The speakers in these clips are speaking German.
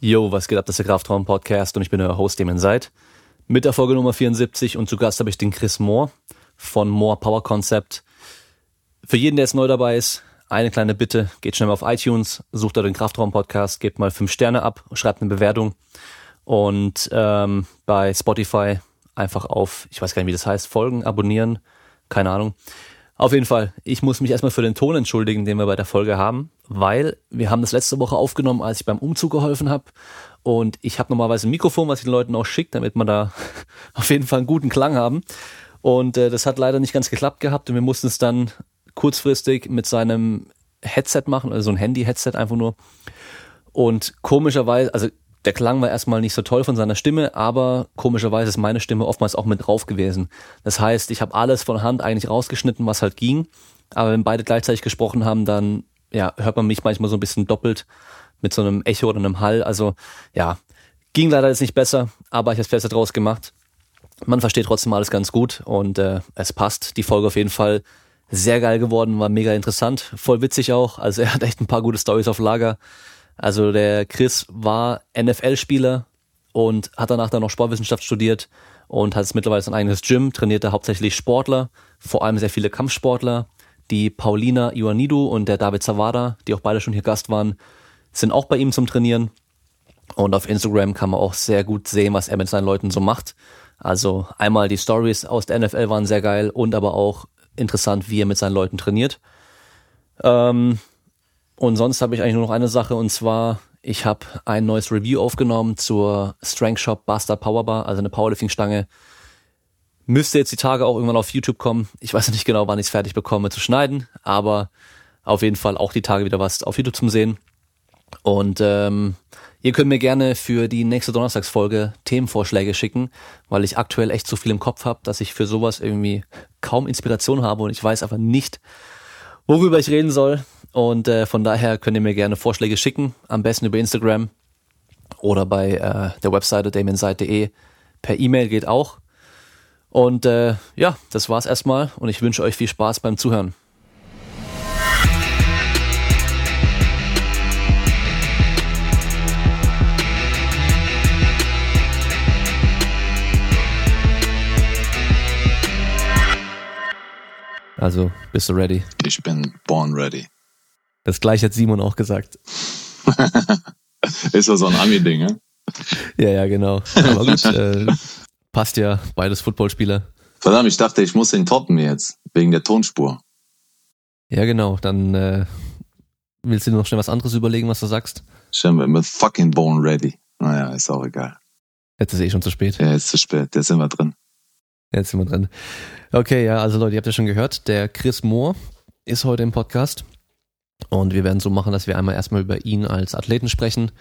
Yo, was geht ab, das ist der Kraftraum-Podcast und ich bin euer Host, dem ihr seid. Mit der Folge Nummer 74 und zu Gast habe ich den Chris Moore von Moore Power Concept. Für jeden, der jetzt neu dabei ist, eine kleine Bitte, geht schnell mal auf iTunes, sucht da den Kraftraum-Podcast, gebt mal 5 Sterne ab, schreibt eine Bewertung und bei Spotify einfach auf, ich weiß gar nicht, wie das heißt, folgen, abonnieren, keine Ahnung. Auf jeden Fall, ich muss mich erstmal für den Ton entschuldigen, den wir bei der Folge haben, weil wir haben das letzte Woche aufgenommen, als ich beim Umzug geholfen habe und ich habe normalerweise ein Mikrofon, was ich den Leuten auch schicke, damit wir da auf jeden Fall einen guten Klang haben und das hat leider nicht ganz geklappt gehabt und wir mussten es dann kurzfristig mit seinem Headset machen, also so ein Handy-Headset einfach nur und komischerweise, also der Klang war erstmal nicht so toll von seiner Stimme, aber komischerweise ist meine Stimme oftmals auch mit drauf gewesen. Das heißt, ich habe alles von Hand eigentlich rausgeschnitten, was halt ging. Aber wenn beide gleichzeitig gesprochen haben, dann ja, hört man mich manchmal so ein bisschen doppelt mit so einem Echo oder einem Hall. Also ja, ging leider jetzt nicht besser, aber ich habe das Beste draus gemacht. Man versteht trotzdem alles ganz gut und es passt. Die Folge auf jeden Fall sehr geil geworden, war mega interessant, voll witzig auch. Also er hat echt ein paar gute Storys auf Lager. Also der Chris war NFL-Spieler und hat danach dann noch Sportwissenschaft studiert und hat jetzt mittlerweile sein eigenes Gym, trainiert da hauptsächlich Sportler, vor allem sehr viele Kampfsportler. Die Paulina Ioannidou und der David Zawada, die auch beide schon hier Gast waren, sind auch bei ihm zum Trainieren. Und auf Instagram kann man auch sehr gut sehen, was er mit seinen Leuten so macht. Also einmal die Stories aus der NFL waren sehr geil und aber auch interessant, wie er mit seinen Leuten trainiert. Und sonst habe ich eigentlich nur noch eine Sache und zwar, ich habe ein neues Review aufgenommen zur Strength Shop Bastard Powerbar, also eine Powerlifting-Stange. Müsste jetzt die Tage auch irgendwann auf YouTube kommen. Ich weiß nicht genau, wann ich es fertig bekomme zu schneiden, aber auf jeden Fall auch die Tage wieder was auf YouTube zum Sehen. Und ihr könnt mir gerne für die nächste Donnerstagsfolge Themenvorschläge schicken, weil ich aktuell echt so viel im Kopf habe, dass ich für sowas irgendwie kaum Inspiration habe und ich weiß einfach nicht, worüber ich reden soll. Und von daher könnt ihr mir gerne Vorschläge schicken, am besten über Instagram oder bei der Webseite damianseid.de. Per E-Mail geht auch. Und ja, das war's erstmal und ich wünsche euch viel Spaß beim Zuhören. Also, bist du ready? Ich bin born ready. Das gleiche hat Simon auch gesagt. Ist ja so ein Ami-Ding, ne? Ja, genau. Aber gut, passt ja, beides Footballspieler. Verdammt, ich dachte, ich muss ihn toppen jetzt, wegen der Tonspur. Ja, genau, dann willst du dir noch schnell was anderes überlegen, was du sagst? Scheinbar mit fucking born ready. Naja, ist auch egal. Jetzt ist eh schon zu spät. Ja, jetzt ist zu spät, jetzt sind wir drin. Jetzt sind wir drin. Okay, ja, also Leute, ihr habt ja schon gehört, der Chris Moore ist heute im Podcast. Und wir werden so machen, dass wir einmal erstmal über ihn als Athleten sprechen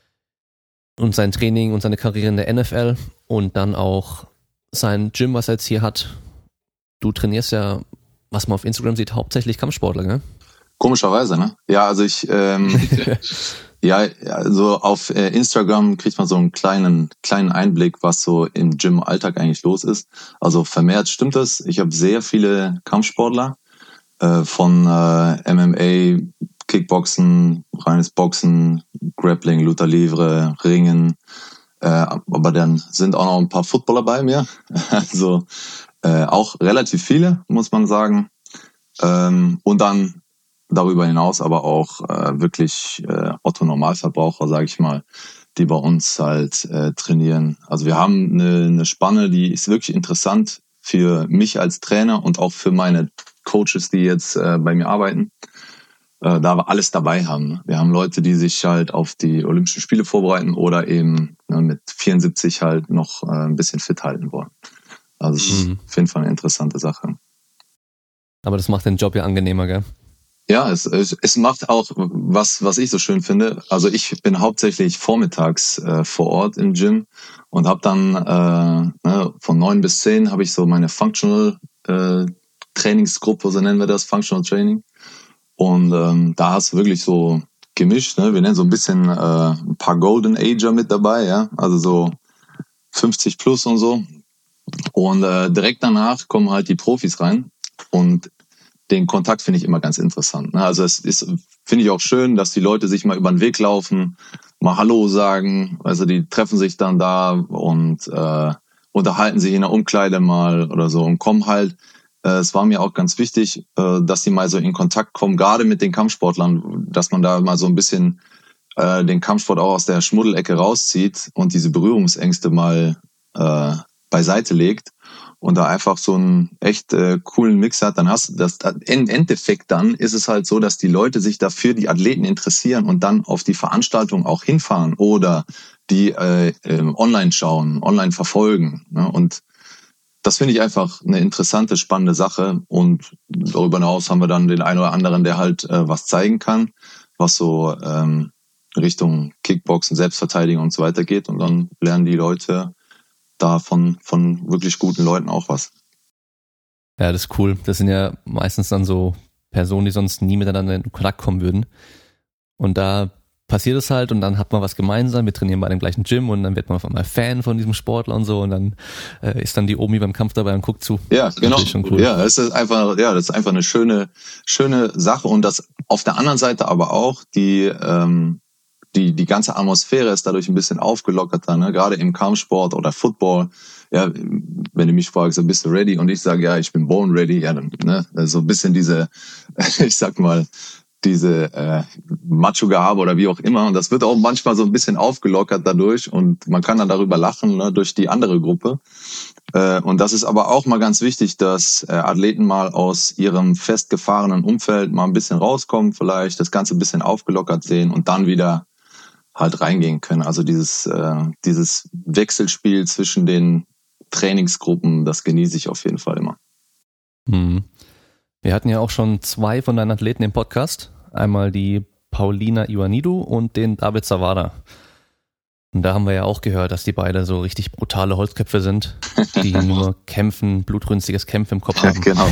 und sein Training und seine Karriere in der NFL und dann auch sein Gym, was er jetzt hier hat. Du trainierst ja, was man auf Instagram sieht, hauptsächlich Kampfsportler, gell? Komischerweise, ne? Ja, also ich, ja, also auf Instagram kriegt man so einen kleinen Einblick, was so im Gym-Alltag eigentlich los ist. Also vermehrt stimmt es. Ich habe sehr viele Kampfsportler. Von MMA, Kickboxen, reines Boxen, Grappling, Luta Livre, Ringen. Aber dann sind auch noch ein paar Footballer bei mir. Also auch relativ viele, muss man sagen. Und dann darüber hinaus aber auch wirklich Otto-Normalverbraucher, sage ich mal, die bei uns halt trainieren. Also wir haben eine Spanne, die ist wirklich interessant für mich als Trainer und auch für meine Coaches, die jetzt bei mir arbeiten, da wir alles dabei haben. Wir haben Leute, die sich halt auf die Olympischen Spiele vorbereiten oder eben mit 74 halt noch ein bisschen fit halten wollen. Also es ist auf jeden Fall eine interessante Sache. Aber das macht den Job ja angenehmer, gell? Ja, es macht auch, was ich so schön finde, also ich bin hauptsächlich vormittags vor Ort im Gym und habe dann von 9 bis 10 habe ich so meine Functional Trainingsgruppe, so nennen wir das, Functional Training. Und da hast du wirklich so gemischt, ne? Wir nennen so ein bisschen ein paar Golden Ager mit dabei, ja, also so 50 plus und so. Und direkt danach kommen halt die Profis rein und den Kontakt finde ich immer ganz interessant. Ne? Also es ist, finde ich auch schön, dass die Leute sich mal über den Weg laufen, mal Hallo sagen. Also die treffen sich dann da und unterhalten sich in der Umkleide mal oder so und kommen halt. Es war mir auch ganz wichtig, dass die mal so in Kontakt kommen, gerade mit den Kampfsportlern, dass man da mal so ein bisschen den Kampfsport auch aus der Schmuddelecke rauszieht und diese Berührungsängste mal beiseite legt und da einfach so einen echt coolen Mix hat, dann hast du das im Endeffekt, dann ist es halt so, dass die Leute sich dafür die Athleten interessieren und dann auf die Veranstaltung auch hinfahren oder die online schauen, online verfolgen, ne? Und das finde ich einfach eine interessante, spannende Sache. Und darüber hinaus haben wir dann den einen oder anderen, der halt was zeigen kann, was so Richtung Kickboxen, Selbstverteidigung und so weiter geht. Und dann lernen die Leute da von wirklich guten Leuten auch was. Ja, das ist cool. Das sind ja meistens dann so Personen, die sonst nie miteinander in Kontakt kommen würden. Und da passiert es halt und dann hat man was gemeinsam, wir trainieren bei dem gleichen Gym und dann wird man auf einmal Fan von diesem Sportler und so und dann ist dann die Omi beim Kampf dabei und guckt zu. Ja, genau. Das ist schon cool. Ja, das ist einfach eine schöne Sache und das auf der anderen Seite aber auch die ganze Atmosphäre ist dadurch ein bisschen aufgelockerter, ne? Gerade im Kampfsport oder Football. Ja, wenn du mich fragst, bist du ready? Und ich sage, ja, ich bin born ready. Ja, dann, ne? So ein bisschen diese, ich sag mal, diese Macho-Gehabe oder wie auch immer. Und das wird auch manchmal so ein bisschen aufgelockert dadurch und man kann dann darüber lachen, ne, durch die andere Gruppe. Und das ist aber auch mal ganz wichtig, dass Athleten mal aus ihrem festgefahrenen Umfeld mal ein bisschen rauskommen, vielleicht das Ganze ein bisschen aufgelockert sehen und dann wieder halt reingehen können. Also dieses Wechselspiel zwischen den Trainingsgruppen, das genieße ich auf jeden Fall immer. Mhm. Wir hatten ja auch schon 2 von deinen Athleten im Podcast. Einmal die Paulina Ioannidou und den David Zawada. Und da haben wir ja auch gehört, dass die beide so richtig brutale Holzköpfe sind, die nur kämpfen, blutrünstiges Kämpfen im Kopf haben. Genau.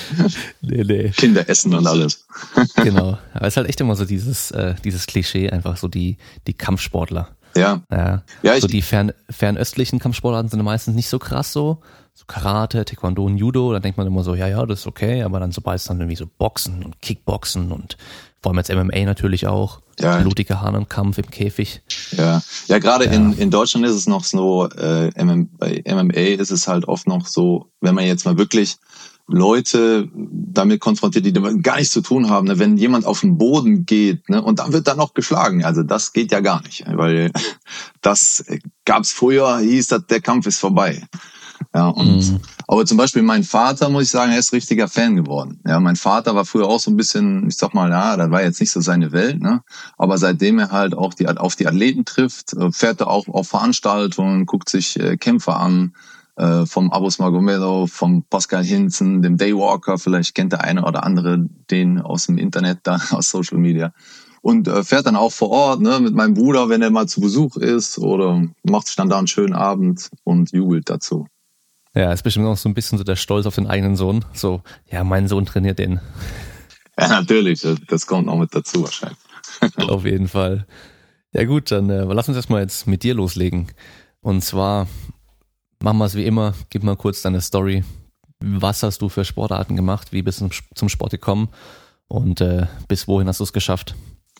Nee. Kinder essen und alles. Genau. Aber es ist halt echt immer so dieses Klischee, einfach so die Kampfsportler. Ja. So die fernöstlichen Kampfsportarten sind meistens nicht so krass so Karate, Taekwondo und Judo, da denkt man immer so, ja, das ist okay, aber dann sobald es dann irgendwie so Boxen und Kickboxen und vor allem jetzt MMA natürlich auch, blutiger Hahnenkampf im Käfig. Ja, gerade in Deutschland ist es noch so, bei MMA ist es halt oft noch so, wenn man jetzt mal wirklich Leute damit konfrontiert, die damit gar nichts zu tun haben, ne? Wenn jemand auf den Boden geht, ne, und dann wird dann noch geschlagen, also das geht ja gar nicht, weil das gab's früher, hieß das, der Kampf ist vorbei. Ja, und aber zum Beispiel mein Vater, muss ich sagen, er ist richtiger Fan geworden. Ja, mein Vater war früher auch so ein bisschen, ich sag mal, ja, das war jetzt nicht so seine Welt, ne? Aber seitdem er halt auch auf die Athleten trifft, fährt er auch auf Veranstaltungen, guckt sich Kämpfe an, vom Abus Magomedov, vom Pascal Hinzen, dem Daywalker, vielleicht kennt der eine oder andere den aus dem Internet, da aus Social Media. Und fährt dann auch vor Ort, ne, mit meinem Bruder, wenn er mal zu Besuch ist, oder macht sich dann da einen schönen Abend und jubelt dazu. Ja, ist bestimmt auch so ein bisschen so der Stolz auf den eigenen Sohn. So, ja, mein Sohn trainiert den. Ja, natürlich. Das kommt auch mit dazu wahrscheinlich. Auf jeden Fall. Ja gut, dann lass uns erstmal jetzt mit dir loslegen. Und zwar machen wir es wie immer. Gib mal kurz deine Story. Was hast du für Sportarten gemacht? Wie bist du zum Sport gekommen? Und bis wohin hast du es geschafft?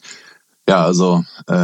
Ja, also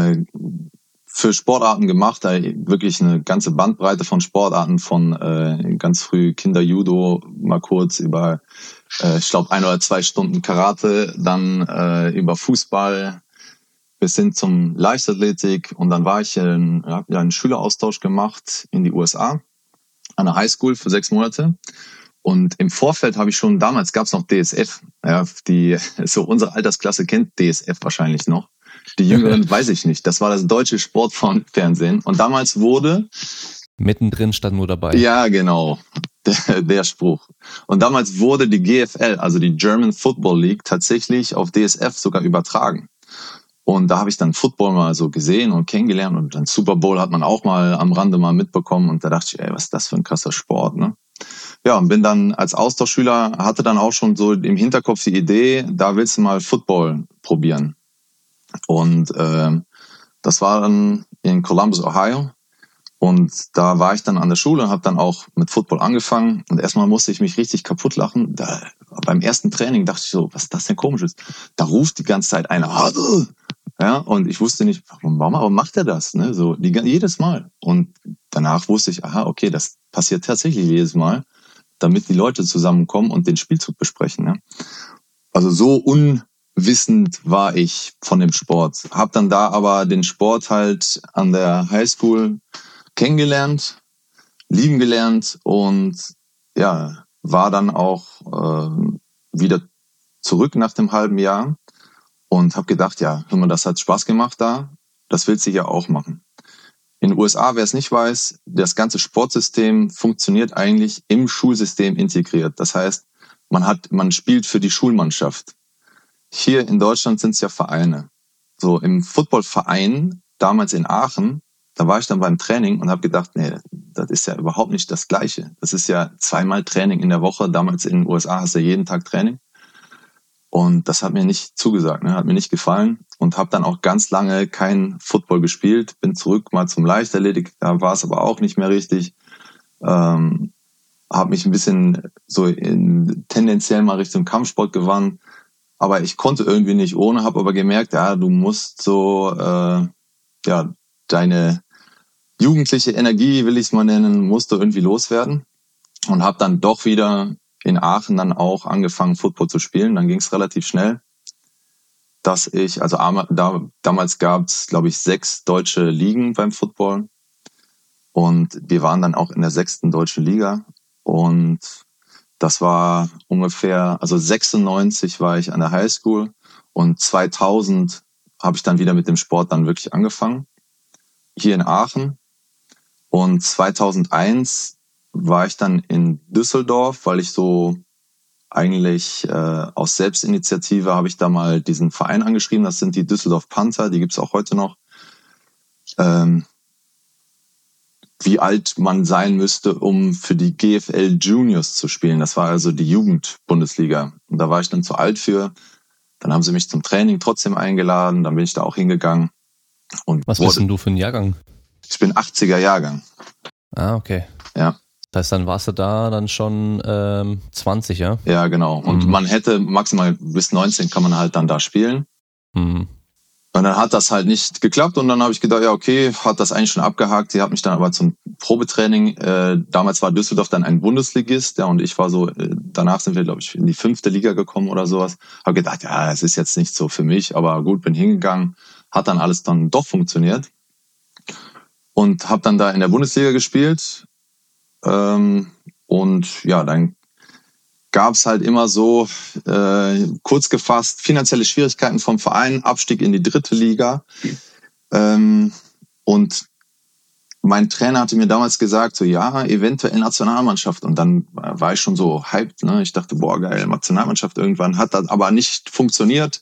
für Sportarten gemacht, wirklich eine ganze Bandbreite von Sportarten, von ganz früh Kinder-Judo, mal kurz über, ich glaube, 1 oder 2 Stunden Karate, dann über Fußball bis hin zum Leichtathletik und dann war ich, habe einen Schüleraustausch gemacht in die USA, an der Highschool für 6 Monate. Und im Vorfeld habe ich schon, damals gab es noch DSF, ja, so unsere Altersklasse kennt DSF wahrscheinlich noch. Die Jüngeren weiß ich nicht. Das war das deutsche Sportfernsehen. Und damals wurde... Mittendrin stand nur dabei. Ja, genau. Der Spruch. Und damals wurde die GFL, also die German Football League, tatsächlich auf DSF sogar übertragen. Und da habe ich dann Football mal so gesehen und kennengelernt. Und dann Super Bowl hat man auch mal am Rande mal mitbekommen. Und da dachte ich, was ist das für ein krasser Sport, ne? Ja, und bin dann als Austauschschüler, hatte dann auch schon so im Hinterkopf die Idee, da willst du mal Football probieren. Und das war dann in Columbus, Ohio. Und da war ich dann an der Schule und habe dann auch mit Football angefangen. Und erstmal musste ich mich richtig kaputt lachen. Beim ersten Training dachte ich so, was ist das denn Komisches? Da ruft die ganze Zeit einer, Huddle, Ja, und ich wusste nicht, warum macht er das? Ne? So jedes Mal. Und danach wusste ich, aha, okay, das passiert tatsächlich jedes Mal, damit die Leute zusammenkommen und den Spielzug besprechen. Ne? Also so unwissend war ich von dem Sport. Hab dann da aber den Sport halt an der Highschool kennengelernt, lieben gelernt und ja, war dann auch wieder zurück nach dem halben Jahr und habe gedacht, ja, hör mal, das hat Spaß gemacht da, das willst du ja auch machen. In den USA, wer es nicht weiß, das ganze Sportsystem funktioniert eigentlich im Schulsystem integriert. Das heißt, man spielt für die Schulmannschaft. Hier in Deutschland sind es ja Vereine. So im Footballverein, damals in Aachen, da war ich dann beim Training und habe gedacht, nee, das ist ja überhaupt nicht das Gleiche. Das ist ja 2-mal Training in der Woche. Damals in den USA hast du jeden Tag Training. Und das hat mir nicht zugesagt, ne? Hat mir nicht gefallen. Und habe dann auch ganz lange kein Football gespielt. Bin zurück mal zum Leichtathletik, da war es aber auch nicht mehr richtig. Habe mich ein bisschen so tendenziell mal Richtung Kampfsport gewandt. Aber ich konnte irgendwie nicht ohne, habe aber gemerkt, ja, du musst so deine jugendliche Energie, will ich es mal nennen, musst du irgendwie loswerden. Und habe dann doch wieder in Aachen dann auch angefangen, Football zu spielen. Dann ging es relativ schnell, dass ich, also damals gab es, glaube ich, 6 deutsche Ligen beim Football. Und wir waren dann auch in der 6. deutschen Liga. Und das war ungefähr, also 96 war ich an der Highschool und 2000 habe ich dann wieder mit dem Sport dann wirklich angefangen, hier in Aachen. Und 2001 war ich dann in Düsseldorf, weil ich so eigentlich aus Selbstinitiative habe ich da mal diesen Verein angeschrieben. Das sind die Düsseldorf Panther, die gibt's auch heute noch. Wie alt man sein müsste, um für die GFL Juniors zu spielen. Das war also die Jugendbundesliga. Und da war ich dann zu alt für. Dann haben sie mich zum Training trotzdem eingeladen. Dann bin ich da auch hingegangen. Und was bist denn du für ein Jahrgang? Ich bin 80er Jahrgang. Ah, okay. Ja. Das heißt, dann warst du da dann schon 20, ja? Ja, genau. Und man hätte maximal bis 19 kann man halt dann da spielen. Mhm. Und dann hat das halt nicht geklappt und dann habe ich gedacht, ja okay, hat das eigentlich schon abgehakt. Sie hat mich dann aber zum Probetraining, damals war Düsseldorf dann ein Bundesligist, ja, und ich war so, danach sind wir, glaube ich, in die 5. Liga gekommen oder sowas. Habe gedacht, ja, es ist jetzt nicht so für mich, aber gut, bin hingegangen, hat dann alles dann doch funktioniert und habe dann da in der Bundesliga gespielt und ja, dann gab's halt immer so, kurz gefasst, finanzielle Schwierigkeiten vom Verein, Abstieg in die 3. Liga. Und mein Trainer hatte mir damals gesagt, so ja, eventuell Nationalmannschaft. Und dann war ich schon so hyped, ne? Ich dachte, boah, geil, Nationalmannschaft irgendwann. Hat das aber nicht funktioniert.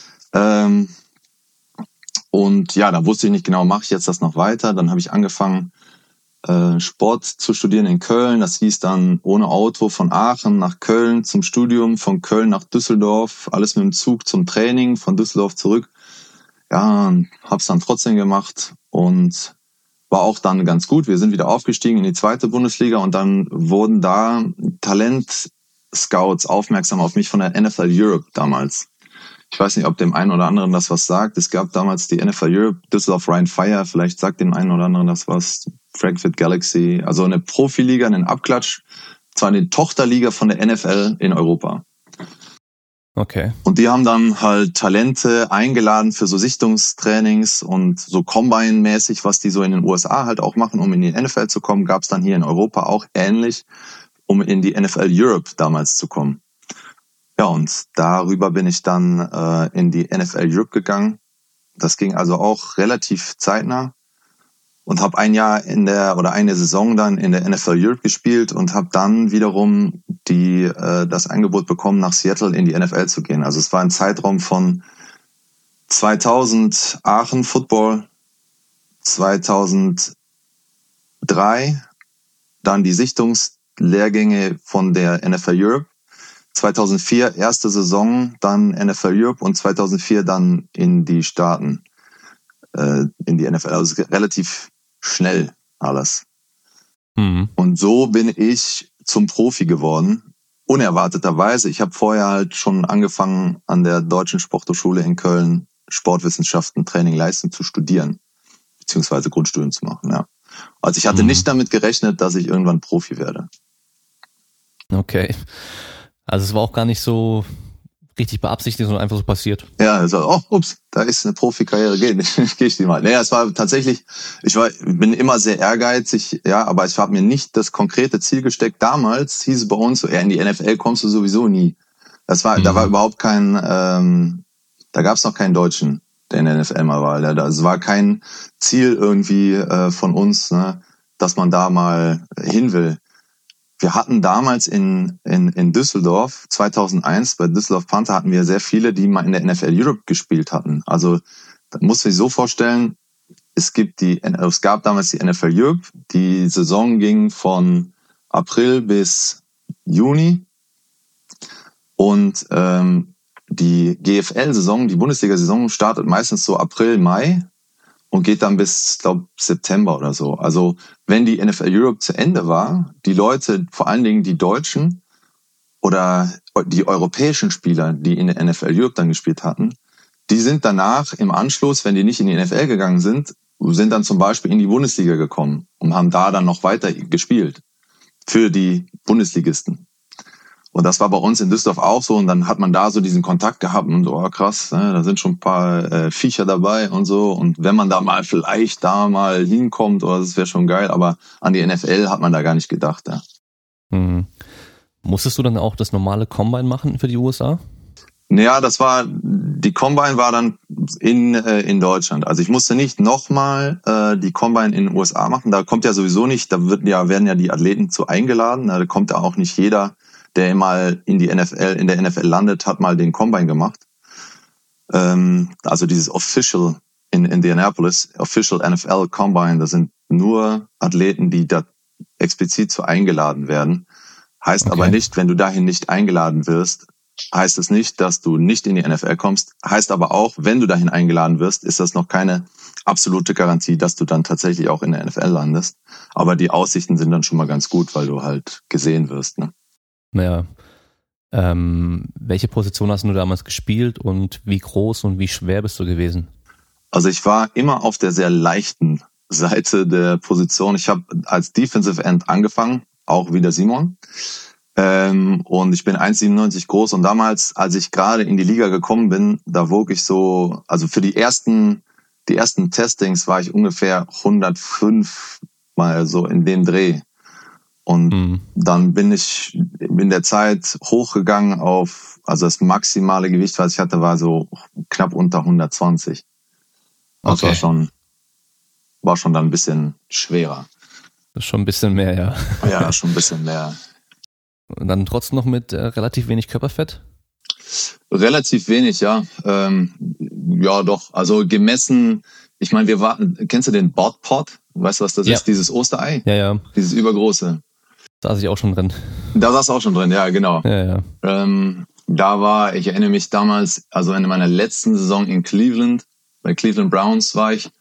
Und ja, da wusste ich nicht genau, mache ich jetzt das noch weiter? Dann habe ich angefangen, Sport zu studieren in Köln. Das hieß dann ohne Auto von Aachen nach Köln zum Studium, von Köln nach Düsseldorf, alles mit dem Zug zum Training, von Düsseldorf zurück. Ja, hab's dann trotzdem gemacht und war auch dann ganz gut. Wir sind wieder aufgestiegen in die 2. Bundesliga und dann wurden da Talent-Scouts aufmerksam auf mich von der NFL Europe damals. Ich weiß nicht, ob dem einen oder anderen das was sagt. Es gab damals die NFL Europe, Düsseldorf Rhein Fire, vielleicht sagt dem einen oder anderen das was, Frankfurt Galaxy, also eine Profiliga, einen Abklatsch, zwar eine Tochterliga von der NFL in Europa. Okay. Und die haben dann halt Talente eingeladen für so Sichtungstrainings und so Combine-mäßig, was die so in den USA halt auch machen, um in die NFL zu kommen, gab es dann hier in Europa auch ähnlich, um in die NFL Europe damals zu kommen. Ja, und darüber bin ich dann in die NFL Europe gegangen. Das ging also auch relativ zeitnah und habe eine Saison dann in der NFL Europe gespielt und habe dann wiederum das Angebot bekommen, nach Seattle in die NFL zu gehen. Also es war ein Zeitraum von 2000 Aachen Football, 2003 dann die Sichtungslehrgänge von der NFL Europe, 2004 erste Saison, dann NFL Europe und 2004 dann in die Staaten, in die NFL. Also relativ schnell alles. Mhm. Und so bin ich zum Profi geworden, unerwarteterweise. Ich habe vorher halt schon angefangen, an der Deutschen Sporthochschule in Köln Sportwissenschaften, Training, Leistung zu studieren, beziehungsweise Grundstudium zu machen, ja. Also ich hatte nicht damit gerechnet, dass ich irgendwann Profi werde. Okay. Also es war auch gar nicht so richtig beabsichtigt, sondern einfach so passiert. Ja, also, da ist eine Profikarriere, geh ich die mal. Naja, es war tatsächlich, bin immer sehr ehrgeizig, ja, aber ich habe mir nicht das konkrete Ziel gesteckt. Damals hieß es bei uns so, in die NFL kommst du sowieso nie. Da war überhaupt kein, da gab es noch keinen Deutschen, der in der NFL mal war. Es war kein Ziel irgendwie von uns, ne, dass man da mal hin will. Wir hatten damals in Düsseldorf 2001 bei Düsseldorf Panther hatten wir sehr viele, die mal in der NFL Europe gespielt hatten. Also da muss man sich so vorstellen, es gab damals die NFL Europe, die Saison ging von April bis Juni und die GFL-Saison, die Bundesliga-Saison startet meistens so April, Mai und geht dann bis, glaube September oder so. Also wenn die NFL Europe zu Ende war, die Leute, vor allen Dingen die Deutschen oder die europäischen Spieler, die in der NFL Europe dann gespielt hatten, die sind danach im Anschluss, wenn die nicht in die NFL gegangen sind dann zum Beispiel in die Bundesliga gekommen und haben da dann noch weiter gespielt für die Bundesligisten. Und das war bei uns in Düsseldorf auch so. Und dann hat man da so diesen Kontakt gehabt und so, krass, ne, da sind schon ein paar Viecher dabei und so. Und wenn man da mal vielleicht da mal hinkommt, das wäre schon geil. Aber an die NFL hat man da gar nicht gedacht. Ja. Musstest du dann auch das normale Combine machen für die USA? Naja, die Combine war dann in Deutschland. Also ich musste nicht nochmal die Combine in den USA machen. Da kommt ja sowieso nicht, werden ja die Athleten zu eingeladen. Da kommt ja auch nicht jeder, der mal in der NFL landet, hat mal den Combine gemacht. Also dieses Official in Indianapolis, Official NFL Combine, das sind nur Athleten, die da explizit zu eingeladen werden. Heißt aber nicht, wenn du dahin nicht eingeladen wirst, heißt es nicht, dass du nicht in die NFL kommst. Heißt aber auch, wenn du dahin eingeladen wirst, ist das noch keine absolute Garantie, dass du dann tatsächlich auch in der NFL landest. Aber die Aussichten sind dann schon mal ganz gut, weil du halt gesehen wirst, ne? Naja, welche Position hast du damals gespielt und wie groß und wie schwer bist du gewesen? Also ich war immer auf der sehr leichten Seite der Position. Ich habe als Defensive End angefangen, auch wie der Simon. Und ich bin 1,97 groß und damals, als ich gerade in die Liga gekommen bin, da wog ich so, also für die ersten Testings war ich ungefähr 105 mal so in dem Dreh. Und dann bin ich in der Zeit hochgegangen also das maximale Gewicht, was ich hatte, war so knapp unter 120. Das war schon dann ein bisschen schwerer. Das ist schon ein bisschen mehr, ja. Ja, schon ein bisschen mehr. Und dann trotzdem noch mit relativ wenig Körperfett? Relativ wenig, ja. Ja, doch. Also gemessen, ich meine, kennst du den Bot-Pot? Weißt du, was das ist? Dieses Osterei? Ja. Dieses übergroße. Da saß ich auch schon drin. Da saß auch schon drin, ja, genau. Ja. Ich erinnere mich damals, also in meiner letzten Saison in Cleveland, bei Cleveland Browns war ich,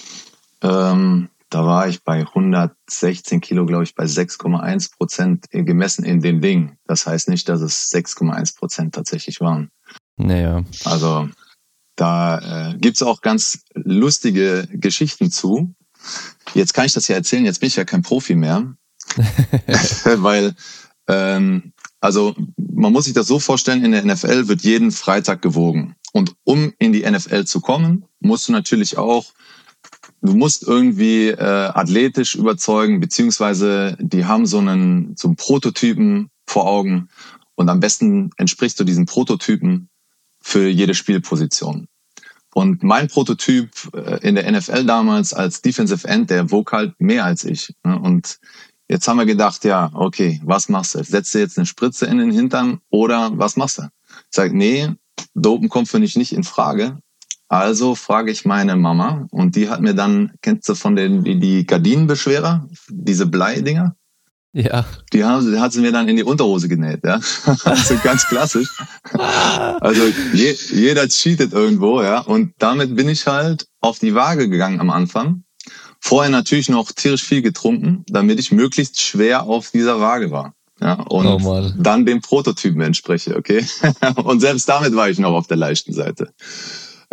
da war ich bei 116 Kilo, glaube ich, bei 6,1% gemessen in dem Ding. Das heißt nicht, dass es 6,1% tatsächlich waren. Naja. Also da gibt's auch ganz lustige Geschichten zu. Jetzt kann ich das ja erzählen, jetzt bin ich ja kein Profi mehr. Weil, also man muss sich das so vorstellen, in der NFL wird jeden Freitag gewogen. Und um in die NFL zu kommen, musst du natürlich du musst irgendwie athletisch überzeugen, beziehungsweise die haben so einen Prototypen vor Augen und am besten entsprichst du diesen Prototypen für jede Spielposition. Und mein Prototyp in der NFL damals als Defensive End, der wog halt mehr als ich. Und jetzt haben wir gedacht, ja, okay, was machst du? Setzt du jetzt eine Spritze in den Hintern oder was machst du? Ich sage, nee, Dopen kommt für mich nicht in Frage. Also frage ich meine Mama und die hat mir dann, kennst du von die Gardinenbeschwerer, diese Bleidinger? Ja. Die hat sie mir dann in die Unterhose genäht, ja. Also ganz klassisch. Also jeder cheatet irgendwo, ja. Und damit bin ich halt auf die Waage gegangen am Anfang. Vorher natürlich noch tierisch viel getrunken, damit ich möglichst schwer auf dieser Waage war. Ja, und dann dem Prototypen entspreche, okay? Und selbst damit war ich noch auf der leichten Seite. Ja.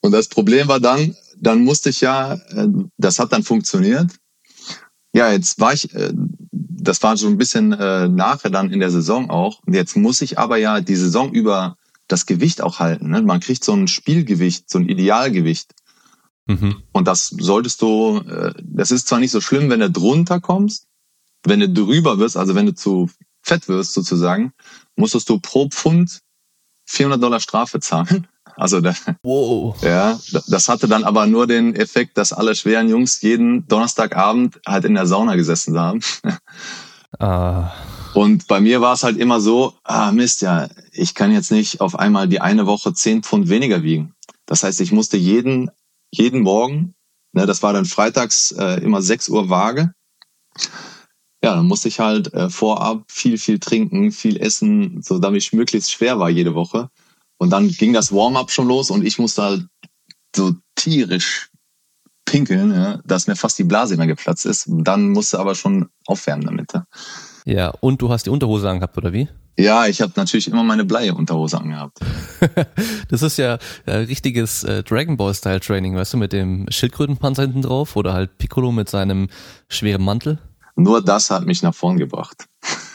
Und das Problem war dann musste ich ja, das hat dann funktioniert. Ja, jetzt war ich, das war so ein bisschen nachher dann in der Saison auch. Und jetzt muss ich aber ja die Saison über das Gewicht auch halten. Ne? Man kriegt so ein Spielgewicht, so ein Idealgewicht. Und das solltest du, das ist zwar nicht so schlimm, wenn du drunter kommst, wenn du drüber wirst, also wenn du zu fett wirst sozusagen, musstest du pro Pfund $400 Strafe zahlen. Also ja, das hatte dann aber nur den Effekt, dass alle schweren Jungs jeden Donnerstagabend halt in der Sauna gesessen haben. Und bei mir war es halt immer so, Mist, ja, ich kann jetzt nicht auf einmal die eine Woche 10 Pfund weniger wiegen. Das heißt, ich musste jeden Morgen, ne, das war dann freitags immer 6 Uhr Waage. Ja, dann musste ich halt vorab viel trinken, viel essen, so damit ich möglichst schwer war jede Woche. Und dann ging das Warm-up schon los und ich musste halt so tierisch pinkeln, ja, dass mir fast die Blase immer geplatzt ist. Und dann musste aber schon aufwärmen damit. Ja, und du hast die Unterhose angehabt, oder wie? Ja, ich habe natürlich immer meine Bleie-Unterhose angehabt. Das ist ja richtiges Dragon Ball-Style-Training, weißt du, mit dem Schildkrötenpanzer hinten drauf oder halt Piccolo mit seinem schweren Mantel. Nur das hat mich nach vorn gebracht.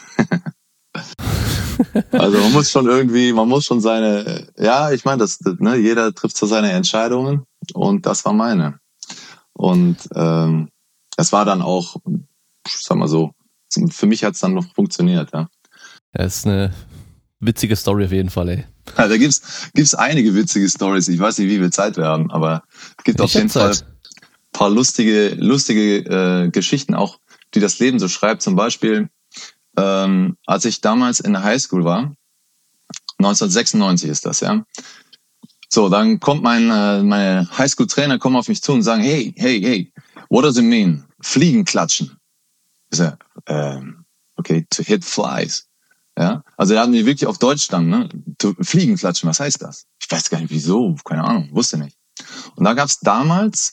Also man muss schon seine, ja, ich meine, ne, jeder trifft so seine Entscheidungen und das war meine. Und das war dann auch, ich sag mal so, für mich hat's dann noch funktioniert, ja. Das ist eine witzige Story auf jeden Fall, ey. Ja, da gibt's einige witzige Stories. Ich weiß nicht, wie viel Zeit wir haben, aber es gibt auf jeden Fall ein paar lustige Geschichten auch, die das Leben so schreibt. Zum Beispiel, als ich damals in der Highschool war, 1996 ist das, ja. So, dann kommt meine Highschool-Trainer kommen auf mich zu und sagen, hey, what does it mean? Fliegen klatschen. Ich sag, okay, to hit flies. Ja, also da hatten wir wirklich auf Deutsch dann, ne? Fliegen klatschen, was heißt das? Ich weiß gar nicht wieso, keine Ahnung, wusste nicht. Und da gab's damals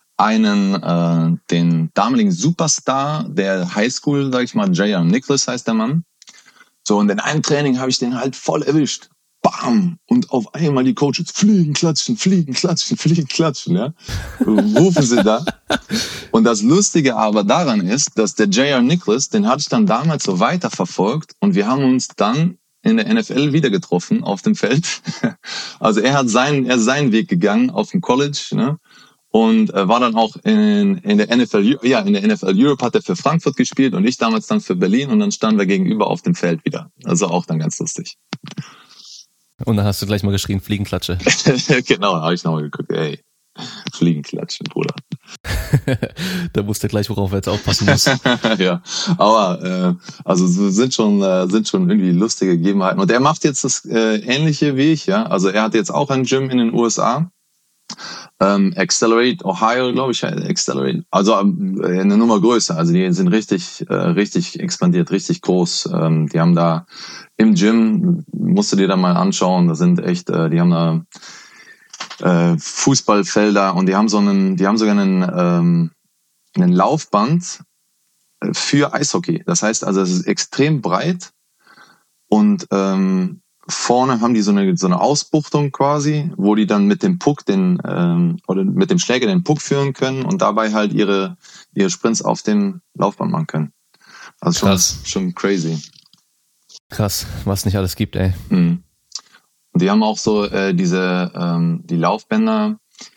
den damaligen Superstar der Highschool, sag ich mal, J.R. Nicholas heißt der Mann. So, und in einem Training habe ich den halt voll erwischt. Bam! Und auf einmal die Coaches, fliegen, klatschen, ja. Rufen sie da. Und das Lustige aber daran ist, dass der J.R. Nicholas, den hatte ich dann damals so weiterverfolgt und wir haben uns dann in der NFL wieder getroffen auf dem Feld. Also er ist seinen Weg gegangen auf dem College, ne? Und war dann auch in der NFL Europe hat er für Frankfurt gespielt und ich damals dann für Berlin und dann standen wir gegenüber auf dem Feld wieder. Also auch dann ganz lustig. Und dann hast du gleich mal geschrien, Fliegenklatsche. Genau, da habe ich nochmal geguckt, ey, Fliegenklatschen, Bruder. Da wusste er gleich, worauf er jetzt aufpassen muss. Ja, aber also sind schon irgendwie lustige Gegebenheiten. Und er macht jetzt das Ähnliche wie ich, ja. Also er hat jetzt auch ein Gym in den USA. Accelerate Ohio, glaube ich, Accelerate. Also eine Nummer größer. Also die sind richtig expandiert, richtig groß. Die haben da im Gym, musst du dir da mal anschauen, da sind echt, die haben da Fußballfelder und die haben sogar einen Laufband für Eishockey. Das heißt also, es ist extrem breit und vorne haben die so eine Ausbuchtung quasi, wo die dann mit dem Puck oder mit dem Schläger den Puck führen können und dabei halt ihre Sprints auf dem Laufband machen können. Also schon crazy. Krass, was nicht alles gibt, ey. Mhm. Und die haben auch so die Laufbänder,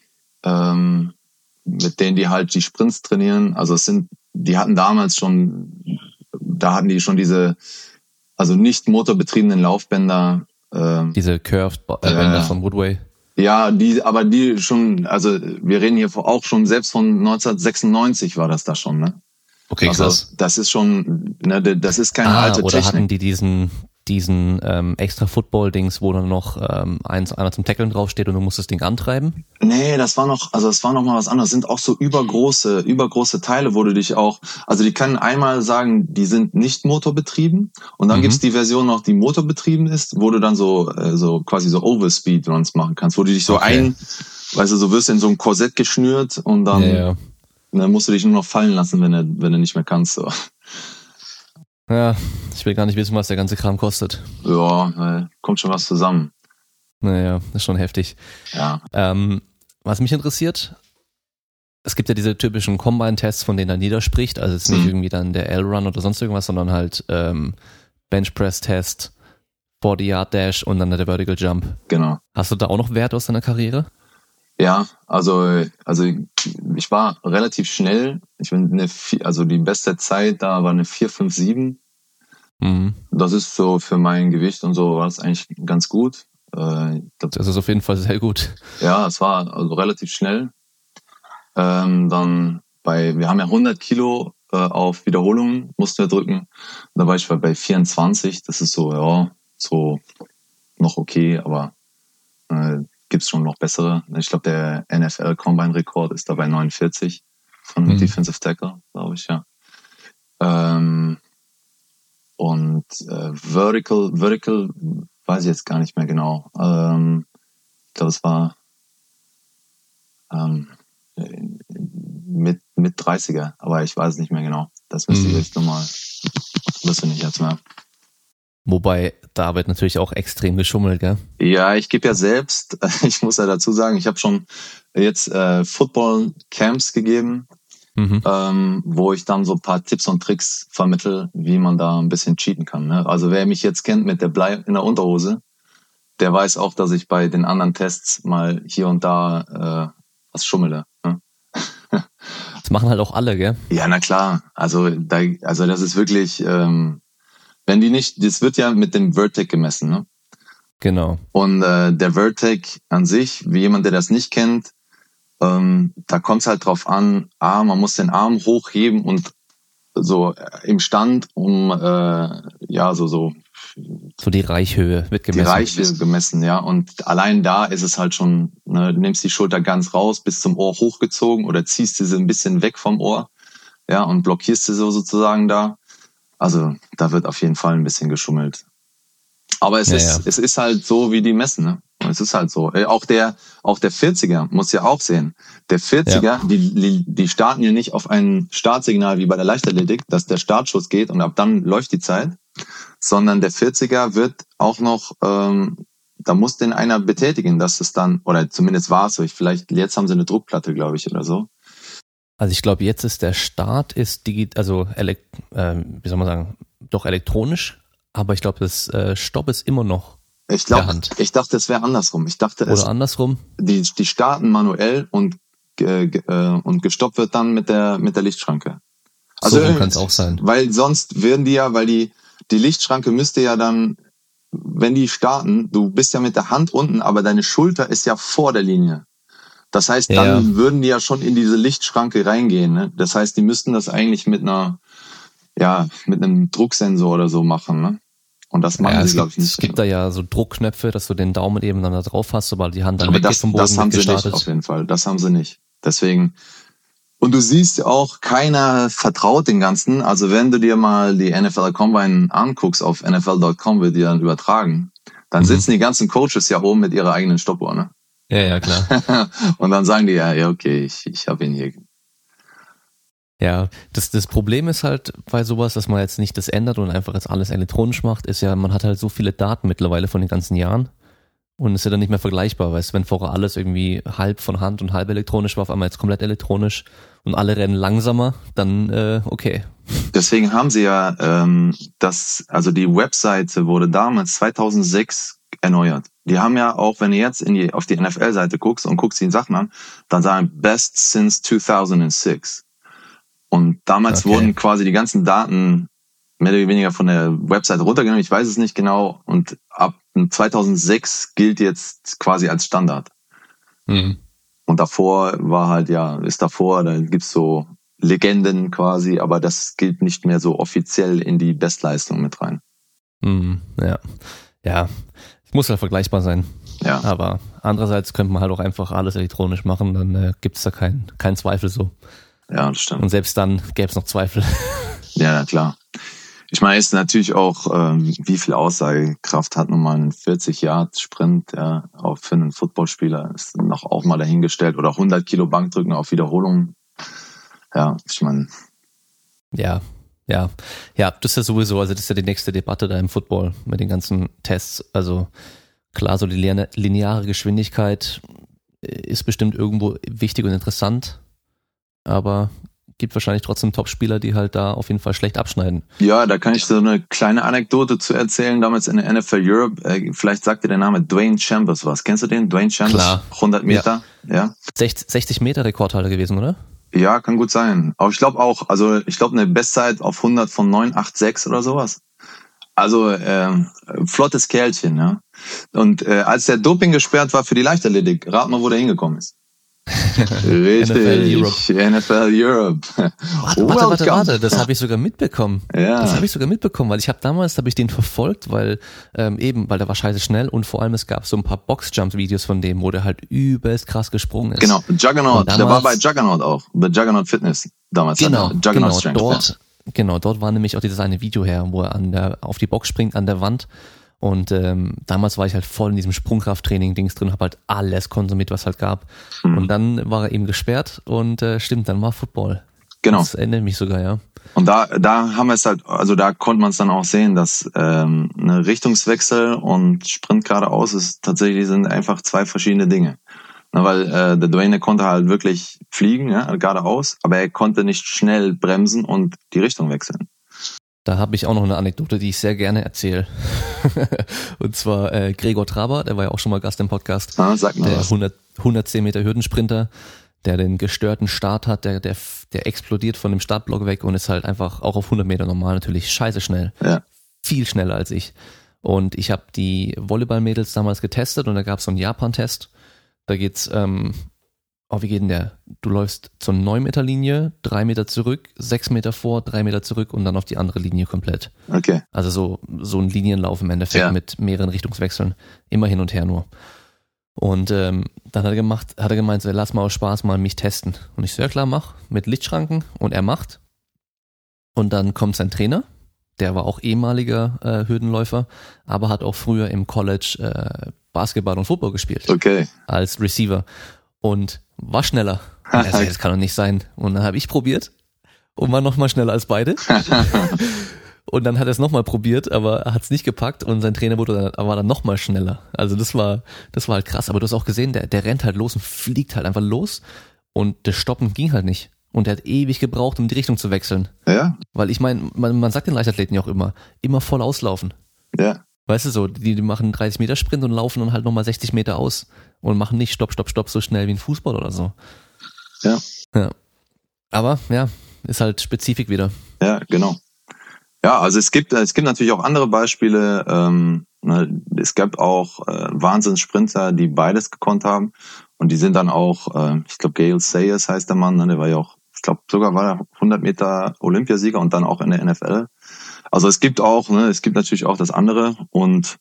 mit denen die halt die Sprints trainieren. Also die hatten damals schon, da hatten die schon diese, also nicht motorbetriebenen Laufbänder. Diese Curved-Bänder von Woodway. Ja, aber die schon, also wir reden hier auch schon, selbst von 1996 war das da schon, ne? Okay, also, krass. Das ist schon, ne, das ist keine alte oder Technik. Hatten die diesen extra Football-Dings, wo dann noch einer zum Tackeln draufsteht und du musst das Ding antreiben? Nee, das war noch mal was anderes. Das sind auch so übergroße Teile, wo du dich auch, also die können einmal sagen, die sind nicht motorbetrieben und dann gibt's die Version noch, die motorbetrieben ist, wo du dann so quasi so Overspeed-Runs machen kannst, wo du dich so weißt du, so wirst in so ein Korsett geschnürt und dann, dann musst du dich nur noch fallen lassen, wenn du nicht mehr kannst, so. Ja, ich will gar nicht wissen, was der ganze Kram kostet. Ja, kommt schon was zusammen. Naja, das ist schon heftig. Ja. was mich interessiert, es gibt ja diese typischen Combine-Tests, von denen er niederspricht, also es ist nicht irgendwie dann der L-Run oder sonst irgendwas, sondern halt Bench-Press-Test, 40-Yard-Dash und dann der Vertical Jump. Genau. Hast du da auch noch Wert aus deiner Karriere? Ja, also ich war relativ schnell. Ich bin die beste Zeit da war eine 4,57. Das ist so für mein Gewicht und so war das eigentlich ganz gut. Das ist auf jeden Fall sehr gut. Ja, es war also relativ schnell. Wir haben ja 100 Kilo auf Wiederholungen mussten wir drücken. Da war ich bei 24. Das ist so noch okay, aber gibt's schon noch bessere. Ich glaube, der NFL Combine Rekord ist da bei 49 von Defensive Tackle, glaube ich, ja. Und Vertical weiß ich jetzt gar nicht mehr genau. Ich glaube, es war mit 30er, aber ich weiß es nicht mehr genau. Das müsste ich jetzt nochmal, wüsste nicht jetzt mehr. Wobei, da wird natürlich auch extrem geschummelt, gell? Ja, ich gebe ja selbst, ich muss ja dazu sagen, ich habe schon jetzt Football-Camps gegeben, wo ich dann so ein paar Tipps und Tricks vermittel, wie man da ein bisschen cheaten kann. Ne? Also wer mich jetzt kennt mit der Blei in der Unterhose, der weiß auch, dass ich bei den anderen Tests mal hier und da was schummele. Ne? Das machen halt auch alle, gell? Ja, na klar. Also das ist wirklich, wenn die nicht, das wird ja mit dem Vertec gemessen, ne? Genau. Und der Vertec an sich, wie jemand, der das nicht kennt, da kommt es halt drauf an, man muss den Arm hochheben und so im Stand, so die Reichhöhe wird gemessen. Die Reichhöhe gemessen, ja. Und allein da ist es halt schon, ne, du nimmst die Schulter ganz raus, bis zum Ohr hochgezogen oder ziehst sie ein bisschen weg vom Ohr, ja, und blockierst sie so sozusagen da. Also da wird auf jeden Fall ein bisschen geschummelt. Aber es ist halt so, wie die messen, ne? Es ist halt so. Auch der 40er muss ja auch sehen. Der 40er, die starten ja nicht auf ein Startsignal wie bei der Leichtathletik, dass der Startschuss geht und ab dann läuft die Zeit, sondern der 40er wird auch noch, da muss den einer betätigen, dass es dann, oder zumindest war es so, jetzt haben sie eine Druckplatte, glaube ich, oder so. Also ich glaube, jetzt ist der Start doch elektronisch, aber ich glaube, das Stopp ist immer noch ich dachte, es wäre andersrum. Oder andersrum? Die starten manuell und gestoppt wird dann mit der Lichtschranke. Also so kann es auch sein. Weil sonst würden die Lichtschranke müsste ja dann, wenn die starten, du bist ja mit der Hand unten, aber deine Schulter ist ja vor der Linie. Das heißt, dann würden die ja schon in diese Lichtschranke reingehen. Ne? Das heißt, die müssten das eigentlich mit einem Drucksensor oder so machen. Ne? Und das machen sie, glaube ich, nicht. Es gibt da ja so Druckknöpfe, dass du den Daumen eben dann da drauf hast, sobald die Hand dann weggeht vom Boden. Das haben sie nicht, auf jeden Fall. Das haben sie nicht. Deswegen. Und du siehst ja auch, keiner vertraut den Ganzen. Also wenn du dir mal die NFL Combine anguckst auf NFL.com, wird die dann übertragen, dann sitzen die ganzen Coaches ja oben mit ihrer eigenen Stoppuhr, ne? Ja, klar. Und dann sagen die, ja, okay, ich habe ihn hier. Ja, das Problem ist halt bei sowas, dass man jetzt nicht das ändert und einfach jetzt alles elektronisch macht, ist ja, man hat halt so viele Daten mittlerweile von den ganzen Jahren und ist ja dann nicht mehr vergleichbar, weißt du, wenn vorher alles irgendwie halb von Hand und halb elektronisch war, auf einmal jetzt komplett elektronisch und alle rennen langsamer, dann okay. Deswegen haben sie ja die Webseite wurde damals 2006 erneuert. Die haben ja auch, wenn du jetzt auf die NFL-Seite guckst und guckst die Sachen an, dann sagen Best since 2006. Und damals wurden quasi die ganzen Daten mehr oder weniger von der Webseite runtergenommen. Ich weiß es nicht genau. Und ab 2006 gilt jetzt quasi als Standard. Und davor war halt, da gibt's so Legenden quasi, aber das gilt nicht mehr so offiziell in die Bestleistung mit rein. Ja, es muss ja vergleichbar sein. Ja. Aber andererseits könnte man halt auch einfach alles elektronisch machen, dann gibt's da keinen Zweifel so. Ja, das stimmt. Und selbst dann gäbe es noch Zweifel. Ja, klar. Ich meine, es ist natürlich auch, wie viel Aussagekraft hat nun mal ein 40-Yard-Sprint, ja, auch für einen Footballspieler, ist noch auch mal dahingestellt, oder 100 Kilo Bankdrücken auf Wiederholung. Ja, ich meine. Ja, das ist ja sowieso, also das ist ja die nächste Debatte da im Football mit den ganzen Tests. Also klar, so die lineare Geschwindigkeit ist bestimmt irgendwo wichtig und interessant, aber gibt wahrscheinlich trotzdem Top-Spieler, die halt da auf jeden Fall schlecht abschneiden. Ja, da kann ich so eine kleine Anekdote zu erzählen. Damals in der NFL Europe, vielleicht sagt dir der Name Dwayne Chambers was. Kennst du den? Dwayne Chambers? Klar. 100 Meter, ja. 60 Meter Rekordhalter gewesen, oder? Ja, kann gut sein. Aber ich glaube auch, also ich glaube eine Bestzeit auf 100 von 9,86 oder sowas. Also flottes Kerlchen, ja. Und als der Doping gesperrt war für die Leichtathletik, rat mal, wo der hingekommen ist. Richtig, NFL Europe. Warte, das habe ich sogar mitbekommen. Ja. Das habe ich sogar mitbekommen, weil hab ich den verfolgt, weil weil der war scheiße schnell und vor allem es gab so ein paar Box-Jump-Videos von dem, wo der halt übelst krass gesprungen ist. Genau, Juggernaut, der war bei Juggernaut auch, bei Juggernaut Fitness damals. Juggernaut Strength. Dort war nämlich auch dieses eine Video her, wo er auf die Box springt an der Wand. Und damals war ich halt voll in diesem Sprungkrafttraining-Dings drin, habe halt alles konsumiert, was halt gab. Und dann war er eben gesperrt und stimmt, dann war Football. Genau. Das erinnert mich sogar, ja. Und da haben wir es halt, also da konnte man es dann auch sehen, dass eine Richtungswechsel und Sprint geradeaus sind einfach zwei verschiedene Dinge. Na, weil der Dwayne konnte halt wirklich fliegen, ja, geradeaus, aber er konnte nicht schnell bremsen und die Richtung wechseln. Da habe ich auch noch eine Anekdote, die ich sehr gerne erzähle. Und zwar Gregor Traber, der war ja auch schon mal Gast im Podcast. Sag mal der was. 110 Meter Hürdensprinter, der den gestörten Start hat, der explodiert von dem Startblock weg und ist halt einfach auch auf 100 Meter normal natürlich scheiße schnell. Ja. Viel schneller als ich. Und ich habe die Volleyball-Mädels damals getestet und da gab es so einen Japan-Test. Da geht's, wie geht denn der? Du läufst zur 9-Meter-Linie, 3 Meter zurück, 6 Meter vor, 3 Meter zurück und dann auf die andere Linie komplett. Okay. Also so ein Linienlauf im Endeffekt mit mehreren Richtungswechseln, immer hin und her nur. Und dann hat er gemeint, so, lass mal aus Spaß mal mich testen. Und ich so, ja klar, mach, mit Lichtschranken. Und er macht. Und dann kommt sein Trainer, der war auch ehemaliger Hürdenläufer, aber hat auch früher im College Basketball und Football gespielt. Okay. Als Receiver. Und war schneller. Und er sagt, das kann doch nicht sein. Und dann habe ich probiert und war noch mal schneller als beide. Und dann hat er es nochmal probiert, aber er hat es nicht gepackt und sein Trainer war dann nochmal schneller. Also das war halt krass. Aber du hast auch gesehen, der rennt halt los und fliegt halt einfach los und das Stoppen ging halt nicht. Und der hat ewig gebraucht, um die Richtung zu wechseln. Ja. Weil ich meine, man sagt den Leichtathleten ja auch immer voll auslaufen. Ja. Weißt du so, die machen einen 30 Meter Sprint und laufen dann halt nochmal 60 Meter aus und machen nicht Stopp so schnell wie ein Fußball oder so. Ja. Aber ja, ist halt Spezifik wieder. Ja, genau. Ja, also es gibt natürlich auch andere Beispiele. Es gab auch Wahnsinnssprinter, die beides gekonnt haben. Und die sind dann auch, ich glaube, Gale Sayers heißt der Mann, ne? Der war ja auch, ich glaube, sogar war er 100 Meter Olympiasieger und dann auch in der NFL. Also es gibt natürlich auch das andere und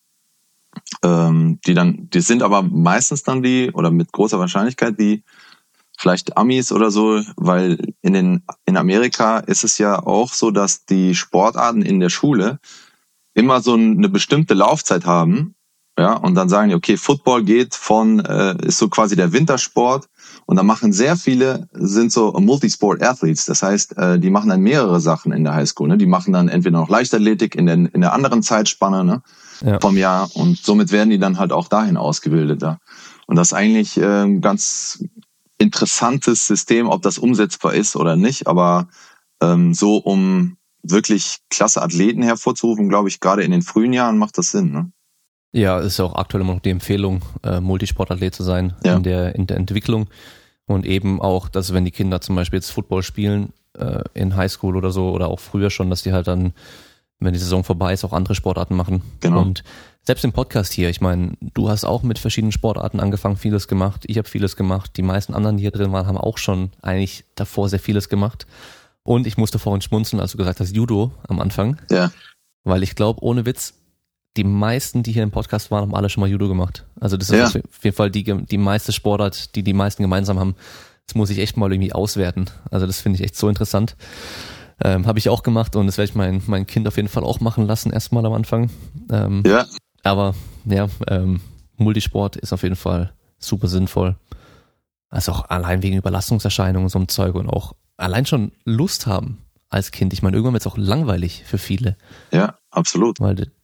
die sind aber meistens dann oder mit großer Wahrscheinlichkeit die vielleicht Amis oder so, weil in Amerika ist es ja auch so, dass die Sportarten in der Schule immer so eine bestimmte Laufzeit haben, ja, und dann sagen die, okay, Football ist so quasi der Wintersport und dann machen sehr viele, sind so Multisport-Athletes, das heißt, die machen dann mehrere Sachen in der Highschool, ne? Die machen dann entweder noch Leichtathletik in der anderen Zeitspanne, ne? Ja. Vom Jahr und somit werden die dann halt auch dahin ausgebildet, ja. Und das ist eigentlich ein ganz interessantes System, ob das umsetzbar ist oder nicht, aber so um wirklich klasse Athleten hervorzurufen, glaube ich, gerade in den frühen Jahren macht das Sinn, ne? Ja, ist ja auch aktuell immer noch die Empfehlung, Multisportathlet zu sein in der Entwicklung und eben auch, dass wenn die Kinder zum Beispiel jetzt Football spielen in Highschool oder so oder auch früher schon, dass die halt dann, wenn die Saison vorbei ist, auch andere Sportarten machen. Genau. Und selbst im Podcast hier, ich meine, du hast auch mit verschiedenen Sportarten angefangen, vieles gemacht, ich habe vieles gemacht, die meisten anderen, die hier drin waren, haben auch schon eigentlich davor sehr vieles gemacht. Und ich musste vorhin schmunzeln, als du gesagt hast, Judo am Anfang. Ja. Weil ich glaube, ohne Witz, die meisten, die hier im Podcast waren, haben alle schon mal Judo gemacht. Also das ist auf jeden Fall die meiste Sportart, die meisten gemeinsam haben. Das muss ich echt mal irgendwie auswerten. Also das finde ich echt so interessant. Habe ich auch gemacht und das werde ich mein Kind auf jeden Fall auch machen lassen, erstmal am Anfang. Aber ja, Multisport ist auf jeden Fall super sinnvoll. Also auch allein wegen Überlastungserscheinungen und so einem Zeug und auch allein schon Lust haben als Kind. Ich meine, irgendwann wird es auch langweilig für viele. Ja, absolut. Weil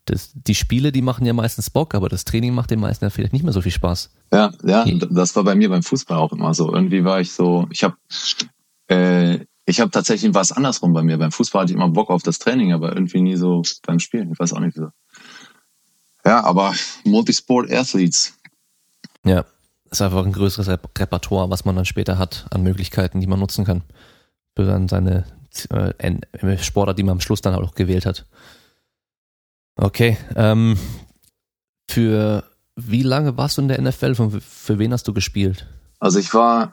die Spiele, die machen ja meistens Bock, aber das Training macht den meisten ja vielleicht nicht mehr so viel Spaß. Ja, das war bei mir beim Fußball auch immer so. Irgendwie war ich so, ich habe tatsächlich was andersrum bei mir. Beim Fußball hatte ich immer Bock auf das Training, aber irgendwie nie so beim Spielen. Ich weiß auch nicht wieso. Ja, aber Multisport Athletes. Ja, ist einfach ein größeres Repertoire, was man dann später hat an Möglichkeiten, die man nutzen kann. Für dann seine Sportler, die man am Schluss dann auch gewählt hat. Okay, für wie lange warst du in der NFL? Für wen hast du gespielt? Also ich war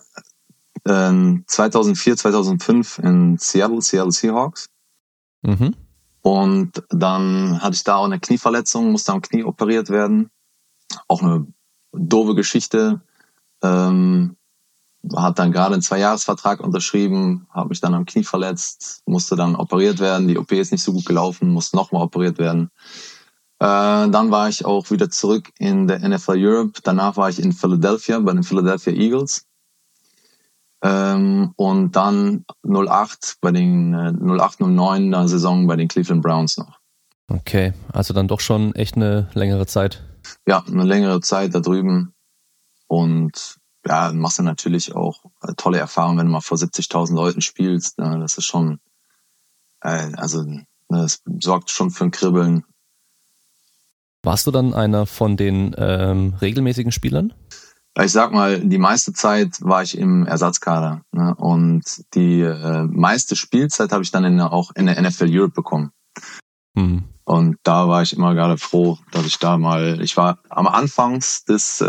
2004, 2005 in Seattle Seahawks. Mhm. Und dann hatte ich da auch eine Knieverletzung, musste am Knie operiert werden. Auch eine doofe Geschichte. Hat dann gerade einen 2-Jahres-Vertrag unterschrieben, habe mich dann am Knie verletzt, musste dann operiert werden. Die OP ist nicht so gut gelaufen, musste nochmal operiert werden. Dann war ich auch wieder zurück in der NFL Europe. Danach war ich in Philadelphia bei den Philadelphia Eagles. Und dann 08 bei den 08/09 der Saison bei den Cleveland Browns noch. Okay, also dann doch schon echt eine längere Zeit. Ja, eine längere Zeit da drüben. Und ja, machst du natürlich auch tolle Erfahrungen, wenn du mal vor 70.000 Leuten spielst. Ne? Das ist schon, das sorgt schon für ein Kribbeln. Warst du dann einer von den regelmäßigen Spielern? Ich sag mal, die meiste Zeit war ich im Ersatzkader. Ne? Und die meiste Spielzeit habe ich dann auch in der NFL Europe bekommen. Mhm. Und da war ich immer gerade froh, dass ich ich war am Anfangs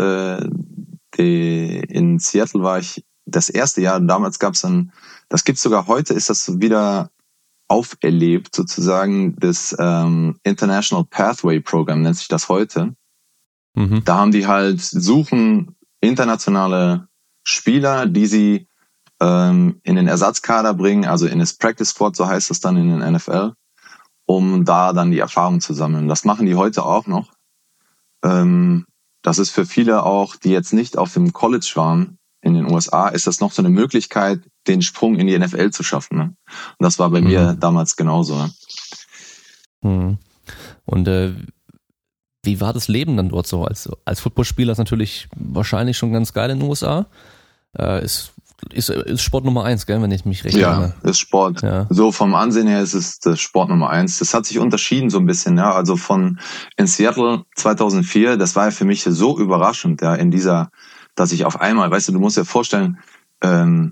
in Seattle war ich das erste Jahr, damals gab's das gibt's sogar heute, ist das wieder auferlebt sozusagen, das International Pathway Program nennt sich das heute. Mhm. Da haben die halt, suchen internationale Spieler, die sie in den Ersatzkader bringen, also in das Practice Squad, so heißt es dann in den NFL, um da dann die Erfahrung zu sammeln. Das machen die heute auch noch. Das ist für viele auch, die jetzt nicht auf dem College waren in den USA, ist das noch so eine Möglichkeit, den Sprung in die NFL zu schaffen. Ne? Und das war bei mir damals genauso. Ne? Mhm. Und wie war das Leben dann dort so? Als Footballspieler ist natürlich wahrscheinlich schon ganz geil in den USA. Ist Sport Nummer 1, gell, wenn ich mich recht erinnere. Ja, ist Sport. Ja. So vom Ansehen her ist es das Sport Nummer 1. Das hat sich unterschieden so ein bisschen, ja. Also in Seattle 2004, das war ja für mich so überraschend, ja, dass ich auf einmal, weißt du, du musst dir vorstellen, Anfang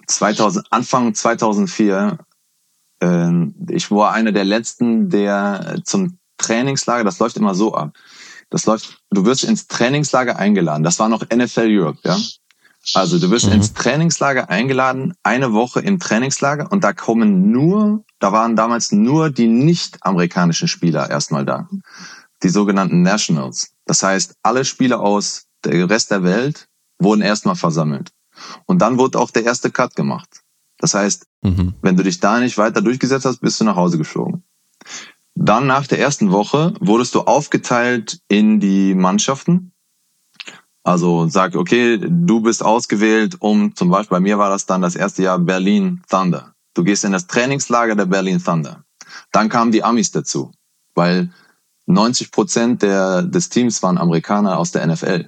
2004, ich war einer der letzten, der zum Trainingslager, das läuft immer so ab. Du wirst ins Trainingslager eingeladen. Das war noch NFL Europe, ja. Also du wirst ins Trainingslager eingeladen, eine Woche im Trainingslager und da waren damals nur die nicht-amerikanischen Spieler erstmal da. Die sogenannten Nationals. Das heißt, alle Spieler aus der Rest der Welt wurden erstmal versammelt. Und dann wurde auch der erste Cut gemacht. Das heißt, wenn du dich da nicht weiter durchgesetzt hast, bist du nach Hause geflogen. Dann nach der ersten Woche wurdest du aufgeteilt in die Mannschaften. Also sag, okay, du bist ausgewählt, zum Beispiel, bei mir war das dann das erste Jahr Berlin Thunder. Du gehst in das Trainingslager der Berlin Thunder. Dann kamen die Amis dazu, weil 90% des Teams waren Amerikaner aus der NFL.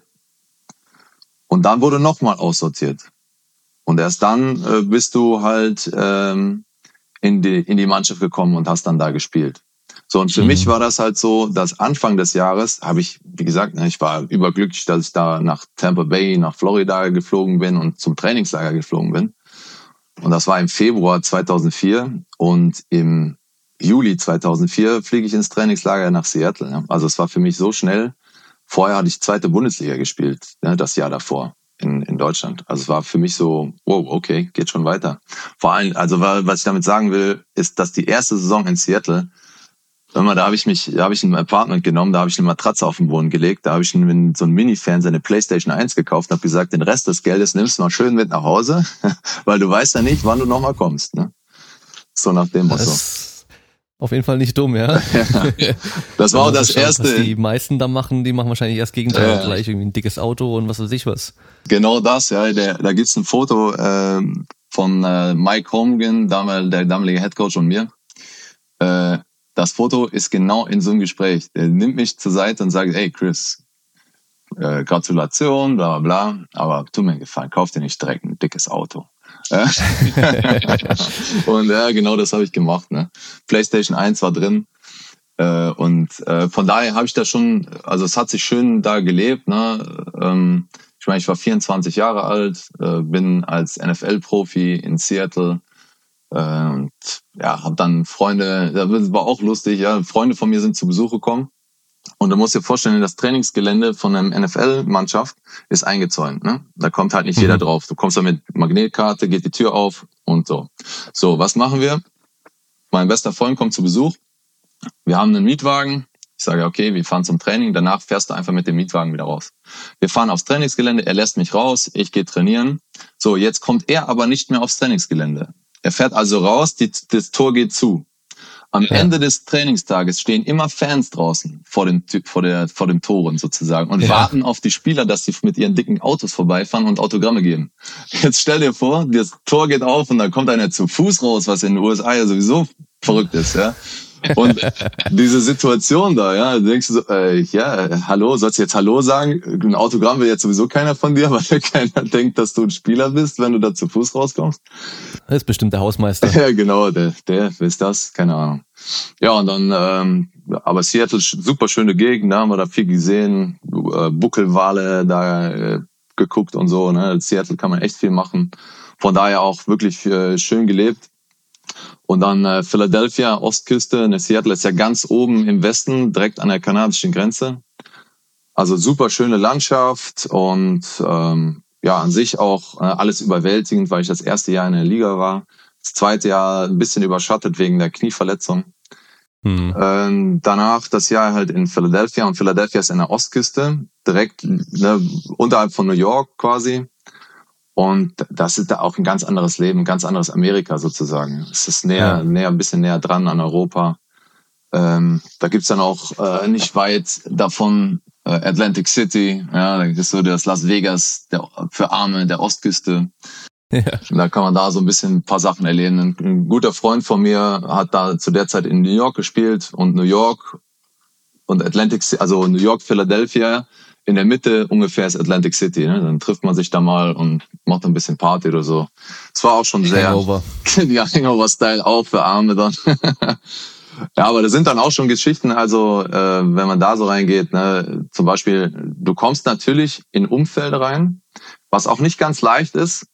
Und dann wurde nochmal aussortiert. Und erst dann bist du halt in die Mannschaft gekommen und hast dann da gespielt. So, und für mich war das halt so, dass Anfang des Jahres habe ich, wie gesagt, ich war überglücklich, dass ich da nach Tampa Bay, nach Florida geflogen bin und zum Trainingslager geflogen bin. Und das war im Februar 2004 und im Juli 2004 fliege ich ins Trainingslager nach Seattle. Also es war für mich so schnell. Vorher hatte ich 2. Bundesliga gespielt, das Jahr davor in Deutschland. Also es war für mich so, wow, okay, geht schon weiter. Vor allem, also was ich damit sagen will, ist, dass die erste Saison in Seattle, da habe ich ein Apartment genommen, da habe ich eine Matratze auf den Boden gelegt, da habe ich so einen Mini-Fernseher, eine PlayStation 1 gekauft und habe gesagt, den Rest des Geldes nimmst du mal schön mit nach Hause, weil du weißt ja nicht, wann du nochmal kommst. Ne? So nach dem Motto. Auf jeden Fall nicht dumm, ja. Das war auch das Erste. Was die meisten da machen, die machen wahrscheinlich erst Gegenteil, gleich irgendwie ein dickes Auto und was weiß ich was. Genau das, ja. Da gibt's ein Foto von Mike Holmgren, der damalige Headcoach und mir. das Foto ist genau in so einem Gespräch. Der nimmt mich zur Seite und sagt, hey Chris, Gratulation, bla bla bla, aber tu mir einen Gefallen, kauf dir nicht direkt ein dickes Auto. Und ja, genau das habe ich gemacht. Ne? PlayStation 1 war drin. Und von daher habe ich da schon, also es hat sich schön da gelebt. Ne? Ich meine, ich war 24 Jahre alt, bin als NFL-Profi in Seattle und ja, habe dann Freunde, das war auch lustig, ja, Freunde von mir sind zu Besuch gekommen. Und du musst dir vorstellen, das Trainingsgelände von einer NFL-Mannschaft ist eingezäunt. Ne? Da kommt halt nicht jeder drauf. Du kommst da mit Magnetkarte, geht die Tür auf und so. So, was machen wir? Mein bester Freund kommt zu Besuch. Wir haben einen Mietwagen. Ich sage, okay, wir fahren zum Training. Danach fährst du einfach mit dem Mietwagen wieder raus. Wir fahren aufs Trainingsgelände. Er lässt mich raus. Ich gehe trainieren. So, jetzt kommt er aber nicht mehr aufs Trainingsgelände. Er fährt also raus. Das Tor geht zu. Am Ende des Trainingstages stehen immer Fans draußen vor den Toren sozusagen und warten auf die Spieler, dass sie mit ihren dicken Autos vorbeifahren und Autogramme geben. Jetzt stell dir vor, das Tor geht auf und dann kommt einer zu Fuß raus, was in den USA ja sowieso verrückt ist, ja. Und diese Situation da, ja, denkst du so, hallo, sollst du jetzt Hallo sagen? Ein Autogramm will jetzt sowieso keiner von dir, weil keiner denkt, dass du ein Spieler bist, wenn du da zu Fuß rauskommst. Das ist bestimmt der Hausmeister. Ja, genau, der ist das, keine Ahnung. Ja, und dann, aber Seattle, super schöne Gegend, da haben wir da viel gesehen, Buckelwale da geguckt und so, ne. Seattle kann man echt viel machen. Von daher auch wirklich schön gelebt. Und dann Philadelphia, Ostküste, ne, Seattle ist ja ganz oben im Westen, direkt an der kanadischen Grenze. Also super schöne Landschaft und ja, an sich auch alles überwältigend, weil ich das erste Jahr in der Liga war. Das zweite Jahr ein bisschen überschattet wegen der Knieverletzung. Danach das Jahr halt in Philadelphia und Philadelphia ist in der Ostküste, direkt unterhalb von New York quasi. Und das ist da auch ein ganz anderes Leben, ein ganz anderes Amerika sozusagen. Es ist ein bisschen näher dran an Europa. Da gibt's dann auch nicht weit davon Atlantic City, ja, das ist so das Las Vegas für Arme der Ostküste. Ja. Da kann man da so ein bisschen ein paar Sachen erleben. Ein guter Freund von mir hat da zu der Zeit in New York gespielt und New York und Atlantic City, also New York, Philadelphia. In der Mitte ungefähr ist Atlantic City. Ne? Dann trifft man sich da mal und macht ein bisschen Party oder so. Es war auch schon sehr Hangover-Style auch für Arme dann. Ja, aber das sind dann auch schon Geschichten, also wenn man da so reingeht, ne, zum Beispiel, du kommst natürlich in Umfelder rein, was auch nicht ganz leicht ist.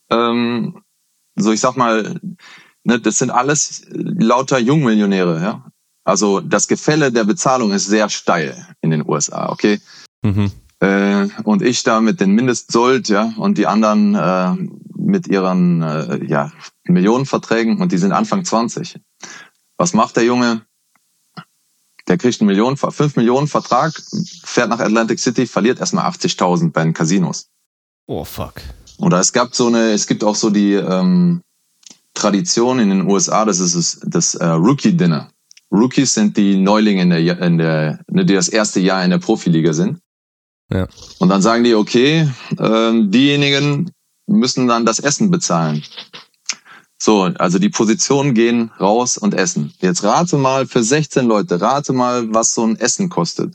So ich sag mal, ne, das sind alles lauter Jungmillionäre, ja. Also das Gefälle der Bezahlung ist sehr steil in den USA, okay? Und ich da mit den Mindestsold, ja, und die anderen mit ihren Millionenverträgen und die sind Anfang 20. Was macht der Junge? Der kriegt 5 Millionen Vertrag, fährt nach Atlantic City, verliert erstmal 80.000 bei den Casinos. Oh fuck. Oder es gibt auch so die Tradition in den USA, das ist das Rookie Dinner. Rookies sind die Neulinge die das erste Jahr in der Profiliga sind. Ja. Und dann sagen die, okay, diejenigen müssen dann das Essen bezahlen. So, also die Positionen gehen raus und essen. Jetzt rate mal für 16 Leute, was so ein Essen kostet.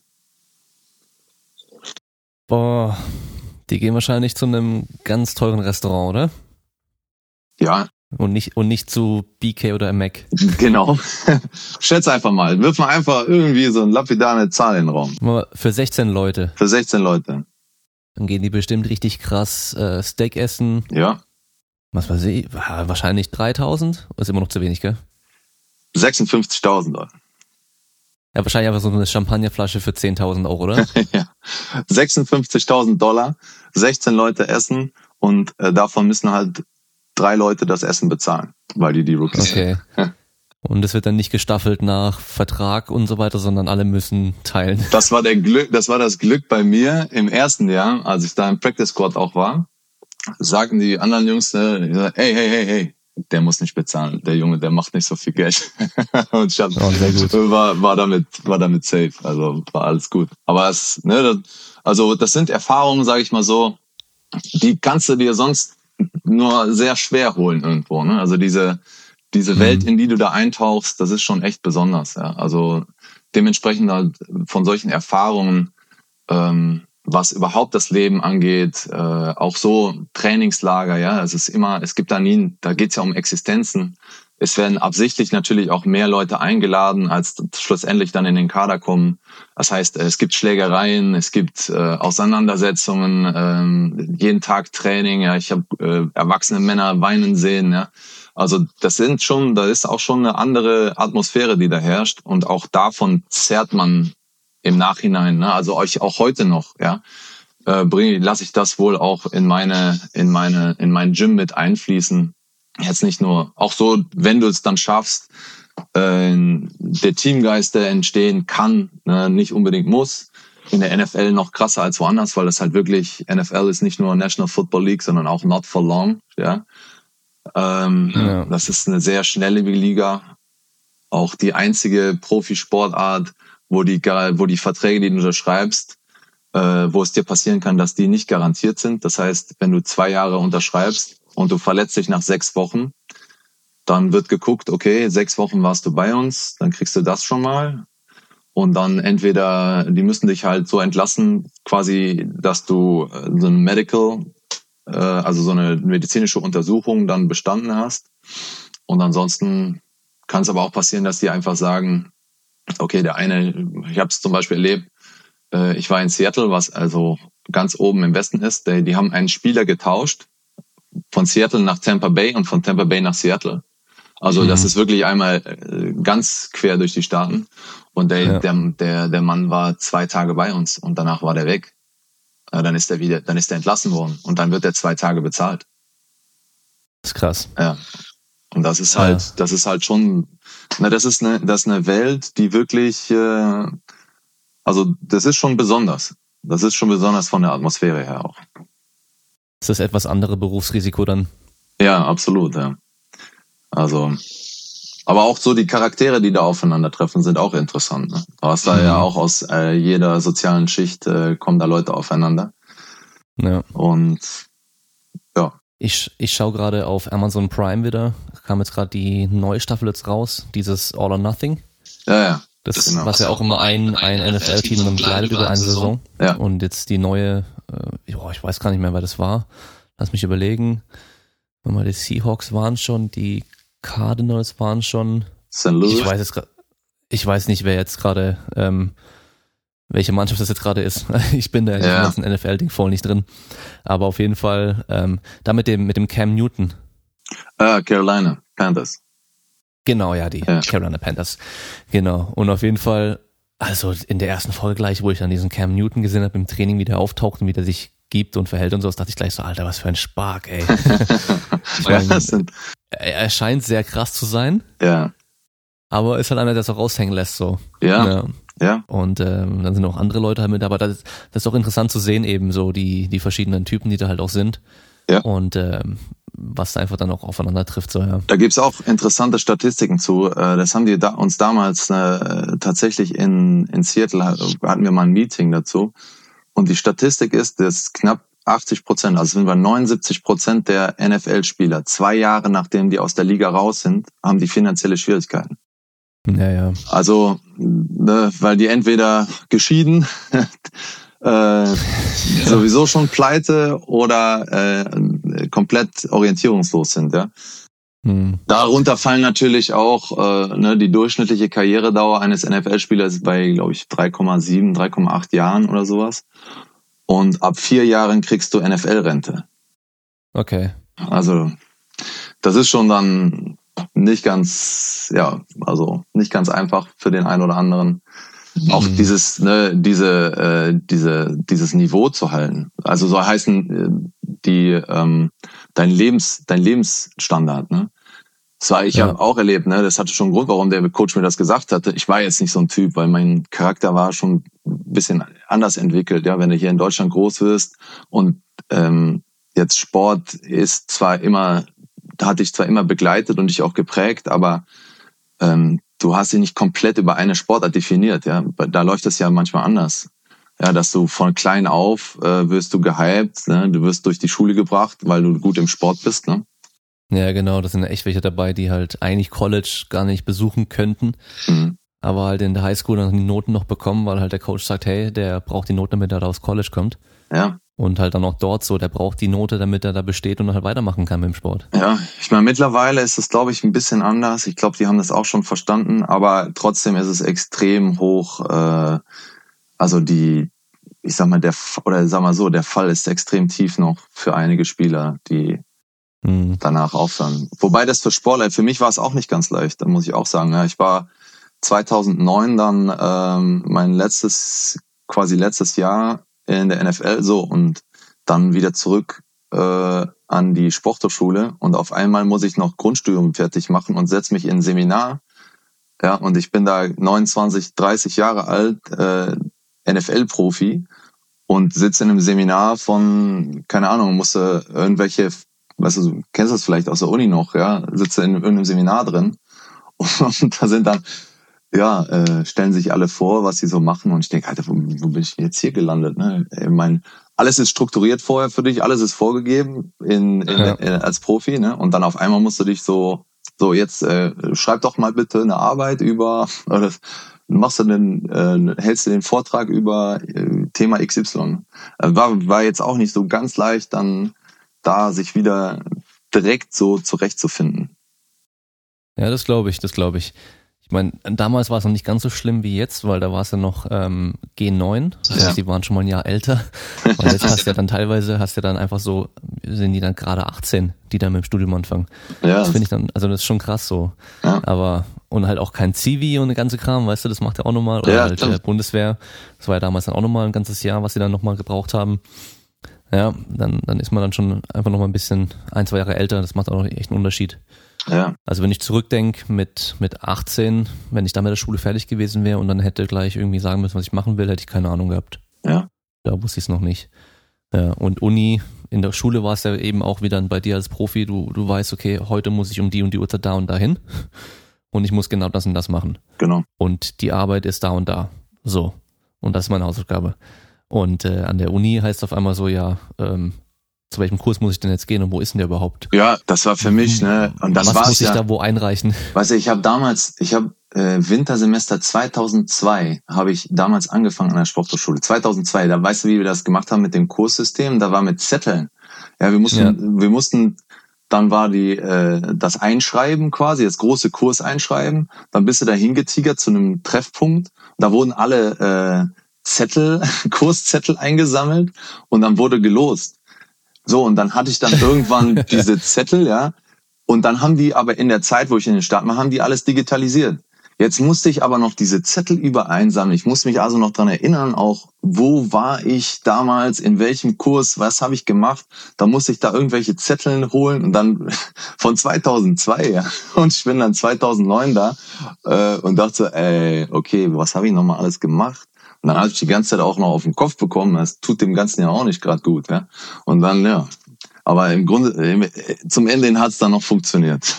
Boah, die gehen wahrscheinlich zu einem ganz teuren Restaurant, oder? Ja. Und nicht zu BK oder Mac. Genau. Schätz einfach mal. Wirf mal einfach irgendwie so eine lapidare Zahl in den Raum. Für 16 Leute. Für 16 Leute. Dann gehen die bestimmt richtig krass Steak essen. Ja. Was weiß ich, wahrscheinlich 3.000? Ist immer noch zu wenig, gell? 56.000 Euro. Ja, wahrscheinlich einfach so eine Champagnerflasche für 10.000 Euro, oder? Ja. 56.000 $, 16 Leute essen und davon müssen halt 3 Leute das Essen bezahlen, weil die Rookies sind. Okay. Und es wird dann nicht gestaffelt nach Vertrag und so weiter, sondern alle müssen teilen. Das war das Glück bei mir im ersten Jahr, als ich da im Practice Squad auch war. Sagten die anderen Jungs, hey, der muss nicht bezahlen. Der Junge, der macht nicht so viel Geld. Und ich war damit safe. Also war alles gut. Aber das sind Erfahrungen, sage ich mal so, die kannst du dir sonst nur sehr schwer holen irgendwo. Ne? Also diese diese Welt, in die du da eintauchst, das ist schon echt besonders. Ja. Also dementsprechend halt von solchen Erfahrungen, was überhaupt das Leben angeht, auch so Trainingslager, ja, es gibt da geht's ja um Existenzen. Es werden absichtlich natürlich auch mehr Leute eingeladen, als schlussendlich dann in den Kader kommen. Das heißt, es gibt Schlägereien, es gibt Auseinandersetzungen, jeden Tag Training. Ja, ich habe erwachsene Männer weinen sehen. Ja, also da ist auch schon eine andere Atmosphäre, die da herrscht, und auch davon zerrt man im Nachhinein. Ne? Also euch auch heute noch, ja, lasse ich das wohl auch in mein Gym mit einfließen. Jetzt nicht nur, auch so, wenn du es dann schaffst, der Teamgeist, der entstehen kann, ne, nicht unbedingt muss. In der NFL noch krasser als woanders, weil das halt wirklich, NFL ist nicht nur National Football League, sondern auch not for long. Ja. Das ist eine sehr schnelllebige Liga. Auch die einzige Profisportart, wo die Verträge, die du unterschreibst, wo es dir passieren kann, dass die nicht garantiert sind. Das heißt, wenn du 2 Jahre unterschreibst und du verletzt dich nach 6 Wochen, dann wird geguckt, okay, 6 Wochen warst du bei uns, dann kriegst du das schon mal. Und dann entweder, die müssen dich halt so entlassen, quasi, dass du so ein Medical, also so eine medizinische Untersuchung dann bestanden hast. Und ansonsten kann es aber auch passieren, dass die einfach sagen, okay, ich habe es zum Beispiel erlebt, ich war in Seattle, was also ganz oben im Westen ist, die haben einen Spieler getauscht, von Seattle nach Tampa Bay und von Tampa Bay nach Seattle. Also das ist wirklich einmal ganz quer durch die Staaten. Und der Mann war 2 Tage bei uns und danach war der weg. Dann ist er entlassen worden und dann wird er 2 Tage bezahlt. Das ist krass. Ja. Und das ist halt schon, das ist eine Welt, die wirklich, also das ist schon besonders. Das ist schon besonders von der Atmosphäre her auch. Ist das etwas andere Berufsrisiko dann? Ja, absolut, ja. Also, aber auch so die Charaktere, die da aufeinandertreffen, sind auch interessant. Ne? Du hast da ja auch aus jeder sozialen Schicht kommen da Leute aufeinander. Ja. Und ja. Ich schaue gerade auf Amazon Prime wieder. Kam jetzt gerade die neue Staffel jetzt raus, dieses All or Nothing. Ja. Das genau. Was ja auch immer ein NFL-Team dann begleitet über eine Saison. Ja. Und jetzt die neue, ich weiß gar nicht mehr, wer das war. Lass mich überlegen. Die Seahawks waren schon, die Cardinals waren schon. St. Louis. Ich weiß nicht, wer jetzt gerade, welche Mannschaft das jetzt gerade ist. Ich bin da in dem ganzen NFL-Ding voll nicht drin. Aber auf jeden Fall, da mit dem Cam Newton. Carolina Panthers. Genau, ja, die Carolina Panthers. Genau. Und auf jeden Fall, also in der ersten Folge gleich, wo ich dann diesen Cam Newton gesehen habe im Training, wie der auftaucht und wie der sich gibt und verhält und so, das dachte ich gleich so, Alter, was für ein Spark, ey. Er scheint sehr krass zu sein. Ja. Aber ist halt einer, der es auch raushängen lässt, so. Ja. Und dann sind auch andere Leute halt mit, aber das ist auch interessant zu sehen, eben so die verschiedenen Typen, die da halt auch sind. Ja. Und was da einfach dann auch aufeinander trifft, so, ja. Da gibt's auch interessante Statistiken zu. Das haben die uns damals tatsächlich in Seattle hatten wir mal ein Meeting dazu. Und die Statistik ist, dass knapp 80%, also sind wir 79% der NFL-Spieler 2 Jahre nachdem die aus der Liga raus sind, haben die finanzielle Schwierigkeiten. Ja. Also, weil die entweder geschieden, sowieso schon pleite oder komplett orientierungslos sind, ja. Darunter fallen natürlich auch die durchschnittliche Karrieredauer eines NFL-Spielers bei, glaube ich, 3,7, 3,8 Jahren oder sowas. Und ab 4 Jahren kriegst du NFL-Rente. Okay. Also das ist schon dann nicht ganz einfach für den einen oder anderen. Auch dieses Niveau zu halten. Also so heißen dein Lebensstandard, ne? Ich habe auch erlebt, ne, das hatte schon einen Grund, warum der Coach mir das gesagt hatte. Ich war jetzt nicht so ein Typ, weil mein Charakter war schon ein bisschen anders entwickelt, ja, wenn du hier in Deutschland groß wirst und jetzt Sport hat dich zwar immer begleitet und dich auch geprägt, aber du hast dich nicht komplett über eine Sportart definiert, ja. Da läuft es ja manchmal anders. Ja, dass du von klein auf wirst du gehypt, ne? Du wirst durch die Schule gebracht, weil du gut im Sport bist, ne? Ja, genau, das sind echt welche dabei, die halt eigentlich College gar nicht besuchen könnten, aber halt in der Highschool dann die Noten noch bekommen, weil halt der Coach sagt, hey, der braucht die Noten, damit er da aufs College kommt. Ja. Und halt dann auch dort so, der braucht die Note, damit er da besteht und halt weitermachen kann mit dem Sport. Ja, ich meine, mittlerweile ist es, glaube ich, ein bisschen anders. Ich glaube, die haben das auch schon verstanden, aber trotzdem ist es extrem hoch. Also ich sag mal, der Fall ist extrem tief noch für einige Spieler, die danach aufhören. Wobei das für mich war es auch nicht ganz leicht, da muss ich auch sagen. Ja, ich war 2009 dann mein letztes Jahr in der NFL so und dann wieder zurück an die Sporthochschule und auf einmal muss ich noch Grundstudium fertig machen und setze mich in ein Seminar. Ja, und ich bin da 29, 30 Jahre alt, NFL-Profi und sitze in einem Seminar von, keine Ahnung, musste irgendwelche, weißt du kennst das vielleicht aus der Uni noch, ja, sitze in irgendeinem Seminar drin und da sind dann stellen sich alle vor, was sie so machen und ich denke, Alter, wo bin ich jetzt hier gelandet? Ne? Ich meine, alles ist strukturiert vorher für dich, alles ist vorgegeben als Profi, ne? Und dann auf einmal musst du dich so jetzt schreib doch mal bitte eine Arbeit über, hältst du den Vortrag über Thema XY. War jetzt auch nicht so ganz leicht, dann da sich wieder direkt so zurechtzufinden. Ja, das glaube ich. Ich meine, damals war es noch nicht ganz so schlimm wie jetzt, weil da war es ja noch G9, das heißt, die waren schon mal ein Jahr älter. Und jetzt hast du ja dann einfach so, sind die dann gerade 18, die dann mit dem Studium anfangen. Ja. Das finde ich dann, also das ist schon krass so. Ja. Aber, und halt auch kein Zivi und eine ganze Kram, weißt du, das macht ja auch nochmal. Oder halt Bundeswehr, das war ja damals dann auch nochmal ein ganzes Jahr, was sie dann nochmal gebraucht haben. Ja, dann ist man dann schon einfach nochmal ein bisschen 1-2 Jahre älter, das macht auch echt einen Unterschied. Ja. Also wenn ich zurückdenke mit 18, wenn ich da mit der Schule fertig gewesen wäre und dann hätte gleich irgendwie sagen müssen, was ich machen will, hätte ich keine Ahnung gehabt. Ja. Da wusste ich es noch nicht. Ja, und Uni, in der Schule war es ja eben auch wieder bei dir als Profi, du weißt, okay, heute muss ich um die und die Uhrzeit da und dahin und ich muss genau das und das machen. Genau. Und die Arbeit ist da und da. So. Und das ist meine Hausaufgabe. Und an der Uni heißt es auf einmal so, zu welchem Kurs muss ich denn jetzt gehen und wo ist denn der überhaupt? Ja, das war für mich, ne? Und das was muss ich da wo einreichen? Weißt du, ich habe Wintersemester 2002 habe ich damals angefangen an der Sporthochschule. 2002, da weißt du, wie wir das gemacht haben mit dem Kurssystem? Da war mit Zetteln. Ja, wir mussten, dann war das Einschreiben quasi, das große Kurs einschreiben. Dann bist du da hingetigert zu einem Treffpunkt. Da wurden alle Kurszettel eingesammelt und dann wurde gelost. So, und dann hatte ich dann irgendwann diese Zettel, ja. Und dann haben die aber in der Zeit, wo ich in den Start war, haben die alles digitalisiert. Jetzt musste ich aber noch diese Zettel einsammeln. Ich muss mich also noch dran erinnern, auch wo war ich damals, in welchem Kurs, was habe ich gemacht. Da musste ich da irgendwelche Zettel holen und dann von 2002, ja. Und ich bin dann 2009 da und dachte, okay, was habe ich nochmal alles gemacht? Und dann habe ich die ganze Zeit auch noch auf den Kopf bekommen. Das tut dem Ganzen ja auch nicht gerade gut, ja. Und dann, ja. Aber im Grunde, zum Ende hin hat es dann noch funktioniert.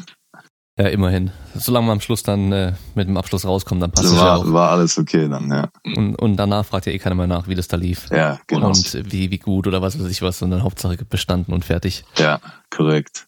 Ja, immerhin. Solange man am Schluss dann mit dem Abschluss rauskommt, dann passt es ja auch. War alles okay dann, ja. Und danach fragt ja keiner mehr nach, wie das da lief. Ja, genau. Und wie gut oder was weiß ich was. Und dann Hauptsache bestanden und fertig. Ja, korrekt.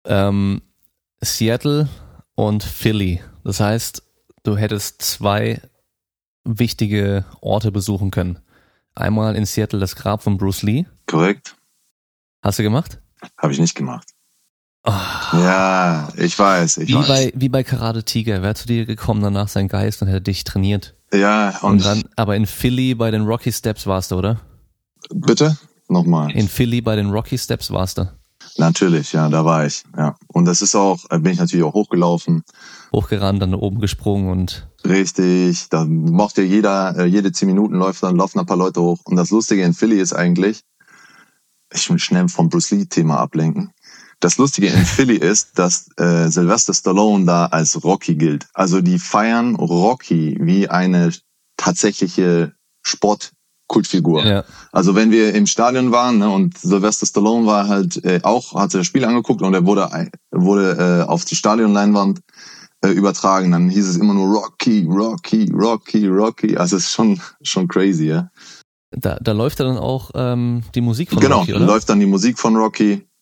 Seattle und Philly. Das heißt, du hättest 2 wichtige Orte besuchen können. Einmal in Seattle das Grab von Bruce Lee. Korrekt. Hast du gemacht? Habe ich nicht gemacht. Oh. Ja, ich weiß. Wie bei Karate Tiger. Wäre zu dir gekommen, danach sein Geist und hätte dich trainiert. Ja. Und dann, aber in Philly bei den Rocky Steps warst du, oder? Bitte? Nochmal. In Philly bei den Rocky Steps warst du. Natürlich, ja, da war ich. Ja. Und das ist auch, bin ich natürlich auch hochgelaufen. Hochgerannt, dann oben gesprungen und... Richtig, da macht ja jede 10 Minuten laufen ein paar Leute hoch. Und das Lustige in Philly ist eigentlich, ich will schnell vom Bruce Lee-Thema ablenken. Das Lustige in Philly ist, dass Sylvester Stallone da als Rocky gilt. Also die feiern Rocky wie eine tatsächliche Sportkultfigur. Ja. Also wenn wir im Stadion waren, ne, und Sylvester Stallone war halt hat das Spiel angeguckt und er wurde auf die Stadionleinwand übertragen, dann hieß es immer nur Rocky, Rocky, Rocky, Rocky. Also es ist schon crazy, ja. Da läuft dann auch die Musik von Rocky, oder? Genau, läuft dann die Musik von Rocky.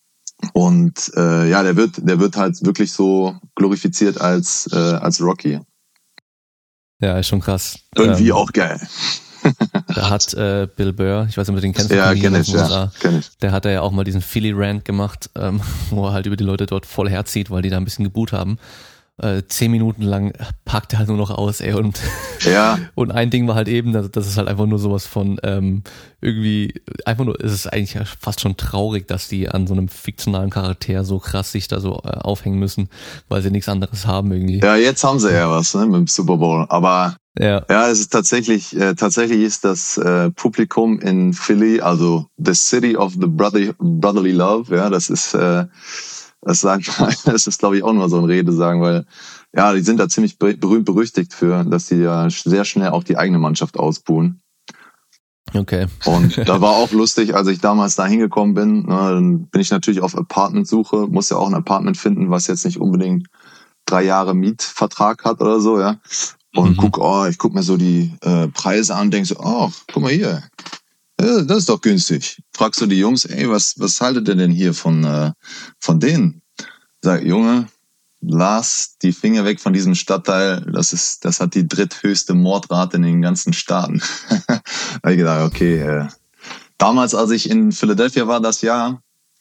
Und der wird halt wirklich so glorifiziert als Rocky. Ja, ist schon krass. Irgendwie auch geil. Da hat Bill Burr, ich weiß nicht, ob du den kennst, ja, kenn ich. Der hat ja auch mal diesen Philly-Rant gemacht, wo er halt über die Leute dort voll herzieht, weil die da ein bisschen geboot haben. 10 Minuten lang packt er halt nur noch aus, ey, und und ein Ding war halt eben, das ist halt einfach nur sowas von irgendwie, einfach nur, es ist eigentlich fast schon traurig, dass die an so einem fiktionalen Charakter so krass sich da so aufhängen müssen, weil sie nichts anderes haben irgendwie. Ja, jetzt haben sie ja was, ne, mit dem Super Bowl, aber es ist tatsächlich ist das Publikum in Philly, also the city of the brotherly love, ja, das ist glaube ich auch nur so ein Redesagen, weil die sind da ziemlich berühmt berüchtigt für, dass sie ja sehr schnell auch die eigene Mannschaft ausbuhen. Okay. Und da war auch lustig, als ich damals da hingekommen bin, dann bin ich natürlich auf Apartmentsuche, muss ja auch ein Apartment finden, was jetzt nicht unbedingt 3 Jahre Mietvertrag hat oder so, ja. Und ich guck mir so die Preise an, denk so, guck mal hier. Ja, das ist doch günstig. Fragst du die Jungs, ey, was haltet ihr denn hier von denen? Sag, Junge, lass die Finger weg von diesem Stadtteil. Das hat die dritthöchste Mordrate in den ganzen Staaten. Da hab ich gedacht, okay, damals, als ich in Philadelphia war, das Jahr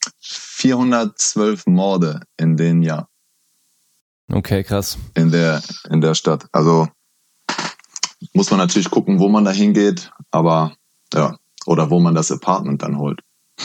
412 Morde in dem Jahr. Okay, krass. In der Stadt. Also muss man natürlich gucken, wo man da hingeht, aber ja. Oder wo man das Apartment dann holt.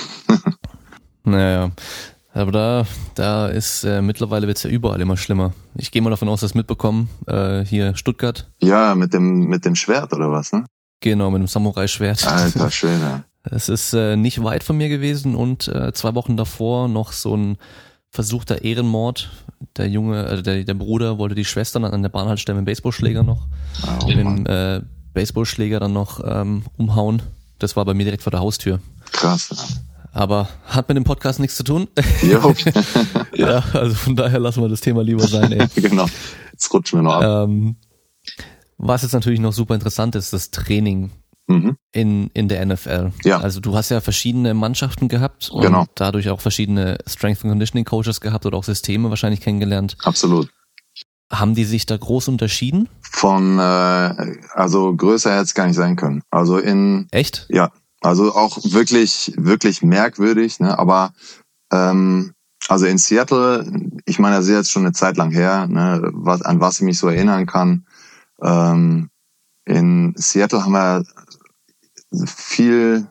Naja, aber da ist mittlerweile wird's ja überall immer schlimmer. Ich gehe mal davon aus, dass mitbekommen, hier Stuttgart. Ja, mit dem Schwert oder was, ne? Genau, mit dem Samurai-Schwert. Alter Schwede. Es ist nicht weit von mir gewesen und 2 Wochen davor noch so ein versuchter Ehrenmord. Der Junge, der Bruder wollte die Schwester dann an der Bahnhaltestelle mit dem Baseballschläger noch, mit dem Baseballschläger dann noch umhauen. Das war bei mir direkt vor der Haustür. Krass. Ja. Aber hat mit dem Podcast nichts zu tun. Jo. Ja, also von daher lassen wir das Thema lieber sein, ey. Genau. Jetzt rutschen wir noch ab. Was jetzt natürlich noch super interessant ist, das Training in der NFL. Ja. Also du hast ja verschiedene Mannschaften gehabt und dadurch auch verschiedene Strength and Conditioning Coaches gehabt oder auch Systeme wahrscheinlich kennengelernt. Absolut. Haben die sich da groß unterschieden? Also größer hätte es gar nicht sein können. Also Echt? Ja, also auch wirklich, wirklich merkwürdig, ne? Aber also in Seattle, ich meine, das ist jetzt schon eine Zeit lang her, ne? An was ich mich so erinnern kann. In Seattle haben wir viel,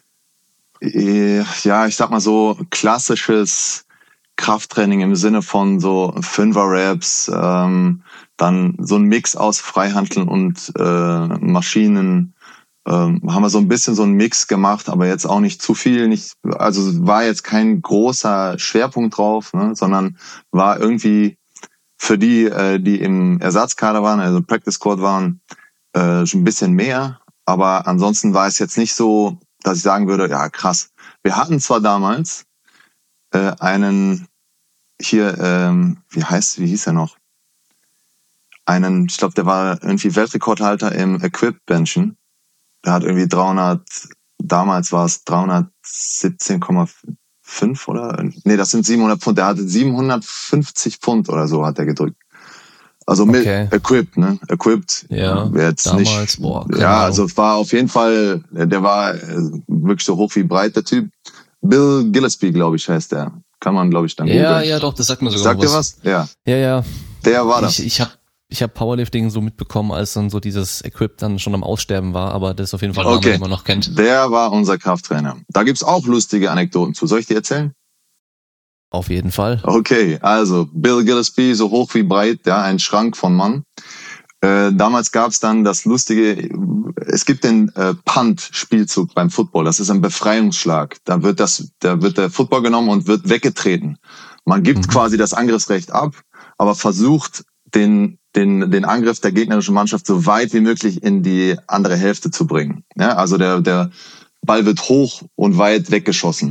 ich sag mal so klassisches Krafttraining im Sinne von so 5er-Raps, dann so ein Mix aus Freihanteln und Maschinen. Haben wir so ein bisschen so einen Mix gemacht, aber jetzt auch nicht zu viel. Also war jetzt kein großer Schwerpunkt drauf, ne, sondern war irgendwie für die im Ersatzkader waren, also im Practice Squad waren, schon ein bisschen mehr. Aber ansonsten war es jetzt nicht so, dass ich sagen würde, ja krass. Wir hatten zwar damals einen hier, wie hieß er noch? Ich glaube, der war irgendwie Weltrekordhalter im Equip-Benchen. Der hat irgendwie damals war es 317,5 oder? Nee, das sind 700 Pfund. Der hatte 750 Pfund oder so hat er gedrückt. Also mit Equipped, ne? Equipped. Ja, jetzt damals, nicht. Also es war auf jeden Fall, der war wirklich so hoch wie breit, der Typ. Bill Gillespie, glaube ich, heißt der. Kann man, glaube ich, dann googeln. Ja, doch, das sagt mir sogar was. Sagt dir was? Ja. Ja. Der war das. Ich hab Powerlifting so mitbekommen, als dann so dieses Equip dann schon am Aussterben war, aber das ist auf jeden Fall ein Name, den man noch kennt. Der war unser Krafttrainer. Da gibt's auch lustige Anekdoten zu. Soll ich dir erzählen? Auf jeden Fall. Okay, also Bill Gillespie, so hoch wie breit, ja, ein Schrank von Mann. Damals gab's dann das Lustige, es gibt den Punt-Spielzug beim Football, das ist ein Befreiungsschlag. Da wird der Football genommen und wird weggetreten. Man gibt quasi das Angriffsrecht ab, aber versucht den Angriff der gegnerischen Mannschaft so weit wie möglich in die andere Hälfte zu bringen. Ja, also der Ball wird hoch und weit weggeschossen.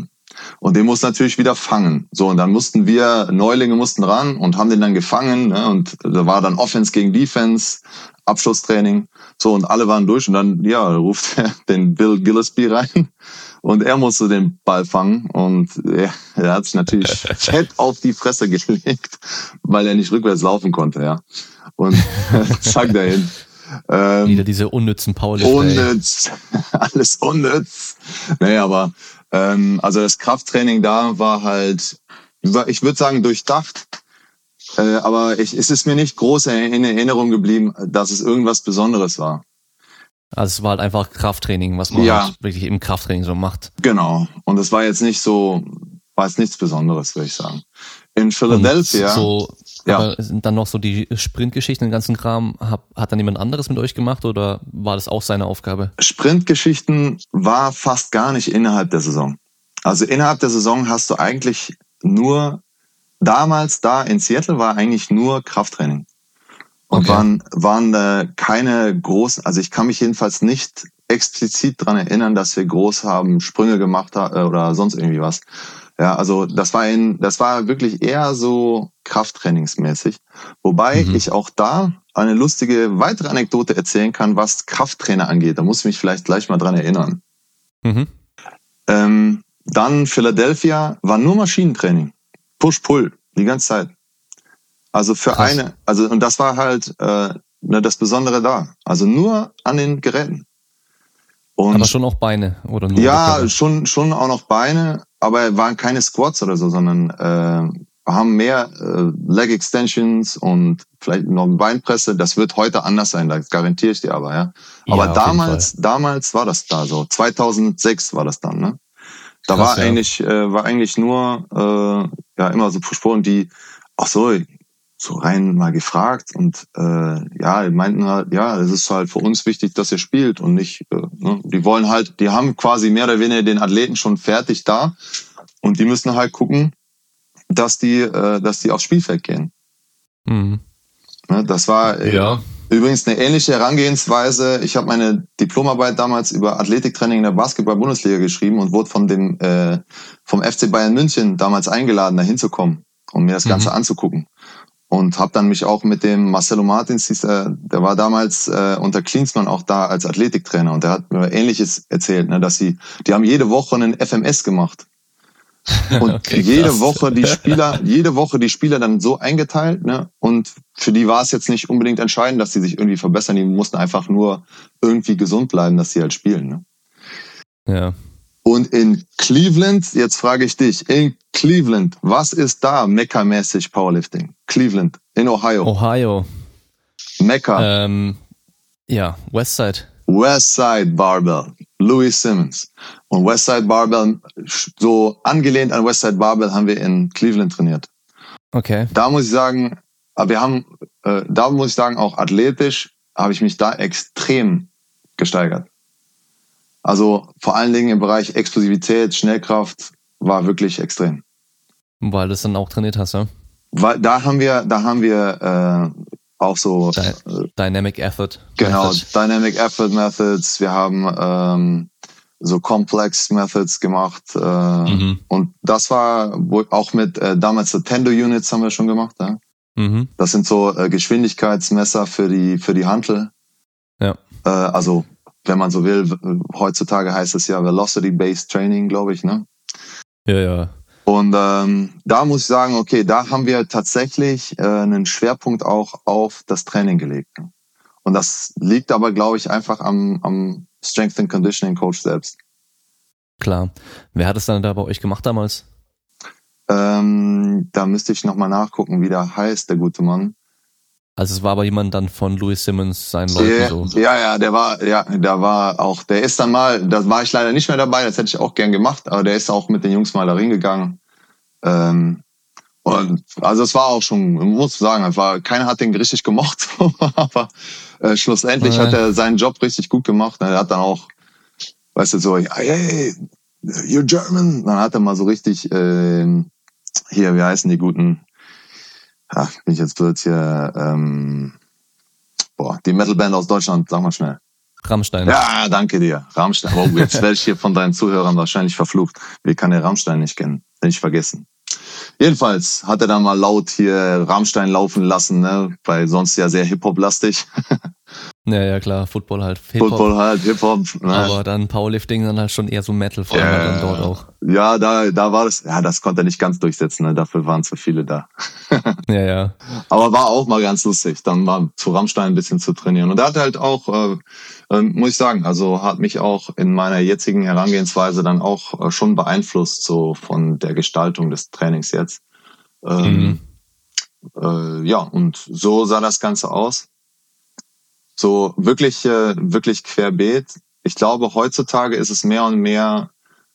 Und den muss natürlich wieder fangen. So, und dann Neulinge mussten ran und haben den dann gefangen, ne? Und da war dann Offense gegen Defense, Abschlusstraining. So, und alle waren durch und dann, ruft er den Bill Gillespie rein und er musste den Ball fangen und er hat sich natürlich fett auf die Fresse gelegt, weil er nicht rückwärts laufen konnte, ja. Und zack dahin. Wieder diese unnützen Powerlifter. Unnütz, alles unnütz. Nee, aber also das Krafttraining da war halt, ich würde sagen, durchdacht. Aber es ist mir nicht groß in Erinnerung geblieben, dass es irgendwas Besonderes war. Also es war halt einfach Krafttraining, was man halt wirklich im Krafttraining so macht. Genau. Und es war jetzt nichts Besonderes, würde ich sagen. In Philadelphia. Aber sind dann noch so die Sprintgeschichten, den ganzen Kram, hat dann jemand anderes mit euch gemacht oder war das auch seine Aufgabe? Sprintgeschichten war fast gar nicht innerhalb der Saison. Also innerhalb der Saison hast du eigentlich nur, damals da in Seattle war eigentlich nur Krafttraining. Und waren keine großen, also ich kann mich jedenfalls nicht explizit dran erinnern, dass wir groß haben Sprünge gemacht haben oder sonst irgendwie was. Ja, also das war wirklich eher so krafttrainingsmäßig. Wobei ich auch da eine lustige weitere Anekdote erzählen kann, was Krafttrainer angeht. Da muss ich mich vielleicht gleich mal dran erinnern. Dann Philadelphia war nur Maschinentraining. Push-Pull, die ganze Zeit. Also und das war halt das Besondere da. Also nur an den Geräten. Und aber schon auch Beine, oder nur? Ja, schon auch noch Beine, aber waren keine Squats oder so, sondern haben mehr Leg Extensions und vielleicht noch eine Beinpresse. Das wird heute anders sein, das garantiere ich dir aber, ja. Aber damals war das da so. 2006 war das dann, ne? Da krass, war eigentlich nur immer so Push-Pull und die auch so rein mal gefragt und die meinten halt, es ist halt für uns wichtig, dass ihr spielt und nicht, die haben quasi mehr oder weniger den Athleten schon fertig da und die müssen halt gucken, dass die aufs Spielfeld gehen. Das war übrigens eine ähnliche Herangehensweise. Ich habe meine Diplomarbeit damals über Athletiktraining in der Basketball-Bundesliga geschrieben und wurde vom FC Bayern München damals eingeladen, da hinzukommen, um mir das Ganze anzugucken. Und habe dann mich auch mit dem Marcelo Martins, der war damals unter Klinsmann auch da als Athletiktrainer und der hat mir Ähnliches erzählt, ne, dass die haben jede Woche einen FMS gemacht. Und jede Woche die Spieler dann so eingeteilt, ne, und für die war es jetzt nicht unbedingt entscheidend, dass sie sich irgendwie verbessern, die mussten einfach nur irgendwie gesund bleiben, dass sie halt spielen, ne. Ja. Und in Cleveland, jetzt frage ich dich, was ist da Mekka-mäßig Powerlifting? Cleveland, in Ohio. Ohio. Mekka. Westside. Westside Barbell. Louis Simmons. Und Westside Barbell, so angelehnt an Westside Barbell, haben wir in Cleveland trainiert. Okay. Da muss ich sagen, auch athletisch habe ich mich da extrem gesteigert. Also vor allen Dingen im Bereich Explosivität, Schnellkraft war wirklich extrem. Weil du es dann auch trainiert hast, ja? Weil da haben wir auch so Dynamic Effort. Genau, Dynamic Effort Methods. Wir haben so Complex Methods gemacht und das war auch mit damals so Tendo Units haben wir schon gemacht. Ja? Das sind so Geschwindigkeitsmesser für die Hantel. Ja. Also wenn man so will, heutzutage heißt es ja Velocity-Based Training, glaube ich, ne? Ja. Und da muss ich sagen, okay, da haben wir tatsächlich einen Schwerpunkt auch auf das Training gelegt. Und das liegt aber, glaube ich, einfach am Strength and Conditioning Coach selbst. Klar. Wer hat es dann da bei euch gemacht damals? Da müsste ich nochmal nachgucken, wie der heißt, der gute Mann. Also es war aber jemand dann von Louis Simmons, seinen Leuten so. Ja, der war auch, der ist dann mal, da war ich leider nicht mehr dabei, das hätte ich auch gern gemacht, aber der ist auch mit den Jungs mal da hingegangen. Und also es war auch schon, muss sagen, keiner hat den richtig gemocht, aber schlussendlich hat er seinen Job richtig gut gemacht. Er hat dann auch, weißt du, so, hey, you're German. Dann hat er mal so richtig, hier, wie heißen die guten? Ach, bin ich jetzt blöd hier, die Metalband aus Deutschland, sag mal schnell. Rammstein. Ja, danke dir. Rammstein. Oh, jetzt werde ich hier von deinen Zuhörern wahrscheinlich verflucht. Wie kann der Rammstein nicht kennen? Nicht vergessen. Jedenfalls hat er dann mal laut hier Rammstein laufen lassen, ne? Weil sonst ja sehr Hip-Hop-lastig. Ja, klar, Football halt. Hip-Hop. Football halt, Hip-Hop. Ne? Aber dann Powerlifting dann halt schon eher so Metal, vor allem dann dort auch. Ja, da war das, ja, das konnte er nicht ganz durchsetzen, ne? Dafür waren zu viele da. Ja. Aber war auch mal ganz lustig, dann mal zu Rammstein ein bisschen zu trainieren. Und er hat halt auch, muss ich sagen, also hat mich auch in meiner jetzigen Herangehensweise dann auch schon beeinflusst, so von der Gestaltung des Trainings jetzt. Ja, und so sah das Ganze aus. So wirklich querbeet. Ich glaube, heutzutage ist es mehr und mehr,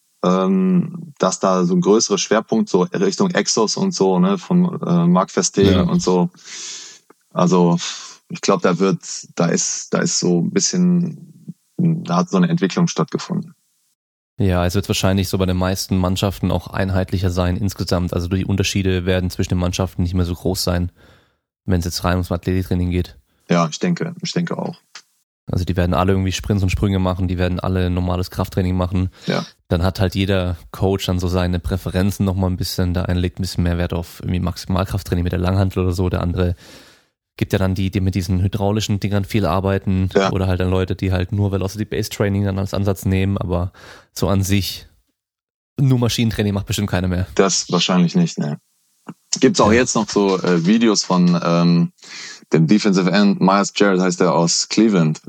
dass da so ein größerer Schwerpunkt so Richtung Exos und so, ne, von Mark Verstegen und so. Also ich glaube, da ist so ein bisschen, da hat so eine Entwicklung stattgefunden. Ja, es wird wahrscheinlich so bei den meisten Mannschaften auch einheitlicher sein insgesamt. Also die Unterschiede werden zwischen den Mannschaften nicht mehr so groß sein, wenn es jetzt rein ums Athletiktraining geht. Ja, ich denke auch. Also die werden alle irgendwie Sprints und Sprünge machen, die werden alle normales Krafttraining machen. Ja. Dann hat halt jeder Coach dann so seine Präferenzen nochmal ein bisschen, der eine legt ein bisschen mehr Wert auf irgendwie Maximalkrafttraining mit der Langhantel oder so, der andere gibt ja dann die mit diesen hydraulischen Dingern viel arbeiten oder halt dann Leute, die halt nur Velocity-Based-Training dann als Ansatz nehmen, aber so an sich nur Maschinentraining macht bestimmt keiner mehr. Das wahrscheinlich nicht, ne. Gibt's auch jetzt noch so Videos von dem Defensive End, Myles Jarrett heißt der aus Cleveland.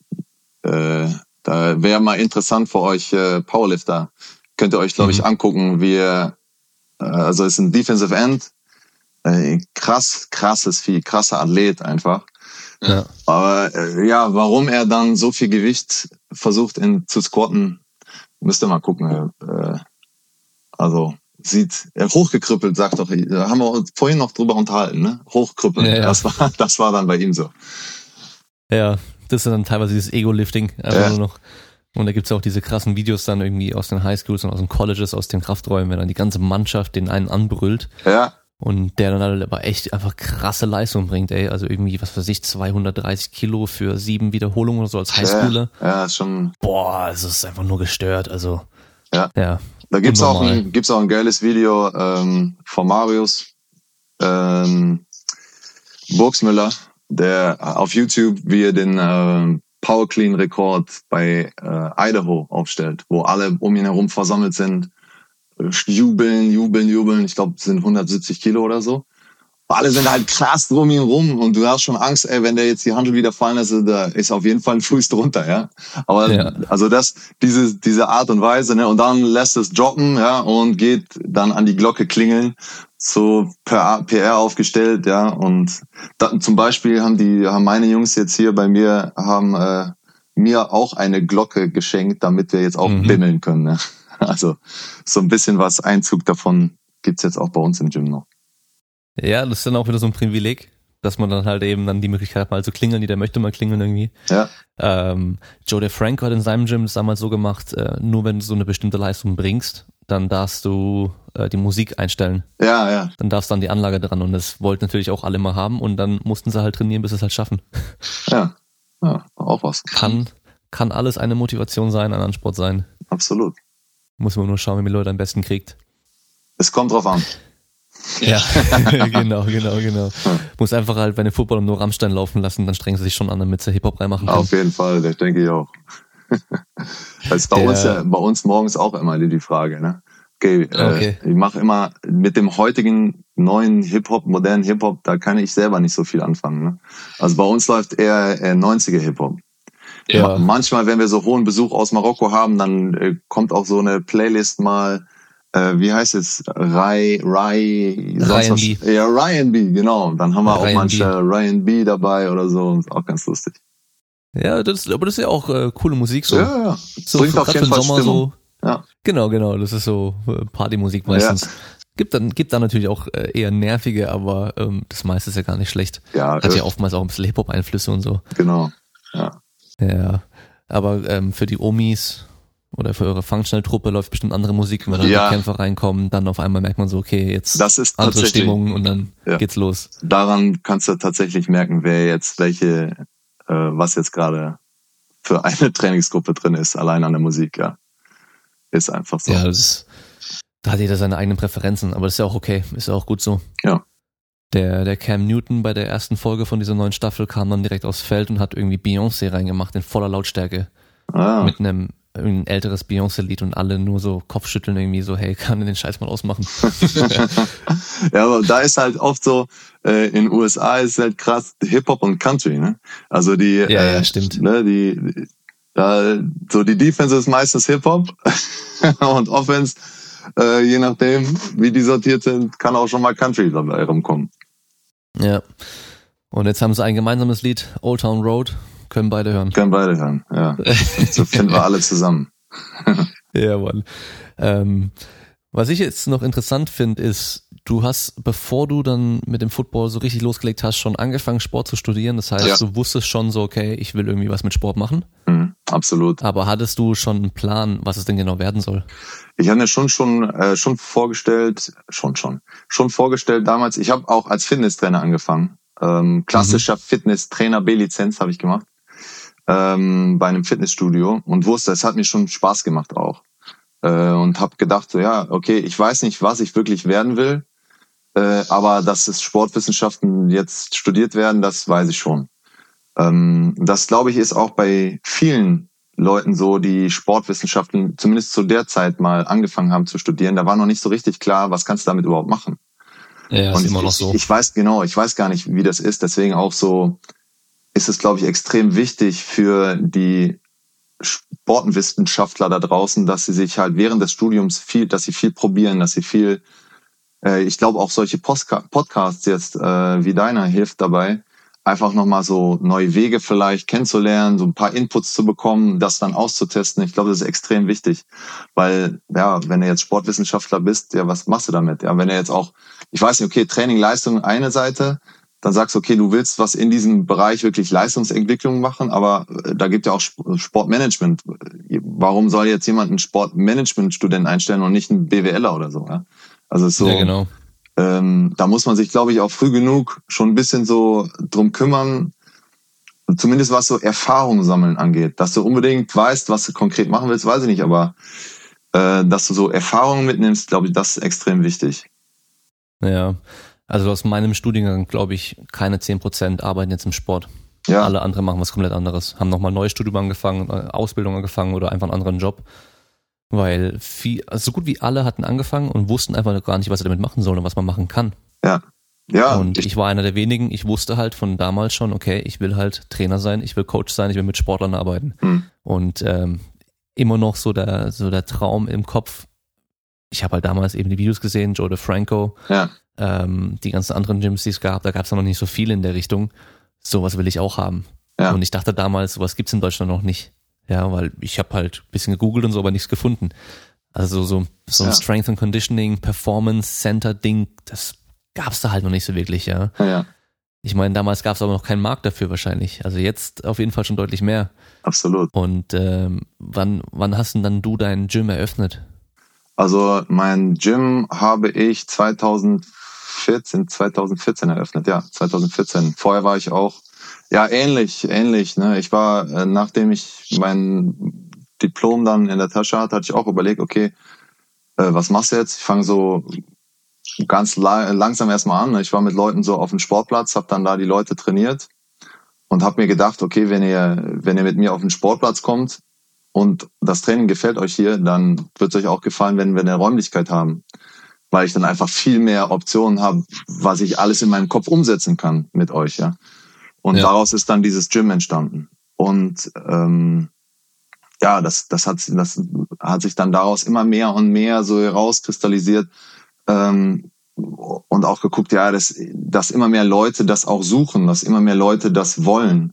Da wäre mal interessant für euch Powerlifter. Könnt ihr euch, glaube ich, angucken, wie er, also ist ein Defensive End, krasses Vieh, krasser Athlet einfach. Ja. Aber warum er dann so viel Gewicht versucht zu squatten, müsst ihr mal gucken. Also sieht hochgekrüppelt, sagt doch, da haben wir uns vorhin noch drüber unterhalten, ne? Hochkrüppeln. Ja. Das war dann bei ihm so. Ja, das ist dann teilweise dieses Ego-Lifting, einfach nur noch. Und da gibt's auch diese krassen Videos dann irgendwie aus den Highschools und aus den Colleges, aus den Krafträumen, wenn dann die ganze Mannschaft den einen anbrüllt. Ja. Und der dann halt aber echt einfach krasse Leistung bringt, ey. Also irgendwie, was weiß ich, 230 Kilo für 7 Wiederholungen oder so als Highschooler. Ja, ist schon. Boah, es ist einfach nur gestört, also. Ja. Ja. Da gibt's auch ein geiles Video von Marius Burgsmüller, der auf YouTube, wie er den Power Clean Rekord bei Idaho aufstellt, wo alle um ihn herum versammelt sind, jubeln. Ich glaube, es sind 170 Kilo oder so. Alle sind halt krass drum ihn rum und du hast schon Angst, ey, wenn der jetzt die Handel wieder fallen lässt, da ist auf jeden Fall ein Fuß drunter, ja. Aber also diese Art und Weise, ne, und dann lässt es droppen, ja, und geht dann an die Glocke klingeln, so PR aufgestellt, ja, und da, zum Beispiel haben meine Jungs jetzt hier bei mir mir auch eine Glocke geschenkt, damit wir jetzt auch bimmeln können, ne? Also so ein bisschen was Einzug davon gibt's jetzt auch bei uns im Gym noch. Ja, das ist dann auch wieder so ein Privileg, dass man dann halt eben dann die Möglichkeit hat, mal zu klingeln, jeder möchte mal klingeln irgendwie. Ja. Joe DeFranco hat in seinem Gym das damals so gemacht, nur wenn du so eine bestimmte Leistung bringst, dann darfst du die Musik einstellen. Ja. Dann darfst du dann die Anlage dran und das wollten natürlich auch alle mal haben und dann mussten sie halt trainieren, bis sie es halt schaffen. Ja, auch was. Kann alles eine Motivation sein, ein Ansport sein. Absolut. Muss man nur schauen, wie man Leute am besten kriegt. Es kommt drauf an. Ja, genau. Muss einfach halt bei den Footballern nur Rammstein laufen lassen, dann strengen sie sich schon an, damit sie Hip-Hop reinmachen können. Auf jeden Fall, das denke ich auch. Das ist bei uns morgens auch immer die Frage, ne? Okay. Ich mache immer mit dem heutigen neuen Hip-Hop, modernen Hip-Hop, da kann ich selber nicht so viel anfangen, ne? Also bei uns läuft eher 90er Hip-Hop. Ja. Manchmal, wenn wir so hohen Besuch aus Marokko haben, dann kommt auch so eine Playlist mal, wie heißt es? Ryan B. Ja, Ryan B, genau. Dann haben wir auch manche Ryan B dabei oder so. Ist auch ganz lustig. Ja, aber das ist ja auch coole Musik so. Ja. So bringt auf jeden Fall Sommer Stimmung. So. Ja. Genau. Das ist so Partymusik meistens. Ja. Gibt dann natürlich auch eher nervige, aber das meiste ist ja gar nicht schlecht. Ja, hat ja oftmals auch ein bisschen Hip-Hop-Einflüsse und so. Genau, ja. Ja, aber für die Omis oder für eure Functional-Truppe läuft bestimmt andere Musik, wenn dann die Kämpfer reinkommen, dann auf einmal merkt man so, okay, jetzt das ist andere Stimmung und dann geht's los. Daran kannst du tatsächlich merken, wer jetzt was jetzt gerade für eine Trainingsgruppe drin ist, allein an der Musik, ja. Ist einfach so. Ja, da hat jeder seine eigenen Präferenzen, aber das ist ja auch okay, ist ja auch gut so. Ja. Der Cam Newton bei der ersten Folge von dieser neuen Staffel kam dann direkt aufs Feld und hat irgendwie Beyoncé reingemacht in voller Lautstärke. Mit einem ein älteres Beyoncé-Lied und alle nur so Kopfschütteln irgendwie so, hey, kann den Scheiß mal ausmachen. Ja, aber da ist halt oft so, in den USA ist halt krass Hip-Hop und Country, ne? Also ja, stimmt. Ne, die Defense ist meistens Hip-Hop und Offense, je nachdem, wie die sortiert sind, kann auch schon mal Country dabei rumkommen. Ja. Und jetzt haben sie ein gemeinsames Lied, Old Town Road, können beide hören. Ja. So finden wir alle zusammen. Jawohl. Was ich jetzt noch interessant finde, ist, du hast, bevor du dann mit dem Football so richtig losgelegt hast, schon angefangen Sport zu studieren. Das heißt, Du wusstest schon so, okay, ich will irgendwie was mit Sport machen. Absolut. Aber hattest du schon einen Plan, was es denn genau werden soll? Ich habe mir schon vorgestellt damals, ich habe auch als Fitnesstrainer angefangen. Klassischer Fitnesstrainer B-Lizenz habe ich gemacht. Bei einem Fitnessstudio und wusste, es hat mir schon Spaß gemacht auch. Und habe gedacht, so ja, okay, ich weiß nicht, was ich wirklich werden will, aber dass es Sportwissenschaften jetzt studiert werden, das weiß ich schon. Das, glaube ich, ist auch bei vielen Leuten so, die Sportwissenschaften zumindest zu der Zeit mal angefangen haben zu studieren. Da war noch nicht so richtig klar, was kannst du damit überhaupt machen. Ja, und ist immer noch so. Ich weiß gar nicht, wie das ist. Deswegen auch so ist es, glaube ich, extrem wichtig für die Sportwissenschaftler da draußen, dass sie sich halt während des Studiums viel probieren, dass sie viel, ich glaube auch solche Podcasts jetzt wie deiner hilft dabei, einfach nochmal so neue Wege vielleicht kennenzulernen, so ein paar Inputs zu bekommen, das dann auszutesten. Ich glaube, das ist extrem wichtig, weil, ja, wenn du jetzt Sportwissenschaftler bist, ja, was machst du damit? Ja, wenn du jetzt auch, ich weiß nicht, okay, Training, Leistung eine Seite, dann sagst du, okay, du willst was in diesem Bereich wirklich Leistungsentwicklung machen, aber da gibt ja auch Sportmanagement. Warum soll jetzt jemand einen Sportmanagement-Student einstellen und nicht einen BWLer oder so? Ja? Also so, ja, genau. Da muss man sich, glaube ich, auch früh genug schon ein bisschen so drum kümmern, zumindest was so Erfahrung sammeln angeht. Dass du unbedingt weißt, was du konkret machen willst, weiß ich nicht, aber dass du so Erfahrungen mitnimmst, glaube ich, das ist extrem wichtig. Ja, also aus meinem Studiengang, glaube ich, keine 10% arbeiten jetzt im Sport. Ja. Alle anderen machen was komplett anderes. Haben nochmal ein neues Studium angefangen, Ausbildung angefangen oder einfach einen anderen Job. Weil so gut wie alle hatten angefangen und wussten einfach gar nicht, was sie damit machen sollen und was man machen kann. Ja. Ja. Und ich war einer der wenigen, ich wusste halt von damals schon, okay, ich will halt Trainer sein, ich will Coach sein, ich will mit Sportlern arbeiten. Und immer noch so der Traum im Kopf. Ich habe halt damals eben die Videos gesehen, Joe DeFranco, die ganzen anderen Gyms, die es gab, da gab es noch nicht so viel in der Richtung. Sowas will ich auch haben. Ja. Und ich dachte damals, sowas gibt's in Deutschland noch nicht. Ja, weil ich habe halt ein bisschen gegoogelt und so, aber nichts gefunden. Also so ein Strength and Conditioning, Performance Center Ding, das gab's da halt noch nicht so wirklich, ja. Ich meine, damals gab's aber noch keinen Markt dafür wahrscheinlich. Also jetzt auf jeden Fall schon deutlich mehr. Absolut. Und wann hast denn dann du dein Gym eröffnet? Also mein Gym habe ich 2014 eröffnet, ja, 2014. Vorher war ich auch, ja, ähnlich, ne. Ich war, nachdem ich mein Diplom dann in der Tasche hatte ich auch überlegt, okay, was machst du jetzt? Ich fange so ganz langsam erstmal an. Ich war mit Leuten so auf dem Sportplatz, habe dann da die Leute trainiert und habe mir gedacht, okay, wenn ihr mit mir auf den Sportplatz kommt und das Training gefällt euch hier, dann wird es euch auch gefallen, wenn wir eine Räumlichkeit haben. Weil ich dann einfach viel mehr Optionen habe, was ich alles in meinem Kopf umsetzen kann mit euch, ja. Und daraus ist dann dieses Gym entstanden. Und das hat sich dann daraus immer mehr und mehr so herauskristallisiert und auch geguckt, ja, dass immer mehr Leute das auch suchen, dass immer mehr Leute das wollen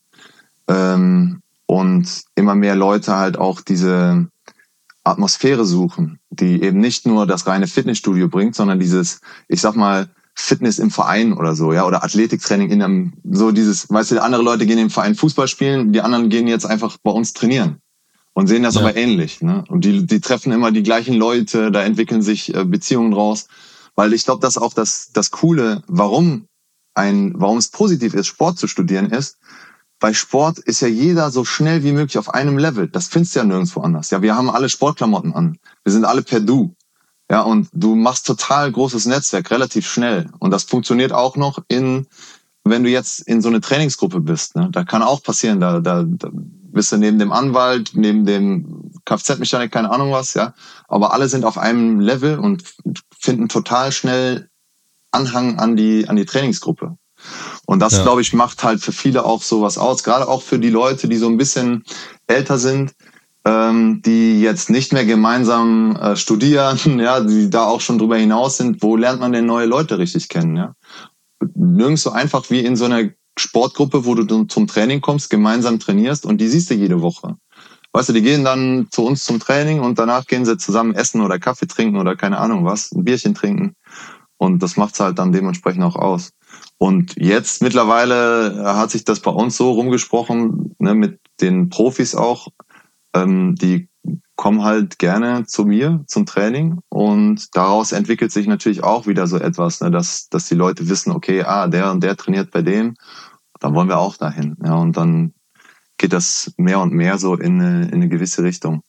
und immer mehr Leute halt auch diese Atmosphäre suchen, die eben nicht nur das reine Fitnessstudio bringt, sondern dieses, ich sag mal, Fitness im Verein oder so, ja, oder Athletiktraining in einem, so dieses, weißt du, andere Leute gehen im Verein Fußball spielen, die anderen gehen jetzt einfach bei uns trainieren und sehen das aber ähnlich, ne? Und die treffen immer die gleichen Leute, da entwickeln sich Beziehungen raus, weil ich glaube, dass auch das Coole, warum es positiv ist, Sport zu studieren, ist, bei Sport ist ja jeder so schnell wie möglich auf einem Level. Das findest du ja nirgendwo anders. Ja, wir haben alle Sportklamotten an. Wir sind alle per Du. Ja, und du machst total großes Netzwerk relativ schnell. Und das funktioniert auch noch wenn du jetzt in so eine Trainingsgruppe bist. Ne? Da kann auch passieren, da bist du neben dem Anwalt, neben dem Kfz-Mechanik, keine Ahnung was, ja. Aber alle sind auf einem Level und finden total schnell Anhang an die Trainingsgruppe. Und das, glaube ich, macht halt für viele auch sowas aus. Gerade auch für die Leute, die so ein bisschen älter sind, die jetzt nicht mehr gemeinsam studieren, ja, die da auch schon drüber hinaus sind. Wo lernt man denn neue Leute richtig kennen, ja? Nirgends so einfach wie in so einer Sportgruppe, wo du zum Training kommst, gemeinsam trainierst und die siehst du jede Woche. Weißt du, die gehen dann zu uns zum Training und danach gehen sie zusammen essen oder Kaffee trinken oder keine Ahnung was, ein Bierchen trinken. Und das macht's halt dann dementsprechend auch aus. Und jetzt mittlerweile hat sich das bei uns so rumgesprochen, ne, mit den Profis auch, die kommen halt gerne zu mir zum Training und daraus entwickelt sich natürlich auch wieder so etwas, ne, dass die Leute wissen, okay, der und der trainiert bei dem, dann wollen wir auch dahin. Ja, und dann geht das mehr und mehr so in eine gewisse Richtung.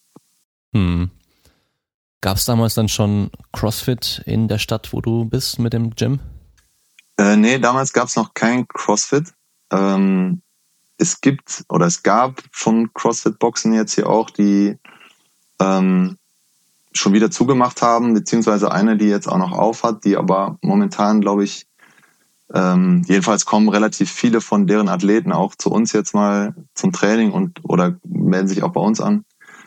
Gab es damals dann schon CrossFit in der Stadt, wo du bist mit dem Gym? Nee, damals gab es noch kein CrossFit. Es gab schon CrossFit-Boxen jetzt hier auch, die schon wieder zugemacht haben, beziehungsweise eine, die jetzt auch noch auf hat, die aber momentan, glaube ich, jedenfalls kommen relativ viele von deren Athleten auch zu uns jetzt mal zum Training oder melden sich auch bei uns an.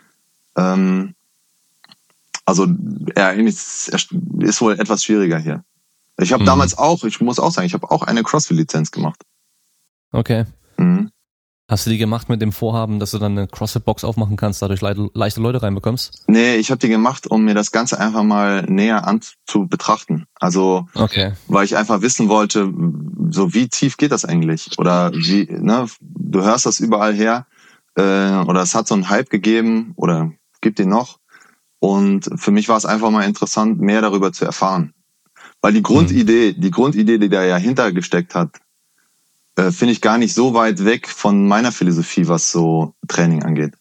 Also ist wohl etwas schwieriger hier. Ich habe damals ich muss auch sagen, ich habe auch eine CrossFit-Lizenz gemacht. Okay. Hast du die gemacht mit dem Vorhaben, dass du dann eine CrossFit-Box aufmachen kannst, dadurch leichte Leute reinbekommst? Nee, ich habe die gemacht, um mir das Ganze einfach mal näher zu betrachten. Also, weil ich einfach wissen wollte, so wie tief geht das eigentlich? Oder wie, ne, du hörst das überall her, oder es hat so einen Hype gegeben, oder gibt den noch. Und für mich war es einfach mal interessant, mehr darüber zu erfahren. Weil die Grundidee, die da ja hintergesteckt hat, finde ich gar nicht so weit weg von meiner Philosophie, was so Training angeht.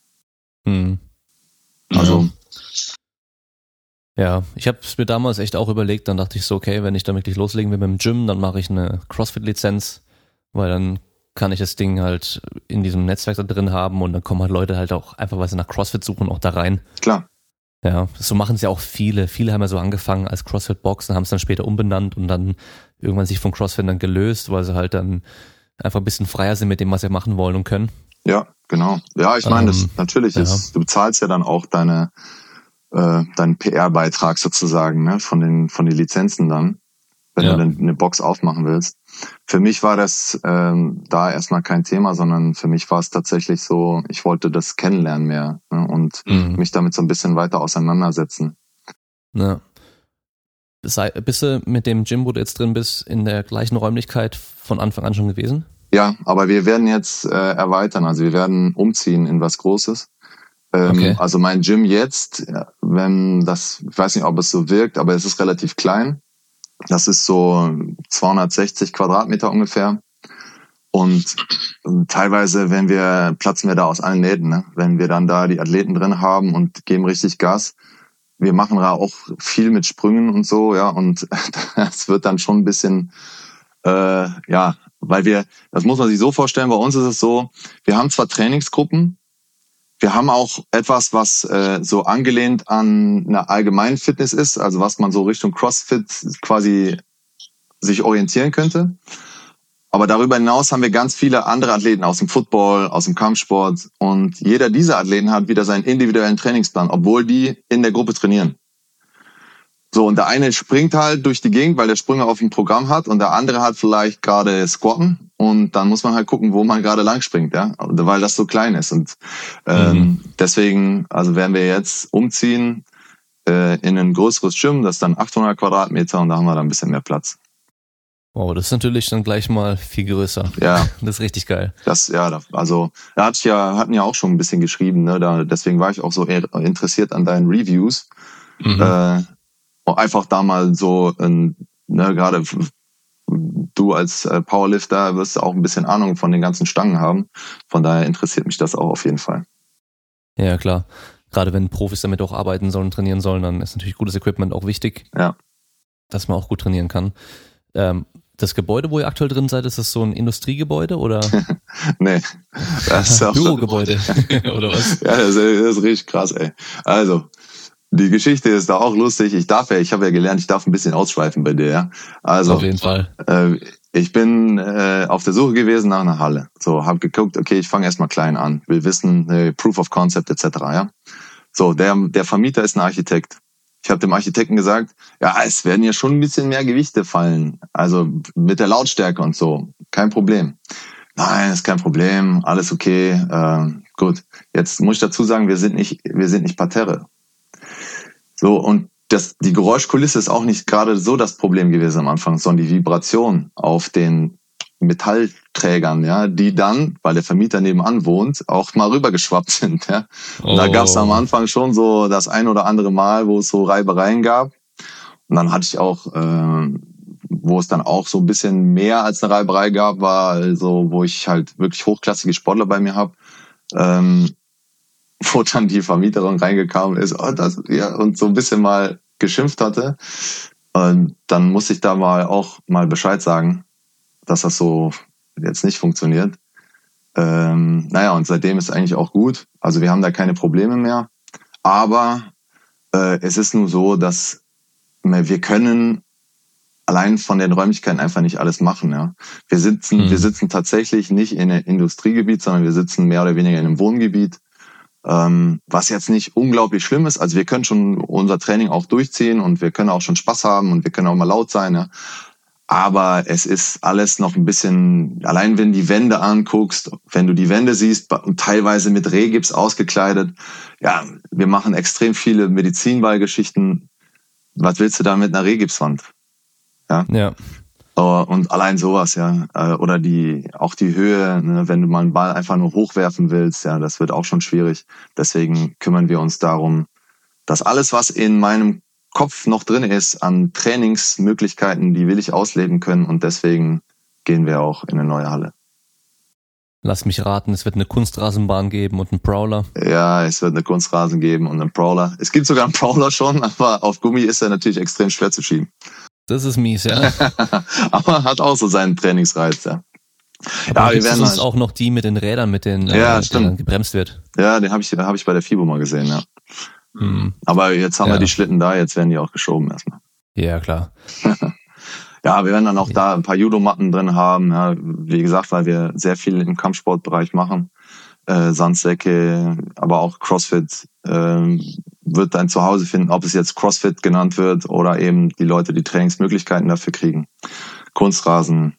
Also. Ja, ich habe es mir damals echt auch überlegt, dann dachte ich so, okay, wenn ich da wirklich loslegen will mit dem Gym, dann mache ich eine CrossFit-Lizenz, weil dann kann ich das Ding halt in diesem Netzwerk da drin haben und dann kommen halt Leute halt auch einfach, weil sie nach CrossFit suchen, auch da rein. Klar. Ja, so machen es ja auch viele. Viele haben ja so angefangen als CrossFit-Boxen, haben es dann später umbenannt und dann irgendwann sich von CrossFit dann gelöst, weil sie halt dann einfach ein bisschen freier sind mit dem, was sie machen wollen und können. Ja, genau. Ja, ich meine, das natürlich ist, du bezahlst ja dann auch deinen PR-Beitrag sozusagen, ne, von den Lizenzen dann, wenn du dann eine Box aufmachen willst. Für mich war das da erstmal kein Thema, sondern für mich war es tatsächlich so, ich wollte das kennenlernen mehr, ne, und mich damit so ein bisschen weiter auseinandersetzen. Ja. Bist du mit dem Gym, wo du jetzt drin bist, in der gleichen Räumlichkeit von Anfang an schon gewesen? Ja, aber wir werden jetzt erweitern, also wir werden umziehen in was Großes. Also mein Gym jetzt, ich weiß nicht, ob es so wirkt, aber es ist relativ klein. Das ist so 260 Quadratmeter ungefähr. Und teilweise platzen wir da aus allen Nähten, ne? Wenn wir dann da die Athleten drin haben und geben richtig Gas. Wir machen da auch viel mit Sprüngen und so, ja, und das wird dann schon ein bisschen, weil das muss man sich so vorstellen, bei uns ist es so, wir haben zwar Trainingsgruppen, wir haben auch etwas, was so angelehnt an einer allgemeinen Fitness ist, also was man so Richtung CrossFit quasi sich orientieren könnte. Aber darüber hinaus haben wir ganz viele andere Athleten aus dem Football, aus dem Kampfsport. Und jeder dieser Athleten hat wieder seinen individuellen Trainingsplan, obwohl die in der Gruppe trainieren. So, und der eine springt halt durch die Gegend, weil der Sprünge auf dem Programm hat, und der andere hat vielleicht gerade Squatten. Und dann muss man halt gucken, wo man gerade lang springt, ja, weil das so klein ist. Und deswegen, also werden wir jetzt umziehen in ein größeres Gym, das ist dann 800 Quadratmeter, und da haben wir dann ein bisschen mehr Platz. Wow, das ist natürlich dann gleich mal viel größer. Ja. Das ist richtig geil. Hatten ja auch schon ein bisschen geschrieben, ne, deswegen war ich auch so eher interessiert an deinen Reviews. Einfach da mal so, ne, gerade du als Powerlifter wirst auch ein bisschen Ahnung von den ganzen Stangen haben. Von daher interessiert mich das auch auf jeden Fall. Ja, klar. Gerade wenn Profis damit auch arbeiten sollen, trainieren sollen, dann ist natürlich gutes Equipment auch wichtig. Ja. Dass man auch gut trainieren kann. Das Gebäude, wo ihr aktuell drin seid, ist das so ein Industriegebäude oder? Nee. Das ist auch Bürogebäude oder was? Ja, das ist richtig krass, ey. Also, die Geschichte ist da auch lustig. Ich habe ja gelernt, ich darf ein bisschen ausschweifen bei dir, ja. Also, auf jeden Fall. Ich bin auf der Suche gewesen nach einer Halle. So, habe geguckt, okay, ich fange erstmal klein an. Will wissen, Proof of Concept etc., ja. So, der Vermieter ist ein Architekt. Ich habe dem Architekten gesagt, ja, es werden ja schon ein bisschen mehr Gewichte fallen. Also mit der Lautstärke und so. Kein Problem. Nein, ist kein Problem. Alles okay. Gut. Jetzt muss ich dazu sagen, wir sind nicht Parterre. So, und die Geräuschkulisse ist auch nicht gerade so das Problem gewesen am Anfang, sondern die Vibration auf den Metallträgern, ja, die dann, weil der Vermieter nebenan wohnt, auch mal rübergeschwappt sind, ja. Und da gab es am Anfang schon so das ein oder andere Mal, wo es so Reibereien gab. Und dann hatte ich auch, wo es dann auch so ein bisschen mehr als eine Reiberei gab, war also, wo ich halt wirklich hochklassige Sportler bei mir habe, wo dann die Vermieterin reingekommen ist, und so ein bisschen mal geschimpft hatte. Und dann musste ich da auch mal Bescheid sagen, dass das so jetzt nicht funktioniert. Und seitdem ist es eigentlich auch gut. Also wir haben da keine Probleme mehr. Aber es ist nur so, dass wir können allein von den Räumlichkeiten einfach nicht alles machen. Ja, wir sitzen tatsächlich nicht in einem Industriegebiet, sondern wir sitzen mehr oder weniger in einem Wohngebiet. Was jetzt nicht unglaublich schlimm ist. Also wir können schon unser Training auch durchziehen und wir können auch schon Spaß haben und wir können auch mal laut sein. Ja. Aber es ist alles noch ein bisschen, allein wenn die Wände anguckst, wenn du die Wände siehst, teilweise mit Rehgips ausgekleidet, ja, wir machen extrem viele Medizinballgeschichten. Was willst du da mit einer Rehgipswand? Ja. Und allein sowas, ja. Oder auch die Höhe, ne, wenn du mal einen Ball einfach nur hochwerfen willst, ja, das wird auch schon schwierig. Deswegen kümmern wir uns darum, dass alles, was in meinem Kopf noch drin ist an Trainingsmöglichkeiten, die will ich ausleben können und deswegen gehen wir auch in eine neue Halle. Lass mich raten, es wird eine Kunstrasenbahn geben und einen Prowler. Ja, es wird eine Kunstrasen geben und einen Prowler. Es gibt sogar einen Prowler schon, aber auf Gummi ist er natürlich extrem schwer zu schieben. Das ist mies, ja. Aber hat auch so seinen Trainingsreiz, ja. Aber wir werden uns auch noch die mit den Rädern, mit den dann gebremst wird. Ja, den hab ich bei der FIBO mal gesehen, ja. Aber jetzt haben wir die Schlitten da, jetzt werden die auch geschoben erstmal. Ja, klar. Ja, wir werden dann auch da ein paar Judomatten drin haben, ja, wie gesagt, weil wir sehr viel im Kampfsportbereich machen. Sandsäcke, aber auch CrossFit wird dein Zuhause finden, ob es jetzt CrossFit genannt wird oder eben die Leute die Trainingsmöglichkeiten dafür kriegen. Kunstrasen,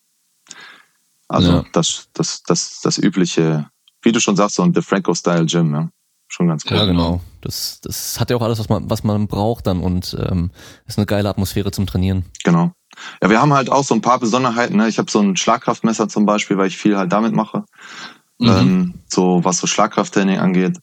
also das übliche, wie du schon sagst, so ein DeFranco-Style-Gym, ja. Schon ganz cool. Ja, genau. Das hat ja auch alles, was man braucht dann und ist eine geile Atmosphäre zum Trainieren. Genau. Ja, wir haben halt auch so ein paar Besonderheiten. Ne? Ich habe so ein Schlagkraftmesser zum Beispiel, weil ich viel halt damit mache. So was so Schlagkrafttraining angeht.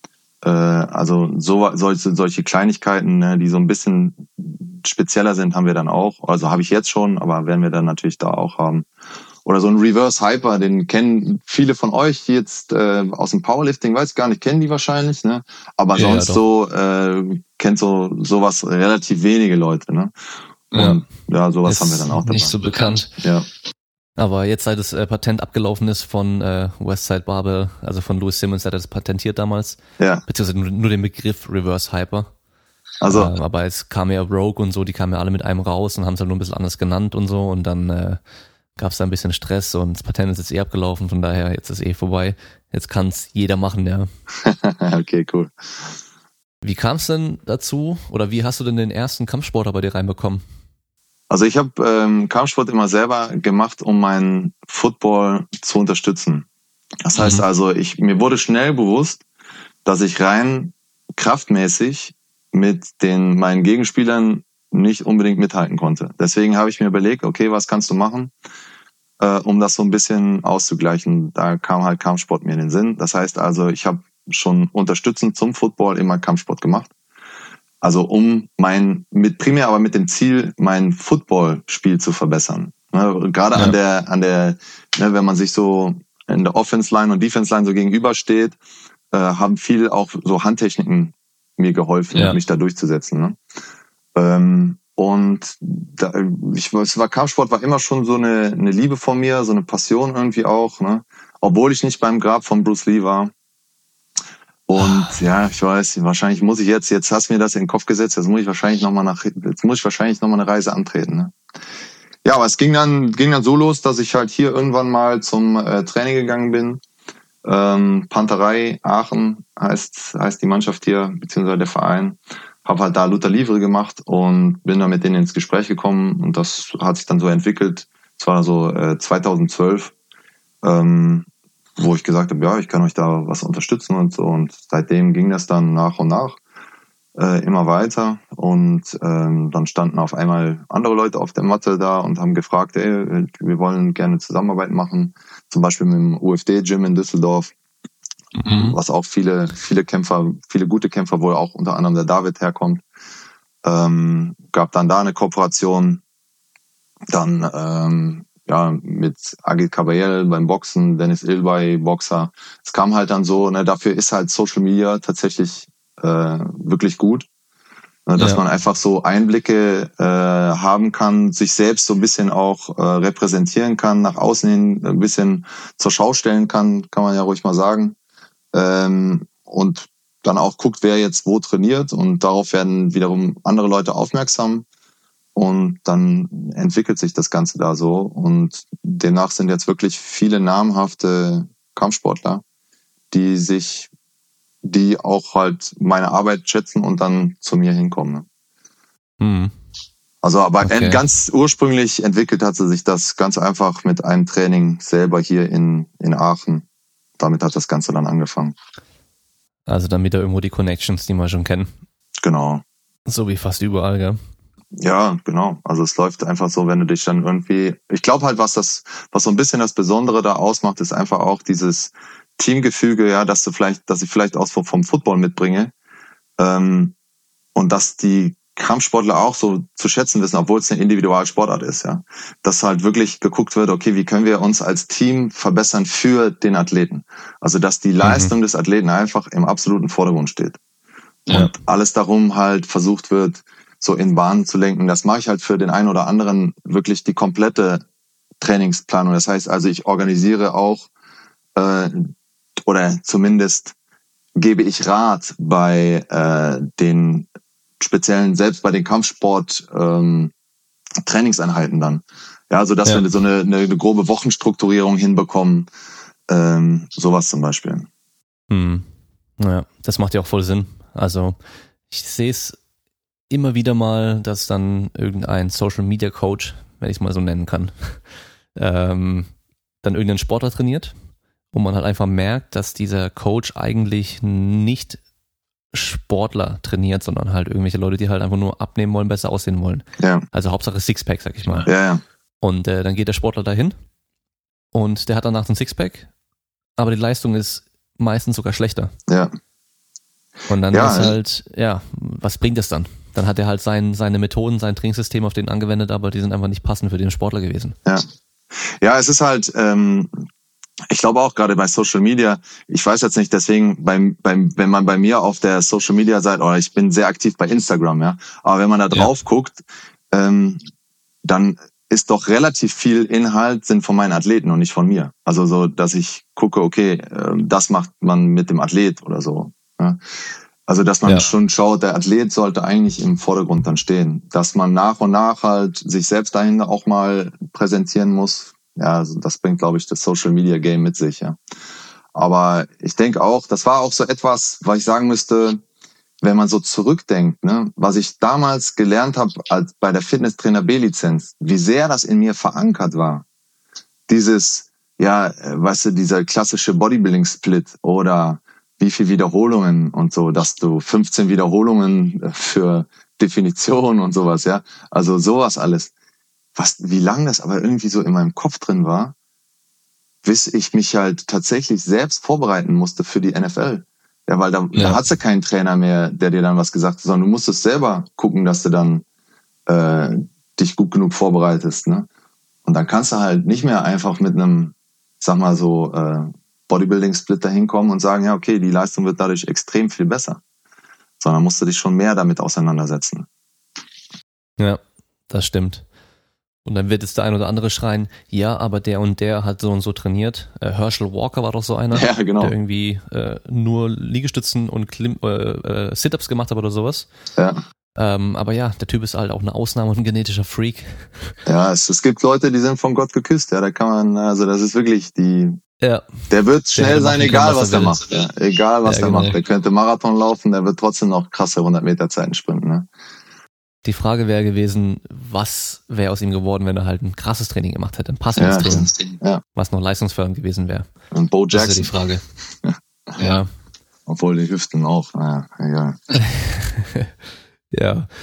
Also solche Kleinigkeiten, ne, die so ein bisschen spezieller sind, haben wir dann auch. Also habe ich jetzt schon, aber werden wir dann natürlich da auch haben. Oder so ein Reverse Hyper, den kennen viele von euch, die jetzt aus dem Powerlifting, weiß gar nicht, kennen die wahrscheinlich, ne? Aber ja, sonst kennt sowas relativ wenige Leute, ne? Und sowas haben wir dann auch dabei. Nicht so bekannt. Ja. Aber jetzt, seit das Patent abgelaufen ist von Westside Barbell, also von Louis Simmons, hat er das patentiert damals. Ja. Beziehungsweise nur den Begriff Reverse Hyper. Also. Aber jetzt kam ja Rogue und so, die kamen ja alle mit einem raus und haben es halt nur ein bisschen anders genannt und so. Und dann gab es da ein bisschen Stress und das Patent ist jetzt abgelaufen, von daher jetzt ist vorbei. Jetzt kann es jeder machen, ja. Okay, cool. Wie kam es denn dazu oder wie hast du denn den ersten Kampfsportler bei dir reinbekommen? Also ich habe Kampfsport immer selber gemacht, um meinen Football zu unterstützen. Das heißt also, mir wurde schnell bewusst, dass ich rein kraftmäßig mit meinen Gegenspielern nicht unbedingt mithalten konnte. Deswegen habe ich mir überlegt, okay, was kannst du machen, um das so ein bisschen auszugleichen. Da kam halt Kampfsport mir in den Sinn. Das heißt also, ich habe schon unterstützend zum Football immer Kampfsport gemacht. Also primär aber mit dem Ziel, mein Footballspiel zu verbessern. Ne? Gerade an der, ne, wenn man sich so in der Offense-Line und Defense-Line so gegenübersteht, haben viel auch so Handtechniken mir geholfen, mich da durchzusetzen. Ne? Und Kampfsport war immer schon so eine Liebe von mir, so eine Passion irgendwie auch, ne? Obwohl ich nicht beim Grab von Bruce Lee war. Und ja, ich weiß, wahrscheinlich muss ich jetzt hast du mir das in den Kopf gesetzt, jetzt muss ich wahrscheinlich nochmal eine Reise antreten. Ne? Ja, aber es ging dann so los, dass ich halt hier irgendwann mal zum Training gegangen bin. Panterei Aachen heißt die Mannschaft hier, beziehungsweise der Verein. Hab halt da Luther Livre gemacht und bin dann mit denen ins Gespräch gekommen und das hat sich dann so entwickelt. Es war so 2012, wo ich gesagt habe, ja, ich kann euch da was unterstützen und so. Und seitdem ging das dann nach und nach immer weiter. Und dann standen auf einmal andere Leute auf der Matte da und haben gefragt, ey, wir wollen gerne Zusammenarbeit machen. Zum Beispiel mit dem UFD-Gym in Düsseldorf. Was auch viele gute Kämpfer, wo auch unter anderem der David herkommt. Gab dann da eine Kooperation. Dann mit Agil Caballel beim Boxen, Dennis Ilbay, Boxer. Es kam halt dann so, ne, dafür ist halt Social Media tatsächlich wirklich gut. Dass man einfach so Einblicke haben kann, sich selbst so ein bisschen auch repräsentieren kann, nach außen hin ein bisschen zur Schau stellen kann man ja ruhig mal sagen. Und dann auch guckt, wer jetzt wo trainiert und darauf werden wiederum andere Leute aufmerksam und dann entwickelt sich das Ganze da so und demnach sind jetzt wirklich viele namhafte Kampfsportler, die auch halt meine Arbeit schätzen und dann zu mir hinkommen. Ne? Also aber ganz ursprünglich entwickelt hat sich das ganz einfach mit einem Training selber hier in Aachen. Damit hat das Ganze dann angefangen. Also dann wieder irgendwo die Connections, die wir schon kennen. Genau. So wie fast überall, gell? Ja, genau. Also es läuft einfach so, wenn du dich dann irgendwie, ich glaube halt, was so ein bisschen das Besondere da ausmacht, ist einfach auch dieses Teamgefüge, ja, dass ich vielleicht auch so vom Football mitbringe, und dass die Kampfsportler auch so zu schätzen wissen, obwohl es eine Individualsportart ist, ja. Dass halt wirklich geguckt wird, okay, wie können wir uns als Team verbessern für den Athleten? Also, dass die Leistung des Athleten einfach im absoluten Vordergrund steht. Und alles darum halt versucht wird, so in Bahnen zu lenken. Das mache ich halt für den einen oder anderen wirklich die komplette Trainingsplanung. Das heißt also, ich organisiere auch, oder zumindest gebe ich Rat bei den speziellen, selbst bei den Kampfsport Trainingseinheiten dann. Ja, so dass wir so eine grobe Wochenstrukturierung hinbekommen. Sowas zum Beispiel. Ja, das macht ja auch voll Sinn. Also ich sehe es immer wieder mal, dass dann irgendein Social Media Coach, wenn ich es mal so nennen kann, dann irgendeinen Sportler trainiert, wo man halt einfach merkt, dass dieser Coach eigentlich nicht Sportler trainiert, sondern halt irgendwelche Leute, die halt einfach nur abnehmen wollen, besser aussehen wollen. Ja. Also Hauptsache Sixpack, sag ich mal. Ja. Und dann geht der Sportler dahin und der hat danach ein Sixpack, aber die Leistung ist meistens sogar schlechter. Ja. Und dann ist halt, was bringt das dann? Dann hat er halt seine Methoden, sein Trainingssystem auf den angewendet, aber die sind einfach nicht passend für den Sportler gewesen. Ja, es ist halt, ich glaube auch gerade bei Social Media, ich weiß jetzt nicht, deswegen, wenn man bei mir auf der Social Media Seite, oder ich bin sehr aktiv bei Instagram, ja, aber wenn man da drauf guckt, dann ist doch relativ viel Inhalt sind von meinen Athleten und nicht von mir. Also so, dass ich gucke, okay, das macht man mit dem Athlet oder so. Ja. Also, dass man schon schaut, der Athlet sollte eigentlich im Vordergrund dann stehen. Dass man nach und nach halt sich selbst dahinter auch mal präsentieren muss. Ja, also das bringt, glaube ich, das Social Media Game mit sich, ja. Aber ich denke auch, das war auch so etwas, was ich sagen müsste, wenn man so zurückdenkt, ne, was ich damals gelernt habe als bei der Fitnesstrainer B-Lizenz, wie sehr das in mir verankert war. Dieses, weißt du, dieser klassische Bodybuilding-Split oder wie viel Wiederholungen und so, dass du 15 Wiederholungen für Definition und sowas, ja. Also sowas alles. Wie lang das aber irgendwie so in meinem Kopf drin war, bis ich mich halt tatsächlich selbst vorbereiten musste für die NFL. Ja, weil da hast du keinen Trainer mehr, der dir dann was gesagt hat, sondern du musstest selber gucken, dass du dann dich gut genug vorbereitest, ne? Und dann kannst du halt nicht mehr einfach mit einem, sag mal so, Bodybuilding-Split dahin kommen und sagen, ja, okay, die Leistung wird dadurch extrem viel besser. Sondern musst du dich schon mehr damit auseinandersetzen. Ja, das stimmt. Und dann wird es der ein oder andere schreien, ja, aber der und der hat so und so trainiert. Herschel Walker war doch so einer, ja, genau. der irgendwie nur Liegestützen und Sit-Ups gemacht hat oder sowas. Ja. Aber ja, der Typ ist halt auch eine Ausnahme und ein genetischer Freak. Ja, es gibt Leute, die sind von Gott geküsst. Ja, da kann man, also das ist wirklich der wird schnell sein, egal was der macht. Ja, egal was der macht. Der könnte Marathon laufen, der wird trotzdem noch krasse 100 Meter Zeiten sprinten. Ne? Die Frage wäre gewesen, was wäre aus ihm geworden, wenn er halt ein krasses Training gemacht hätte, ein passendes Training, was noch leistungsfördernd gewesen wäre. Und Bo Jackson. Das ist ja die Frage. Ja. Obwohl die Hüften auch, naja, egal. Ja.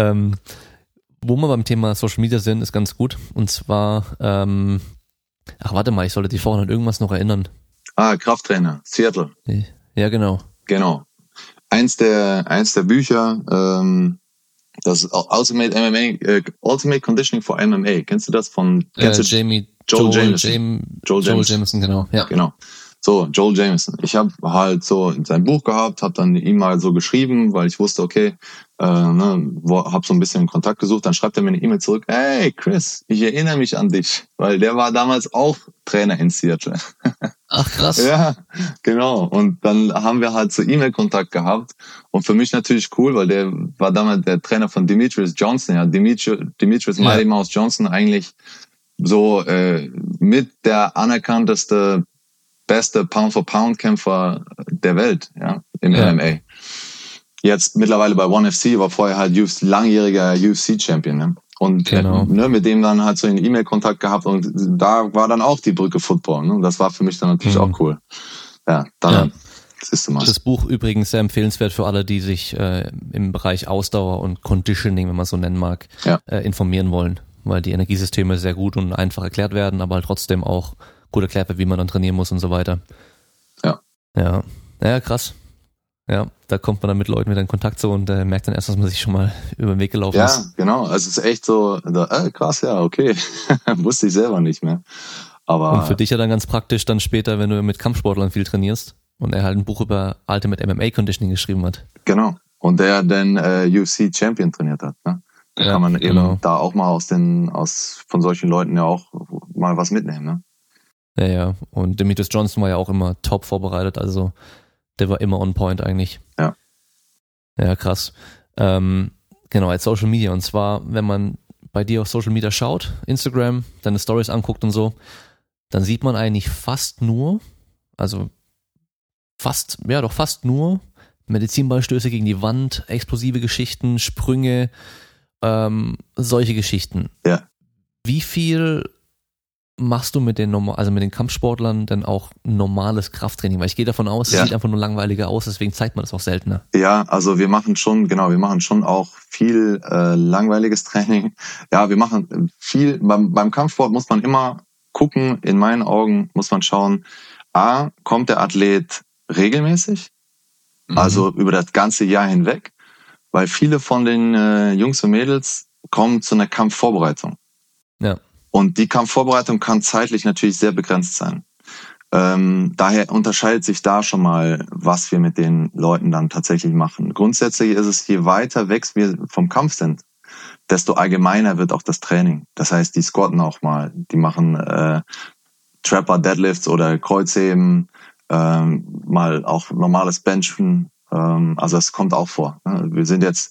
Wo wir beim Thema Social Media sind, ist ganz gut. Und zwar, warte mal, ich sollte dich vorhin an irgendwas noch erinnern. Krafttrainer, Seattle. Ja, genau. Genau. Eins der Bücher, das Ultimate MMA, Ultimate Conditioning for MMA. Kennst du das von Joel Jameson, genau. Ja. Genau. So, Joel Jameson. Ich habe halt so sein Buch gehabt, habe dann ihm mal so geschrieben, weil ich wusste, okay, habe so ein bisschen Kontakt gesucht. Dann schreibt er mir eine E-Mail zurück, hey Chris, ich erinnere mich an dich, weil der war damals auch Trainer in Seattle. Ach krass. Ja, genau. Und dann haben wir halt so E-Mail-Kontakt gehabt. Und für mich natürlich cool, weil der war damals der Trainer von Demetrius Johnson. Ja, Demetrius Mighty Mouse Johnson eigentlich so mit der anerkannteste, beste Pound-for-Pound-Kämpfer der Welt, ja, im MMA. Jetzt mittlerweile bei ONE FC, war vorher halt langjähriger UFC-Champion, ne? Und mit dem dann halt so einen E-Mail-Kontakt gehabt und da war dann auch die Brücke Football. Ne? Und das war für mich dann natürlich auch cool. Ja, dann siehst du mal. Das Buch übrigens sehr empfehlenswert für alle, die sich im Bereich Ausdauer und Conditioning, wenn man es so nennen mag, informieren wollen. Weil die Energiesysteme sehr gut und einfach erklärt werden, aber halt trotzdem auch gut erklärt wird, wie man dann trainieren muss und so weiter. Ja, krass. Ja, da kommt man dann mit Leuten wieder in Kontakt so und merkt dann erst, dass man sich schon mal über den Weg gelaufen ist. Ja, genau. Also es ist echt so, krass, ja, okay. Wusste ich selber nicht mehr. Aber und für dich ja dann ganz praktisch dann später, wenn du mit Kampfsportlern viel trainierst und er halt ein Buch über Ultimate MMA Conditioning geschrieben hat. Genau. Und der dann UFC Champion trainiert hat. Ne? Da kann man eben da auch mal von solchen Leuten ja auch mal was mitnehmen. Ne? Ja. Und Demetrius Johnson war ja auch immer top vorbereitet, also der war immer on point eigentlich. Ja. Ja, krass. Genau, als Social Media. Und zwar, wenn man bei dir auf Social Media schaut, Instagram, deine Stories anguckt und so, dann sieht man eigentlich fast nur Medizinballstöße gegen die Wand, explosive Geschichten, Sprünge, solche Geschichten. Ja. Wie viel machst du mit den Kampfsportlern dann auch normales Krafttraining? Weil ich gehe davon aus, es sieht einfach nur langweiliger aus, deswegen zeigt man das auch seltener. Ja, also wir machen schon auch viel langweiliges Training. Ja, wir machen viel, beim Kampfsport muss man immer gucken, in meinen Augen muss man schauen, kommt der Athlet regelmäßig, also über das ganze Jahr hinweg, weil viele von den Jungs und Mädels kommen zu einer Kampfvorbereitung. Ja. Und die Kampfvorbereitung kann zeitlich natürlich sehr begrenzt sein. Daher unterscheidet sich da schon mal, was wir mit den Leuten dann tatsächlich machen. Grundsätzlich ist es, je weiter weg wir vom Kampf sind, desto allgemeiner wird auch das Training. Das heißt, die squatten auch mal, die machen Trapper Deadlifts oder Kreuzheben, mal auch normales Benchen. Also es kommt auch vor. Wir sind jetzt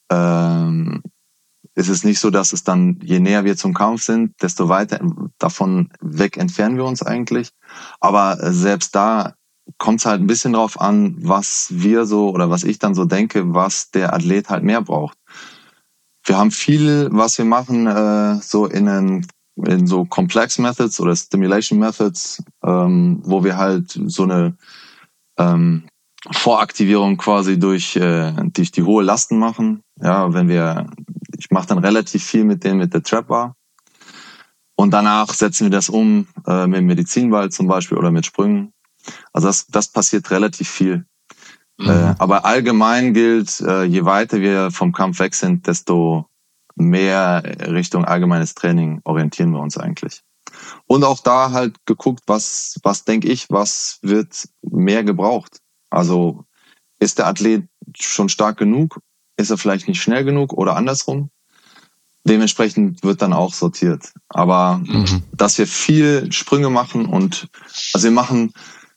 ist es nicht so, dass es dann, je näher wir zum Kampf sind, desto weiter davon weg entfernen wir uns eigentlich. Aber selbst da kommt es halt ein bisschen drauf an, was wir so oder was ich dann so denke, was der Athlet halt mehr braucht. Wir haben viel, was wir machen, so in so Complex Methods oder Stimulation Methods, wo wir halt so eine Voraktivierung quasi durch die hohe Lasten machen. Ja, ich mache dann relativ viel mit der Trap Bar und danach setzen wir das um mit dem Medizinball zum Beispiel oder mit Sprüngen. Also das passiert relativ viel. Aber allgemein gilt, je weiter wir vom Kampf weg sind, desto mehr Richtung allgemeines Training orientieren wir uns eigentlich. Und auch da halt geguckt, was denke ich, was wird mehr gebraucht? Also ist der Athlet schon stark genug? Ist er vielleicht nicht schnell genug oder andersrum? Dementsprechend wird dann auch sortiert. Aber dass wir viel Sprünge machen also wir machen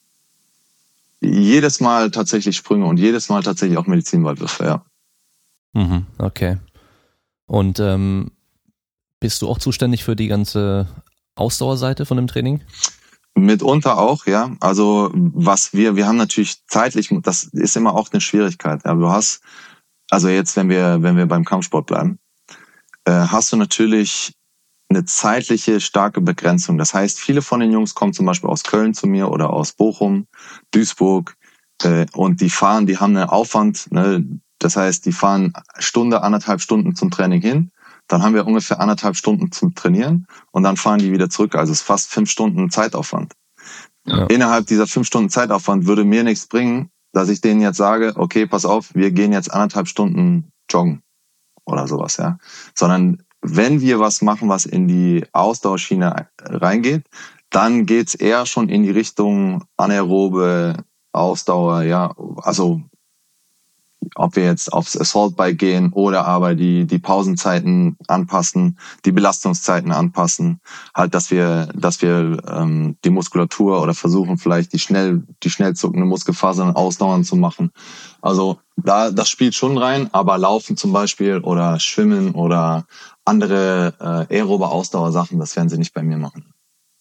jedes Mal tatsächlich Sprünge und jedes Mal tatsächlich auch Medizinballwürfe, ja. Okay. Und bist du auch zuständig für die ganze Ausdauerseite von dem Training? Mitunter auch, ja. Also wir haben natürlich zeitlich, das ist immer auch eine Schwierigkeit. Ja. Du hast, also jetzt, wenn wir beim Kampfsport bleiben, hast du natürlich eine zeitliche starke Begrenzung. Das heißt, viele von den Jungs kommen zum Beispiel aus Köln zu mir oder aus Bochum, Duisburg, und die haben einen Aufwand, ne? Das heißt, die fahren Stunde, 1,5 Stunden zum Training hin. Dann haben wir ungefähr 1,5 Stunden zum Trainieren und dann fahren die wieder zurück. Also es ist fast 5 Stunden Zeitaufwand. Ja. Innerhalb dieser 5 Stunden Zeitaufwand würde mir nichts bringen, dass ich denen jetzt sage, okay, pass auf, wir gehen jetzt 1,5 Stunden joggen oder sowas, ja. Sondern wenn wir was machen, was in die Ausdauerschiene reingeht, dann geht's eher schon in die Richtung anaerobe Ausdauer, ja. Also ob wir jetzt aufs Assault Bike gehen oder aber die Pausenzeiten anpassen, die Belastungszeiten anpassen, halt, dass wir die Muskulatur oder versuchen vielleicht die schnell zuckende Muskelfasern ausdauernd zu machen. Also das spielt schon rein, aber Laufen zum Beispiel oder Schwimmen oder andere aerobe Ausdauersachen, das werden sie nicht bei mir machen.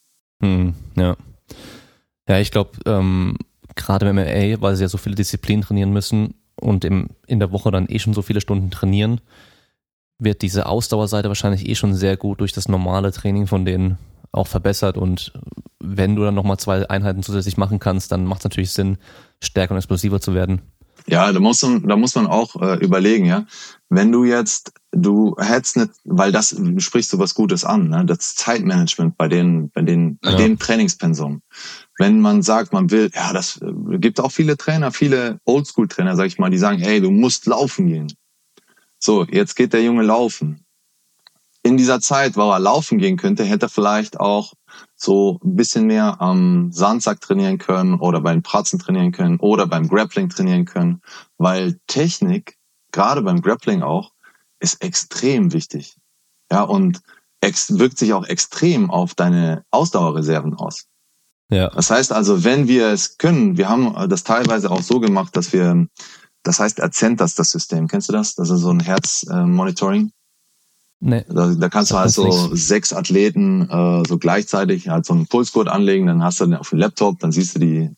Ja. Ja, ich glaube, gerade im MMA, weil sie ja so viele Disziplinen trainieren müssen, und in der Woche dann schon so viele Stunden trainieren, wird diese Ausdauerseite wahrscheinlich schon sehr gut durch das normale Training von denen auch verbessert. Und wenn du dann nochmal 2 Einheiten zusätzlich machen kannst, dann macht es natürlich Sinn, stärker und explosiver zu werden. Ja, da muss man auch überlegen, ja. Wenn du hättest nicht, weil das sprichst du was Gutes an, ne? Das Zeitmanagement bei dem Trainingspensum. Wenn man sagt, man will, ja, das gibt auch viele Trainer, viele Oldschool-Trainer, sag ich mal, die sagen, ey, du musst laufen gehen. So, jetzt geht der Junge laufen. In dieser Zeit, wo er laufen gehen könnte, hätte er vielleicht auch so ein bisschen mehr am Sandsack trainieren können oder beim Pratzen trainieren können oder beim Grappling trainieren können, weil Technik, gerade beim Grappling auch, ist extrem wichtig. Ja, und wirkt sich auch extrem auf deine Ausdauerreserven aus. Ja. Das heißt also, wenn wir es können, wir haben das teilweise auch so gemacht, dass wir, das heißt Azentas, das System, kennst du das? Das ist so ein Herzmonitoring. Nee. Da kannst du halt so 6 Athleten so gleichzeitig halt so einen Pulsgurt anlegen, dann hast du den auf dem Laptop, dann siehst du den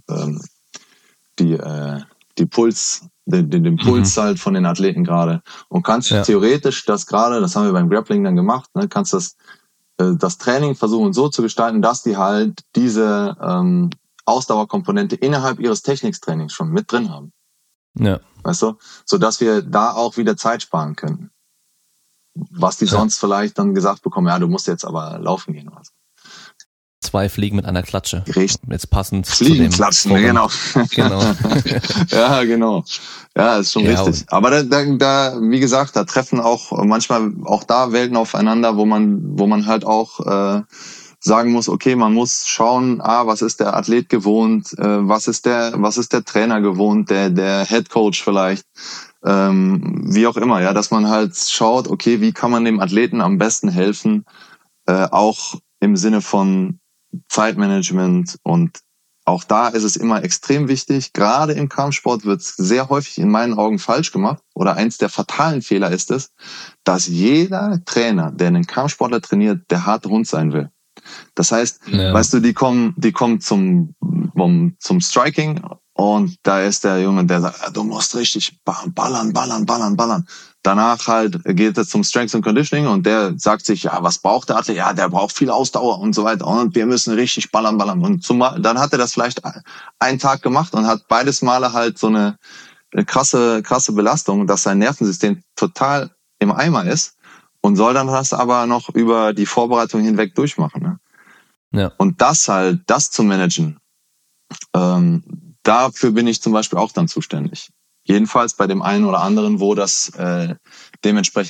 Puls halt von den Athleten gerade und kannst theoretisch das haben wir beim Grappling dann gemacht, ne, kannst das Training versuchen so zu gestalten, dass die halt diese Ausdauerkomponente innerhalb ihres Techniktrainings schon mit drin haben. Ja. Weißt du? So dass wir da auch wieder Zeit sparen können. Was die sonst vielleicht dann gesagt bekommen, ja, du musst jetzt aber laufen gehen oder so. 2 Fliegen mit einer Klatsche. Richtig. Jetzt passend. Fliegen, Klatschen, genau. Ja, genau. Ja, ist schon richtig. Aber da, wie gesagt, da treffen auch manchmal auch da Welten aufeinander, wo man halt auch sagen muss, okay, man muss schauen, was ist der Athlet gewohnt, was ist der Trainer gewohnt, der Head Coach vielleicht, wie auch immer, ja, dass man halt schaut, okay, wie kann man dem Athleten am besten helfen, auch im Sinne von Zeitmanagement, und auch da ist es immer extrem wichtig, gerade im Kampfsport wird es sehr häufig in meinen Augen falsch gemacht, oder eins der fatalen Fehler ist es, dass jeder Trainer, der einen Kampfsportler trainiert, der harte Hund sein will. Das heißt, weißt du, die kommen zum Striking und da ist der Junge, der sagt, du musst richtig ballern. Danach halt geht es zum Strength and Conditioning und der sagt sich, ja, was braucht der Athlet? Ja, der braucht viel Ausdauer und so weiter und wir müssen richtig ballern. Und dann hat er das vielleicht einen Tag gemacht und hat beides Male halt so eine krasse Belastung, dass sein Nervensystem total im Eimer ist und soll dann das aber noch über die Vorbereitung hinweg durchmachen. Ne? Ja. Und das zu managen, dafür bin ich zum Beispiel auch dann zuständig. Jedenfalls bei dem einen oder anderen, wo das dementsprechend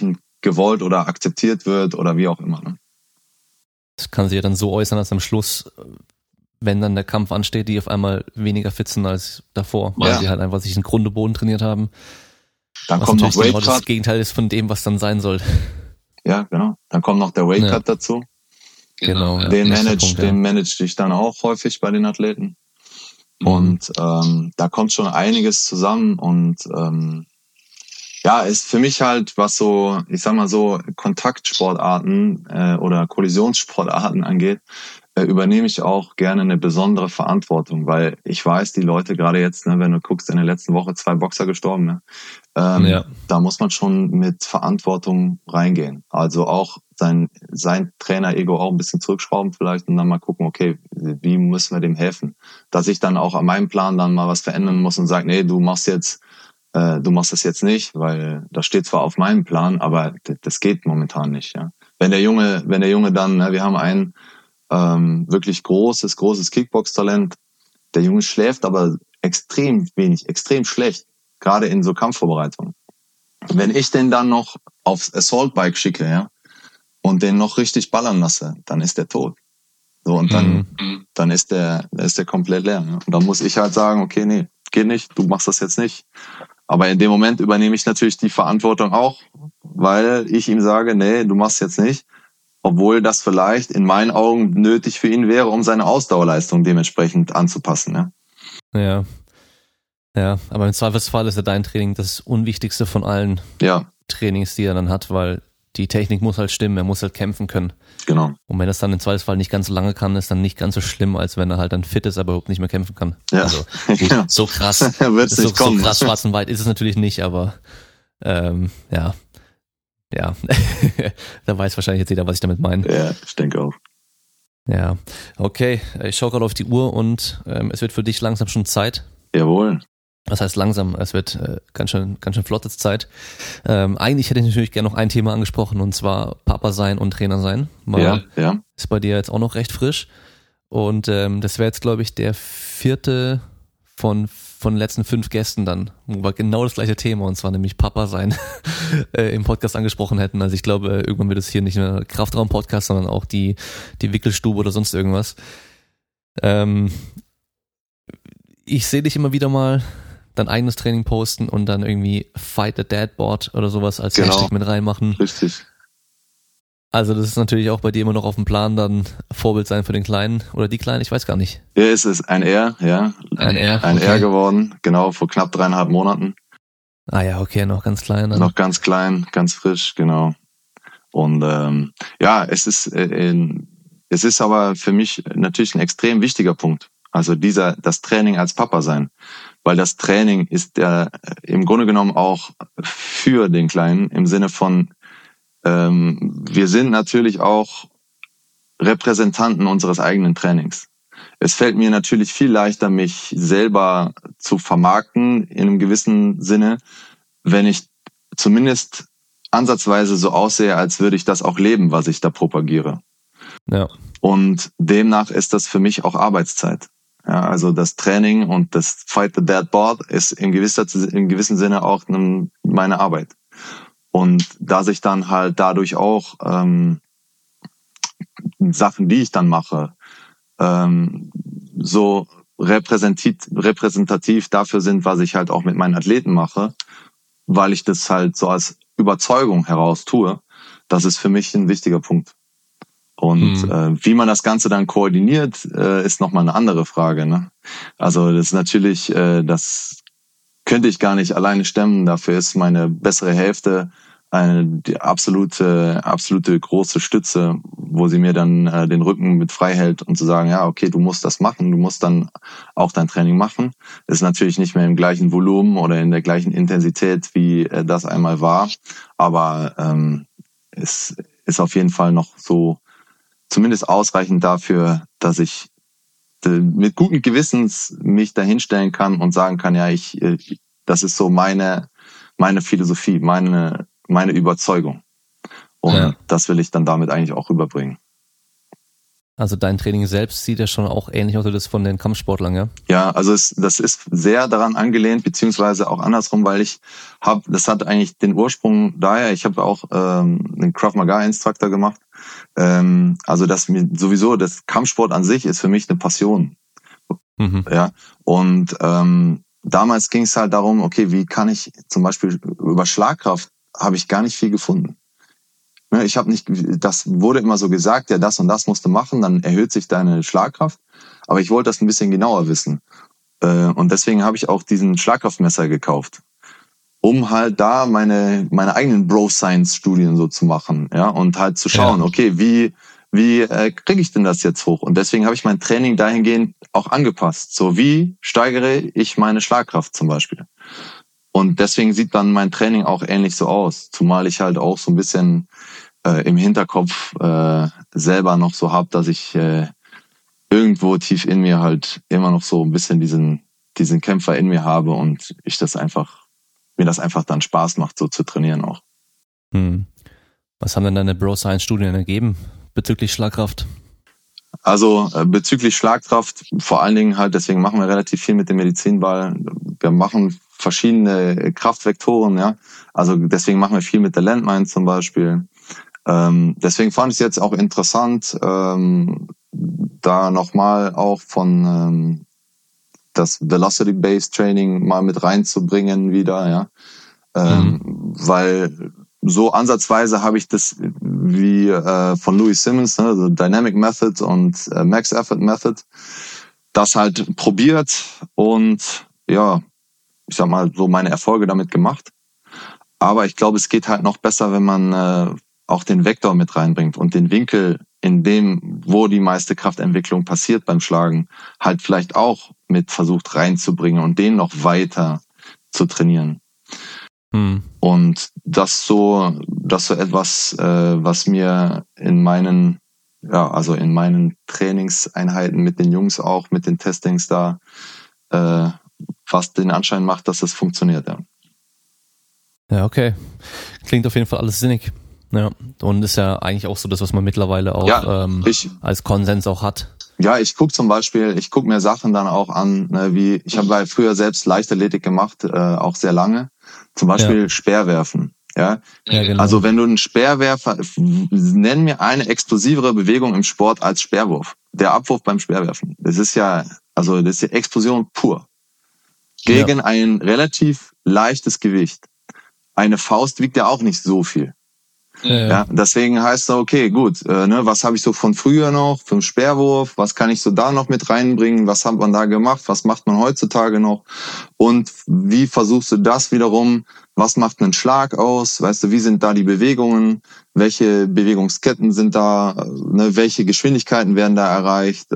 gewollt oder akzeptiert wird oder wie auch immer. Ne? Das kann sich ja dann so äußern, dass am Schluss, wenn dann der Kampf ansteht, die auf einmal weniger fit sind als davor, weil sie halt einfach sich einen Grunde Boden trainiert haben. Dann was kommt noch natürlich Weight genau das Cut. Gegenteil ist von dem, was dann sein soll. Ja, genau. Dann kommt noch der Weight Cut dazu. Genau. Ja, Den manage ich dann auch häufig bei den Athleten. Und da kommt schon einiges zusammen und ist für mich halt, was so, ich sag mal so, Kontaktsportarten oder Kollisionssportarten angeht, übernehme ich auch gerne eine besondere Verantwortung, weil ich weiß, die Leute gerade jetzt, ne, wenn du guckst, in der letzten Woche 2 Boxer gestorben, ne, da muss man schon mit Verantwortung reingehen. Also auch sein Trainer-Ego auch ein bisschen zurückschrauben vielleicht und dann mal gucken, okay, wie müssen wir dem helfen? Dass ich dann auch an meinem Plan dann mal was verändern muss und sage, nee, du machst das jetzt nicht, weil das steht zwar auf meinem Plan, aber das geht momentan nicht. Ja. Wenn der Junge dann, ne, wir haben ein wirklich großes Kickbox-Talent, der Junge schläft aber extrem wenig, extrem schlecht, gerade in so Kampfvorbereitungen. Wenn ich den dann noch aufs Assault-Bike schicke, ja, und den noch richtig ballern lasse, dann ist der tot. So, und dann ist der komplett leer. Ne? Und dann muss ich halt sagen, okay, nee, geht nicht, du machst das jetzt nicht. Aber in dem Moment übernehme ich natürlich die Verantwortung auch, weil ich ihm sage, nee, du machst jetzt nicht. Obwohl das vielleicht in meinen Augen nötig für ihn wäre, um seine Ausdauerleistung dementsprechend anzupassen. Ne? Ja, aber im Zweifelsfall ist ja dein Training das Unwichtigste von allen Trainings, die er dann hat, weil die Technik muss halt stimmen, er muss halt kämpfen können. Genau. Und wenn das dann im Zweifelsfall nicht ganz so lange kann, ist dann nicht ganz so schlimm, als wenn er halt dann fit ist, aber überhaupt nicht mehr kämpfen kann. Ja. Also gut, so krass, so krass schwarz und weiß ist es natürlich nicht, aber ja, da weiß wahrscheinlich jetzt jeder, was ich damit meine. Ja, ich denke auch. Ja, okay, ich schaue gerade auf die Uhr und es wird für dich langsam schon Zeit. Jawohl. Das heißt langsam, es wird ganz schön flottes Zeit. Eigentlich hätte ich natürlich gerne noch ein Thema angesprochen und zwar Papa sein und Trainer sein. Ja. Ist bei dir jetzt auch noch recht frisch und das wäre jetzt glaube ich der 4. von den letzten 5 Gästen dann, wo wir genau das gleiche Thema, und zwar nämlich Papa sein, im Podcast angesprochen hätten. Also ich glaube, irgendwann wird es hier nicht nur Kraftraum-Podcast, sondern auch die Wickelstube oder sonst irgendwas. Ich sehe dich immer wieder mal dein eigenes Training posten und dann irgendwie Fight the Dad Board oder sowas als Hashtag mit reinmachen. Richtig. Also das ist natürlich auch bei dir immer noch auf dem Plan, dann Vorbild sein für den Kleinen oder die Kleinen, ich weiß gar nicht. Ja, es ist ein R, ja. Ein R geworden, genau, vor knapp 3,5 Monaten. Ah ja, okay, noch ganz klein. Dann. Noch ganz klein, ganz frisch, genau. Und es ist aber für mich natürlich ein extrem wichtiger Punkt. Also das Training als Papa sein. Weil das Training ist ja im Grunde genommen auch für den Kleinen im Sinne von wir sind natürlich auch Repräsentanten unseres eigenen Trainings. Es fällt mir natürlich viel leichter, mich selber zu vermarkten in einem gewissen Sinne, wenn ich zumindest ansatzweise so aussehe, als würde ich das auch leben, was ich da propagiere. Ja. Und demnach ist das für mich auch Arbeitszeit. Ja, also das Training und das Fight the Dad Board ist in gewissen Sinne auch meine Arbeit. Und da sich dann halt dadurch auch Sachen, die ich dann mache, so repräsentativ dafür sind, was ich halt auch mit meinen Athleten mache, weil ich das halt so als Überzeugung heraus tue, das ist für mich ein wichtiger Punkt. Und wie man das Ganze dann koordiniert, ist nochmal eine andere Frage. Ne? Also das ist natürlich, das könnte ich gar nicht alleine stemmen. Dafür ist meine bessere Hälfte die absolute große Stütze, wo sie mir dann den Rücken mit frei hält und zu sagen, ja, okay, du musst das machen, du musst dann auch dein Training machen. Ist natürlich nicht mehr im gleichen Volumen oder in der gleichen Intensität, wie das einmal war, aber es ist auf jeden Fall noch so zumindest ausreichend dafür, dass ich mit gutem Gewissens mich dahinstellen kann und sagen kann, ja, das ist so meine Philosophie, meine Überzeugung. Und das will ich dann damit eigentlich auch rüberbringen. Also dein Training selbst sieht ja schon auch ähnlich aus wie das von den Kampfsportlern, ja? Ja, also das ist sehr daran angelehnt, beziehungsweise auch andersrum, weil das hat eigentlich den Ursprung daher, ich habe auch einen Krav Maga Instructor gemacht. Also das Kampfsport an sich ist für mich eine Passion. Mhm. Ja, und damals ging es halt darum, okay, wie kann ich zum Beispiel über Schlagkraft habe ich gar nicht viel gefunden. Das wurde immer so gesagt, ja, das und das musst du machen, dann erhöht sich deine Schlagkraft. Aber ich wollte das ein bisschen genauer wissen. Und deswegen habe ich auch diesen Schlagkraftmesser gekauft, um halt da meine eigenen Bro-Science-Studien so zu machen, ja, und halt zu schauen, okay, wie kriege ich denn das jetzt hoch? Und deswegen habe ich mein Training dahingehend auch angepasst. So, wie steigere ich meine Schlagkraft zum Beispiel? Und deswegen sieht dann mein Training auch ähnlich so aus, zumal ich halt auch so ein bisschen im Hinterkopf selber noch so habe, dass ich irgendwo tief in mir halt immer noch so ein bisschen diesen Kämpfer in mir habe und mir das einfach dann Spaß macht, so zu trainieren auch. Was haben denn deine Bro-Science-Studien ergeben bezüglich Schlagkraft? Also bezüglich Schlagkraft, vor allen Dingen halt, deswegen machen wir relativ viel mit dem Medizinball. Wir machen verschiedene Kraftvektoren, ja. Also deswegen machen wir viel mit der Landmine zum Beispiel. Deswegen fand ich es jetzt auch interessant, da nochmal auch von das Velocity-Based Training mal mit reinzubringen wieder, ja. Weil so ansatzweise habe ich das wie von Louis Simmons, ne, also Dynamic Method und Max Effort Method, das halt probiert und ja, ich sag mal, so meine Erfolge damit gemacht. Aber ich glaube, es geht halt noch besser, wenn man auch den Vektor mit reinbringt und den Winkel, in dem, wo die meiste Kraftentwicklung passiert beim Schlagen, halt vielleicht auch mit versucht reinzubringen und den noch weiter zu trainieren. Und das so etwas, was mir in meinen Trainingseinheiten mit den Jungs auch, mit den Testings da, was den Anschein macht, dass es funktioniert, ja. Ja, okay. Klingt auf jeden Fall alles sinnig. Ja. Und ist ja eigentlich auch so das, was man mittlerweile auch als Konsens auch hat. Ja, ich gucke mir Sachen dann auch an, ne, wie, ich habe früher selbst Leichtathletik gemacht, auch sehr lange. Zum Beispiel Speerwerfen. Ja, genau. Also wenn du einen Speerwerfer, nenn mir eine explosivere Bewegung im Sport als Speerwurf. Der Abwurf beim Speerwerfen. Das ist ja Explosion pur. Gegen ein relativ leichtes Gewicht. Eine Faust wiegt ja auch nicht so viel. Ja, deswegen heißt es, okay, gut, was habe ich so von früher noch, vom Speerwurf, was kann ich so da noch mit reinbringen, was hat man da gemacht, was macht man heutzutage noch und wie versuchst du das wiederum, was macht einen Schlag aus, weißt du, wie sind da die Bewegungen, welche Bewegungsketten sind da, welche Geschwindigkeiten werden da erreicht,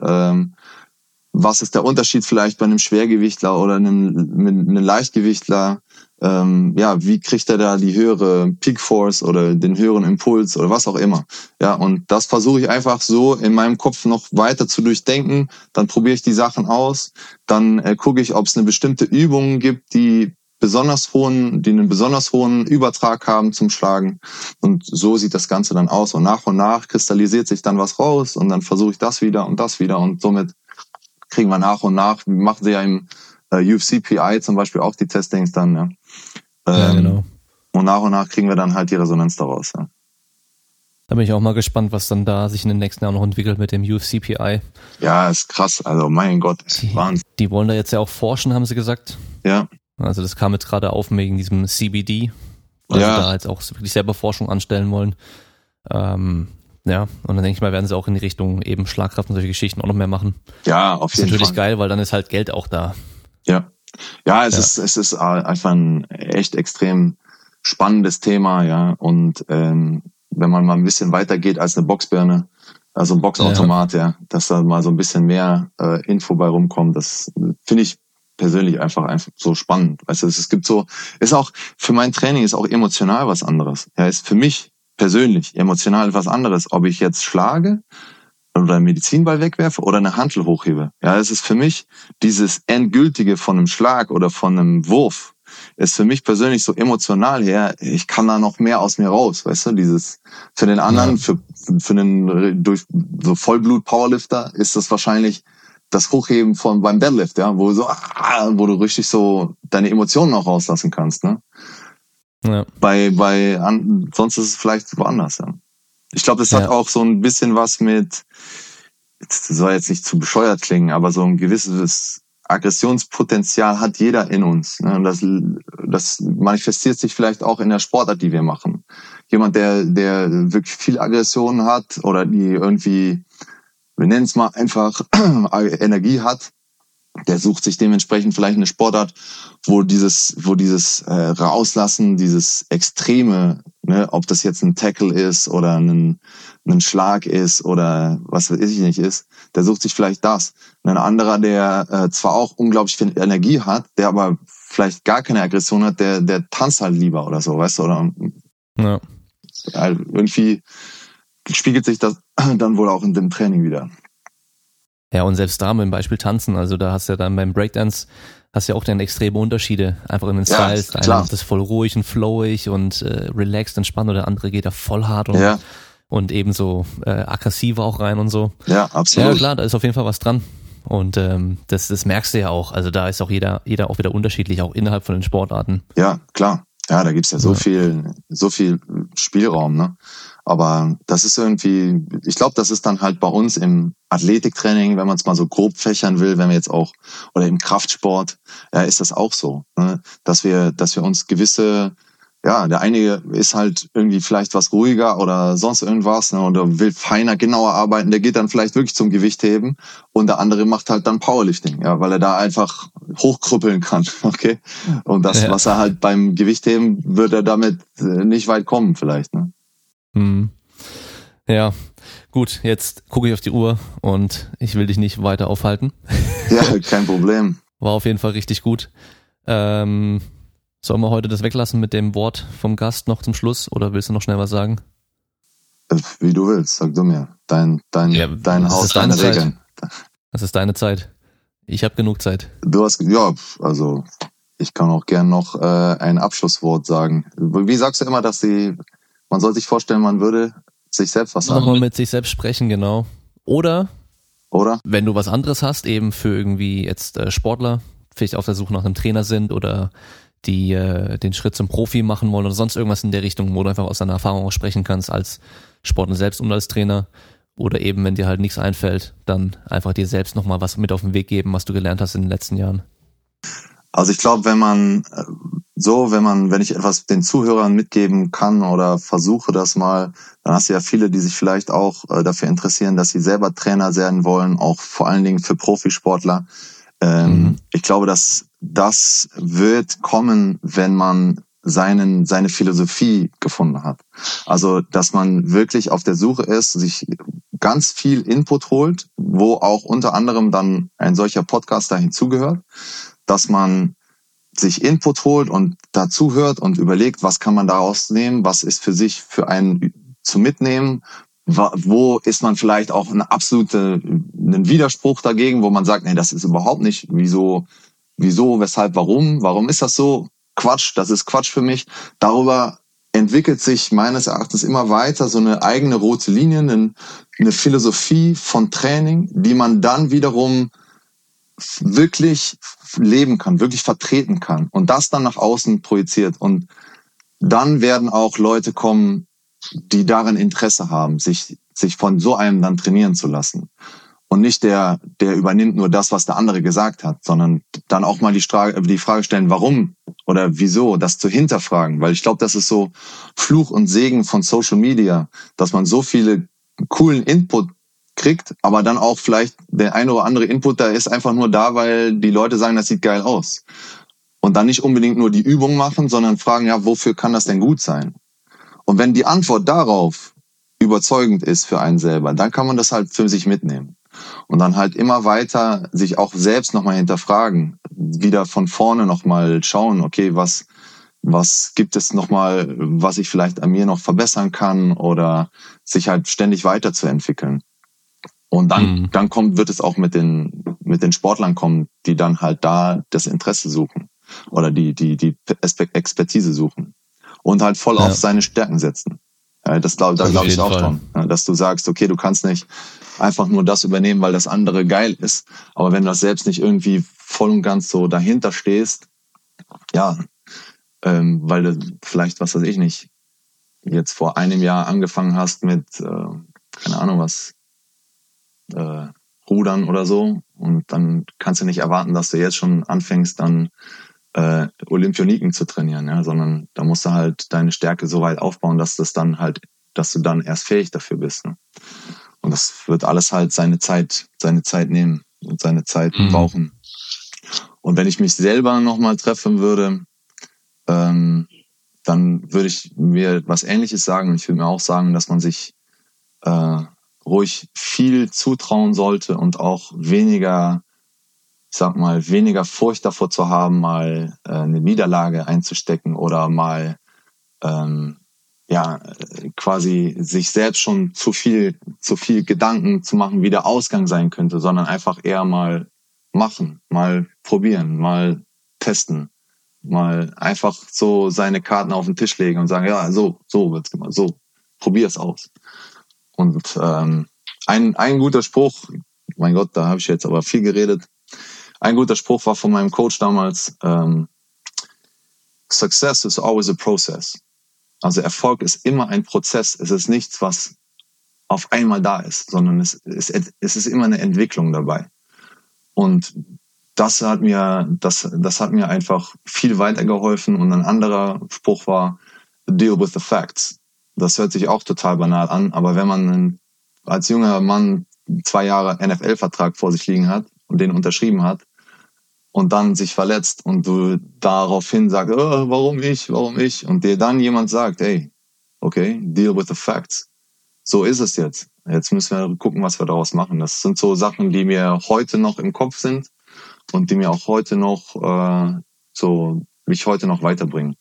was ist der Unterschied vielleicht bei einem Schwergewichtler oder einem Leichtgewichtler, wie kriegt er da die höhere Peak Force oder den höheren Impuls oder was auch immer. Ja, und das versuche ich einfach so in meinem Kopf noch weiter zu durchdenken. Dann probiere ich die Sachen aus. Dann gucke ich, ob es eine bestimmte Übung gibt, die einen besonders hohen Übertrag haben zum Schlagen. Und so sieht das Ganze dann aus. Und nach kristallisiert sich dann was raus und dann versuche ich das wieder und somit kriegen wir nach und nach, machen sie ja im UFC PI zum Beispiel auch die Testings dann, ja. Genau. Und nach kriegen wir dann halt die Resonanz daraus, ja. Da bin ich auch mal gespannt, was dann da sich in den nächsten Jahren noch entwickelt mit dem UFC PI. Ja, ist krass, also mein Gott, Wahnsinn. Die wollen da jetzt ja auch forschen, haben sie gesagt. Ja. Also das kam jetzt gerade auf wegen diesem CBD, weil sie da jetzt auch wirklich selber Forschung anstellen wollen. Ja, und dann denke ich mal, werden sie auch in die Richtung eben Schlagkraft und solche Geschichten auch noch mehr machen. Ja, auf jeden Fall. Ist natürlich geil, weil dann ist halt Geld auch da. Ja, es ist einfach ein echt extrem spannendes Thema, ja. Und wenn man mal ein bisschen weiter geht als eine Boxbirne, also ein Boxautomat, dass da mal so ein bisschen mehr Info bei rumkommt, das finde ich persönlich einfach so spannend. Weißt du, ist auch für mein Training ist auch emotional was anderes. Ja, ist für mich persönlich emotional was anderes, ob ich jetzt schlage oder einen Medizinball wegwerfe oder eine Hantel hochhebe. Ja, es ist für mich dieses Endgültige von einem Schlag oder von einem Wurf ist für mich persönlich so emotional her. Ich kann da noch mehr aus mir raus, weißt du, für den anderen, für einen durch so Vollblut-Powerlifter ist das wahrscheinlich das Hochheben beim Deadlift, ja, wo du richtig so deine Emotionen auch rauslassen kannst, ne? Ja. Sonst ist es vielleicht woanders, ja. Ich glaube, das hat auch so ein bisschen was mit, das soll jetzt nicht zu bescheuert klingen, aber so ein gewisses Aggressionspotenzial hat jeder in uns, ne? Und das manifestiert sich vielleicht auch in der Sportart, die wir machen. Jemand, der wirklich viel Aggression hat oder die irgendwie, wir nennen es mal einfach Energie hat, der sucht sich dementsprechend vielleicht eine Sportart, wo dieses Rauslassen, dieses Extreme, ne, ob das jetzt ein Tackle ist oder ein Schlag ist oder was weiß ich nicht ist, der sucht sich vielleicht das. Ein anderer, der zwar auch unglaublich viel Energie hat, der aber vielleicht gar keine Aggression hat, der tanzt halt lieber oder so, weißt du, oder ja, irgendwie spiegelt sich das dann wohl auch in dem Training wieder. Ja, und selbst da mit dem Beispiel Tanzen, also da hast du ja dann beim Breakdance, hast du ja auch dann extreme Unterschiede, einfach in den Styles. Der eine macht das voll ruhig und flowig und relaxed, entspannt, oder der andere geht da voll hart und ebenso aggressiver auch rein und so. Ja, absolut. Ja, klar, da ist auf jeden Fall was dran. Und das merkst du ja auch. Also da ist auch jeder auch wieder unterschiedlich, auch innerhalb von den Sportarten. Ja, klar. Ja, da gibt's ja so viel Spielraum, ne? Aber das ist irgendwie, ich glaube, das ist dann halt bei uns im Athletiktraining, wenn man es mal so grob fächern will, wenn wir jetzt auch, oder im Kraftsport, ja, ist das auch so, ne? Dass wir uns gewisse, ja, der eine ist halt irgendwie vielleicht was ruhiger oder sonst irgendwas, ne, oder will feiner, genauer arbeiten, der geht dann vielleicht wirklich zum Gewichtheben und der andere macht halt dann Powerlifting, ja, weil er da einfach hochkrüppeln kann, okay? Und das, was er halt beim Gewichtheben, wird er damit nicht weit kommen vielleicht, ne? Ja, gut, jetzt gucke ich auf die Uhr und ich will dich nicht weiter aufhalten. Ja, kein Problem. War auf jeden Fall richtig gut. Sollen wir heute das weglassen mit dem Wort vom Gast noch zum Schluss oder willst du noch schnell was sagen? Wie du willst, sag du mir. Dein Haus, deine Regeln. Das ist deine Zeit. Ich habe genug Zeit. Also ich kann auch gern noch ein Abschlusswort sagen. Wie sagst du immer, man soll sich vorstellen, man würde sich selbst was sagen? Nochmal mit sich selbst sprechen, genau. Oder? Wenn du was anderes hast, eben für irgendwie jetzt Sportler, vielleicht auf der Suche nach einem Trainer sind oder die den Schritt zum Profi machen wollen oder sonst irgendwas in der Richtung, wo du einfach aus deiner Erfahrung auch sprechen kannst als Sportler selbst und als Trainer. Oder eben, wenn dir halt nichts einfällt, dann einfach dir selbst nochmal was mit auf den Weg geben, was du gelernt hast in den letzten Jahren. Also ich glaube, wenn ich etwas den Zuhörern mitgeben kann oder versuche das mal, dann hast du ja viele, die sich vielleicht auch dafür interessieren, dass sie selber Trainer werden wollen, auch vor allen Dingen für Profisportler. Ich glaube, dass das wird kommen, wenn man seine Philosophie gefunden hat. Also, dass man wirklich auf der Suche ist, sich ganz viel Input holt, wo auch unter anderem dann ein solcher Podcast da hinzugehört, dass man sich Input holt und dazu hört und überlegt, was kann man daraus nehmen, was ist für sich für einen zu mitnehmen, wo ist man vielleicht auch einen Widerspruch dagegen, wo man sagt, nee, das ist überhaupt nicht, wieso, weshalb, warum ist das so? Quatsch, das ist Quatsch für mich. Darüber entwickelt sich meines Erachtens immer weiter so eine eigene rote Linie, eine Philosophie von Training, die man dann wiederum wirklich leben kann, wirklich vertreten kann und das dann nach außen projiziert. Und dann werden auch Leute kommen, die darin Interesse haben, sich von so einem dann trainieren zu lassen. Und nicht der übernimmt nur das, was der andere gesagt hat, sondern dann auch mal die Frage stellen, warum oder wieso, das zu hinterfragen. Weil ich glaube, das ist so Fluch und Segen von Social Media, dass man so viele coolen Input kriegt, aber dann auch vielleicht der eine oder andere Input, da ist einfach nur da, weil die Leute sagen, das sieht geil aus. Und dann nicht unbedingt nur die Übung machen, sondern fragen, ja, wofür kann das denn gut sein? Und wenn die Antwort darauf überzeugend ist für einen selber, dann kann man das halt für sich mitnehmen. Und dann halt immer weiter sich auch selbst nochmal hinterfragen, wieder von vorne nochmal schauen, okay, was gibt es nochmal, was ich vielleicht an mir noch verbessern kann oder sich halt ständig weiterzuentwickeln. Und dann wird es auch mit den Sportlern kommen, die dann halt da das Interesse suchen oder die Expertise suchen und halt voll auf seine Stärken setzen. Da glaube ich auch dran. Dass du sagst, okay, du kannst nicht einfach nur das übernehmen, weil das andere geil ist. Aber wenn du das selbst nicht irgendwie voll und ganz so dahinter stehst, ja, weil du vielleicht, was weiß ich nicht, jetzt vor einem Jahr angefangen hast mit, keine Ahnung was, Rudern oder so, und dann kannst du nicht erwarten, dass du jetzt schon anfängst, dann Olympioniken zu trainieren, ja, sondern da musst du halt deine Stärke so weit aufbauen, dass du dann erst fähig dafür bist. Ne? Und das wird alles halt seine Zeit nehmen und seine Zeit brauchen. Und wenn ich mich selber nochmal treffen würde, dann würde ich mir was Ähnliches sagen. Ich würde mir auch sagen, dass man sich ruhig viel zutrauen sollte und auch weniger Furcht davor zu haben, mal eine Niederlage einzustecken oder mal quasi sich selbst schon zu viel Gedanken zu machen, wie der Ausgang sein könnte, sondern einfach eher mal machen, mal probieren, mal testen, mal einfach so seine Karten auf den Tisch legen und sagen, ja, so wird's gemacht, so, probier's aus. Und ein guter Spruch, mein Gott, da habe ich jetzt aber viel geredet. Ein guter Spruch war von meinem Coach damals, Success is always a process. Also Erfolg ist immer ein Prozess. Es ist nichts, was auf einmal da ist, sondern es ist immer eine Entwicklung dabei. Und das hat mir einfach viel weitergeholfen. Und ein anderer Spruch war, deal with the facts. Das hört sich auch total banal an, aber wenn man als junger Mann 2 Jahre NFL-Vertrag vor sich liegen hat und den unterschrieben hat und dann sich verletzt und du daraufhin sagst, warum ich? Und dir dann jemand sagt, hey, okay, deal with the facts. So ist es jetzt. Jetzt müssen wir gucken, was wir daraus machen. Das sind so Sachen, die mir heute noch im Kopf sind und die mir auch heute noch mich heute noch weiterbringen.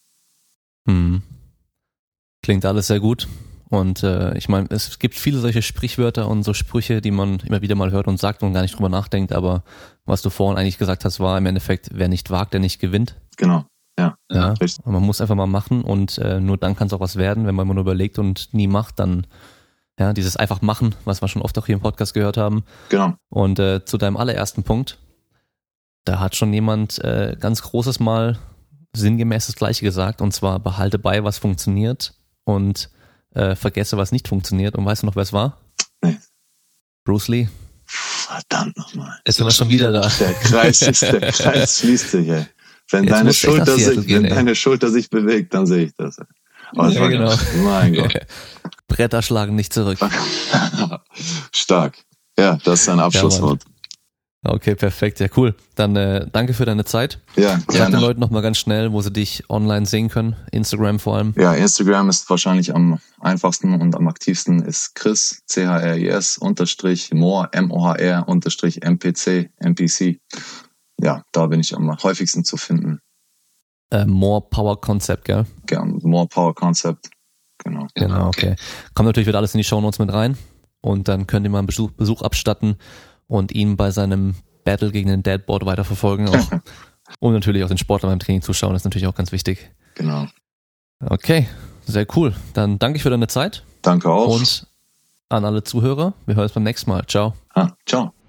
Klingt alles sehr gut. Und ich meine, es gibt viele solche Sprichwörter und so Sprüche, die man immer wieder mal hört und sagt und gar nicht drüber nachdenkt, aber was du vorhin eigentlich gesagt hast, war im Endeffekt, wer nicht wagt, der nicht gewinnt. Genau, ja. Und man muss einfach mal machen und nur dann kann es auch was werden. Wenn man nur überlegt und nie macht, dann dieses einfach machen, was wir schon oft auch hier im Podcast gehört haben. Genau. Und zu deinem allerersten Punkt, da hat schon jemand ganz Großes mal sinngemäß das Gleiche gesagt, und zwar behalte bei, was funktioniert und vergesse, was nicht funktioniert. Und weißt du noch, wer es war? Nee. Bruce Lee. Verdammt nochmal. Jetzt sind wir schon wieder da. Der Kreis schließt sich, ey. Wenn deine Schulter sich bewegt, dann sehe ich das. Aber ja, genau. Mein Gott. Bretter schlagen nicht zurück. Stark. Ja, das ist ein Abschlusswort. Ja, okay, perfekt. Ja, cool. Dann danke für deine Zeit. Ja, sag den Leuten nochmal ganz schnell, wo sie dich online sehen können. Instagram vor allem. Ja, Instagram ist wahrscheinlich am einfachsten und am aktivsten ist Chris, CHRIS, More, MOHR, MPC. Ja, da bin ich am häufigsten zu finden. More Power Concept, gell? Ja, More Power Concept. Genau, okay. Kommt natürlich wieder alles in die Shownotes mit rein. Und dann könnt ihr mal einen Besuch abstatten und ihn bei seinem Battle gegen den Deadboard weiterverfolgen auch. Und natürlich auch den Sportler beim Training zuschauen, das ist natürlich auch ganz wichtig. Genau. Okay, sehr cool. Dann danke ich für deine Zeit. Danke auch. Und an alle Zuhörer, wir hören uns beim nächsten Mal. Ciao. Ciao.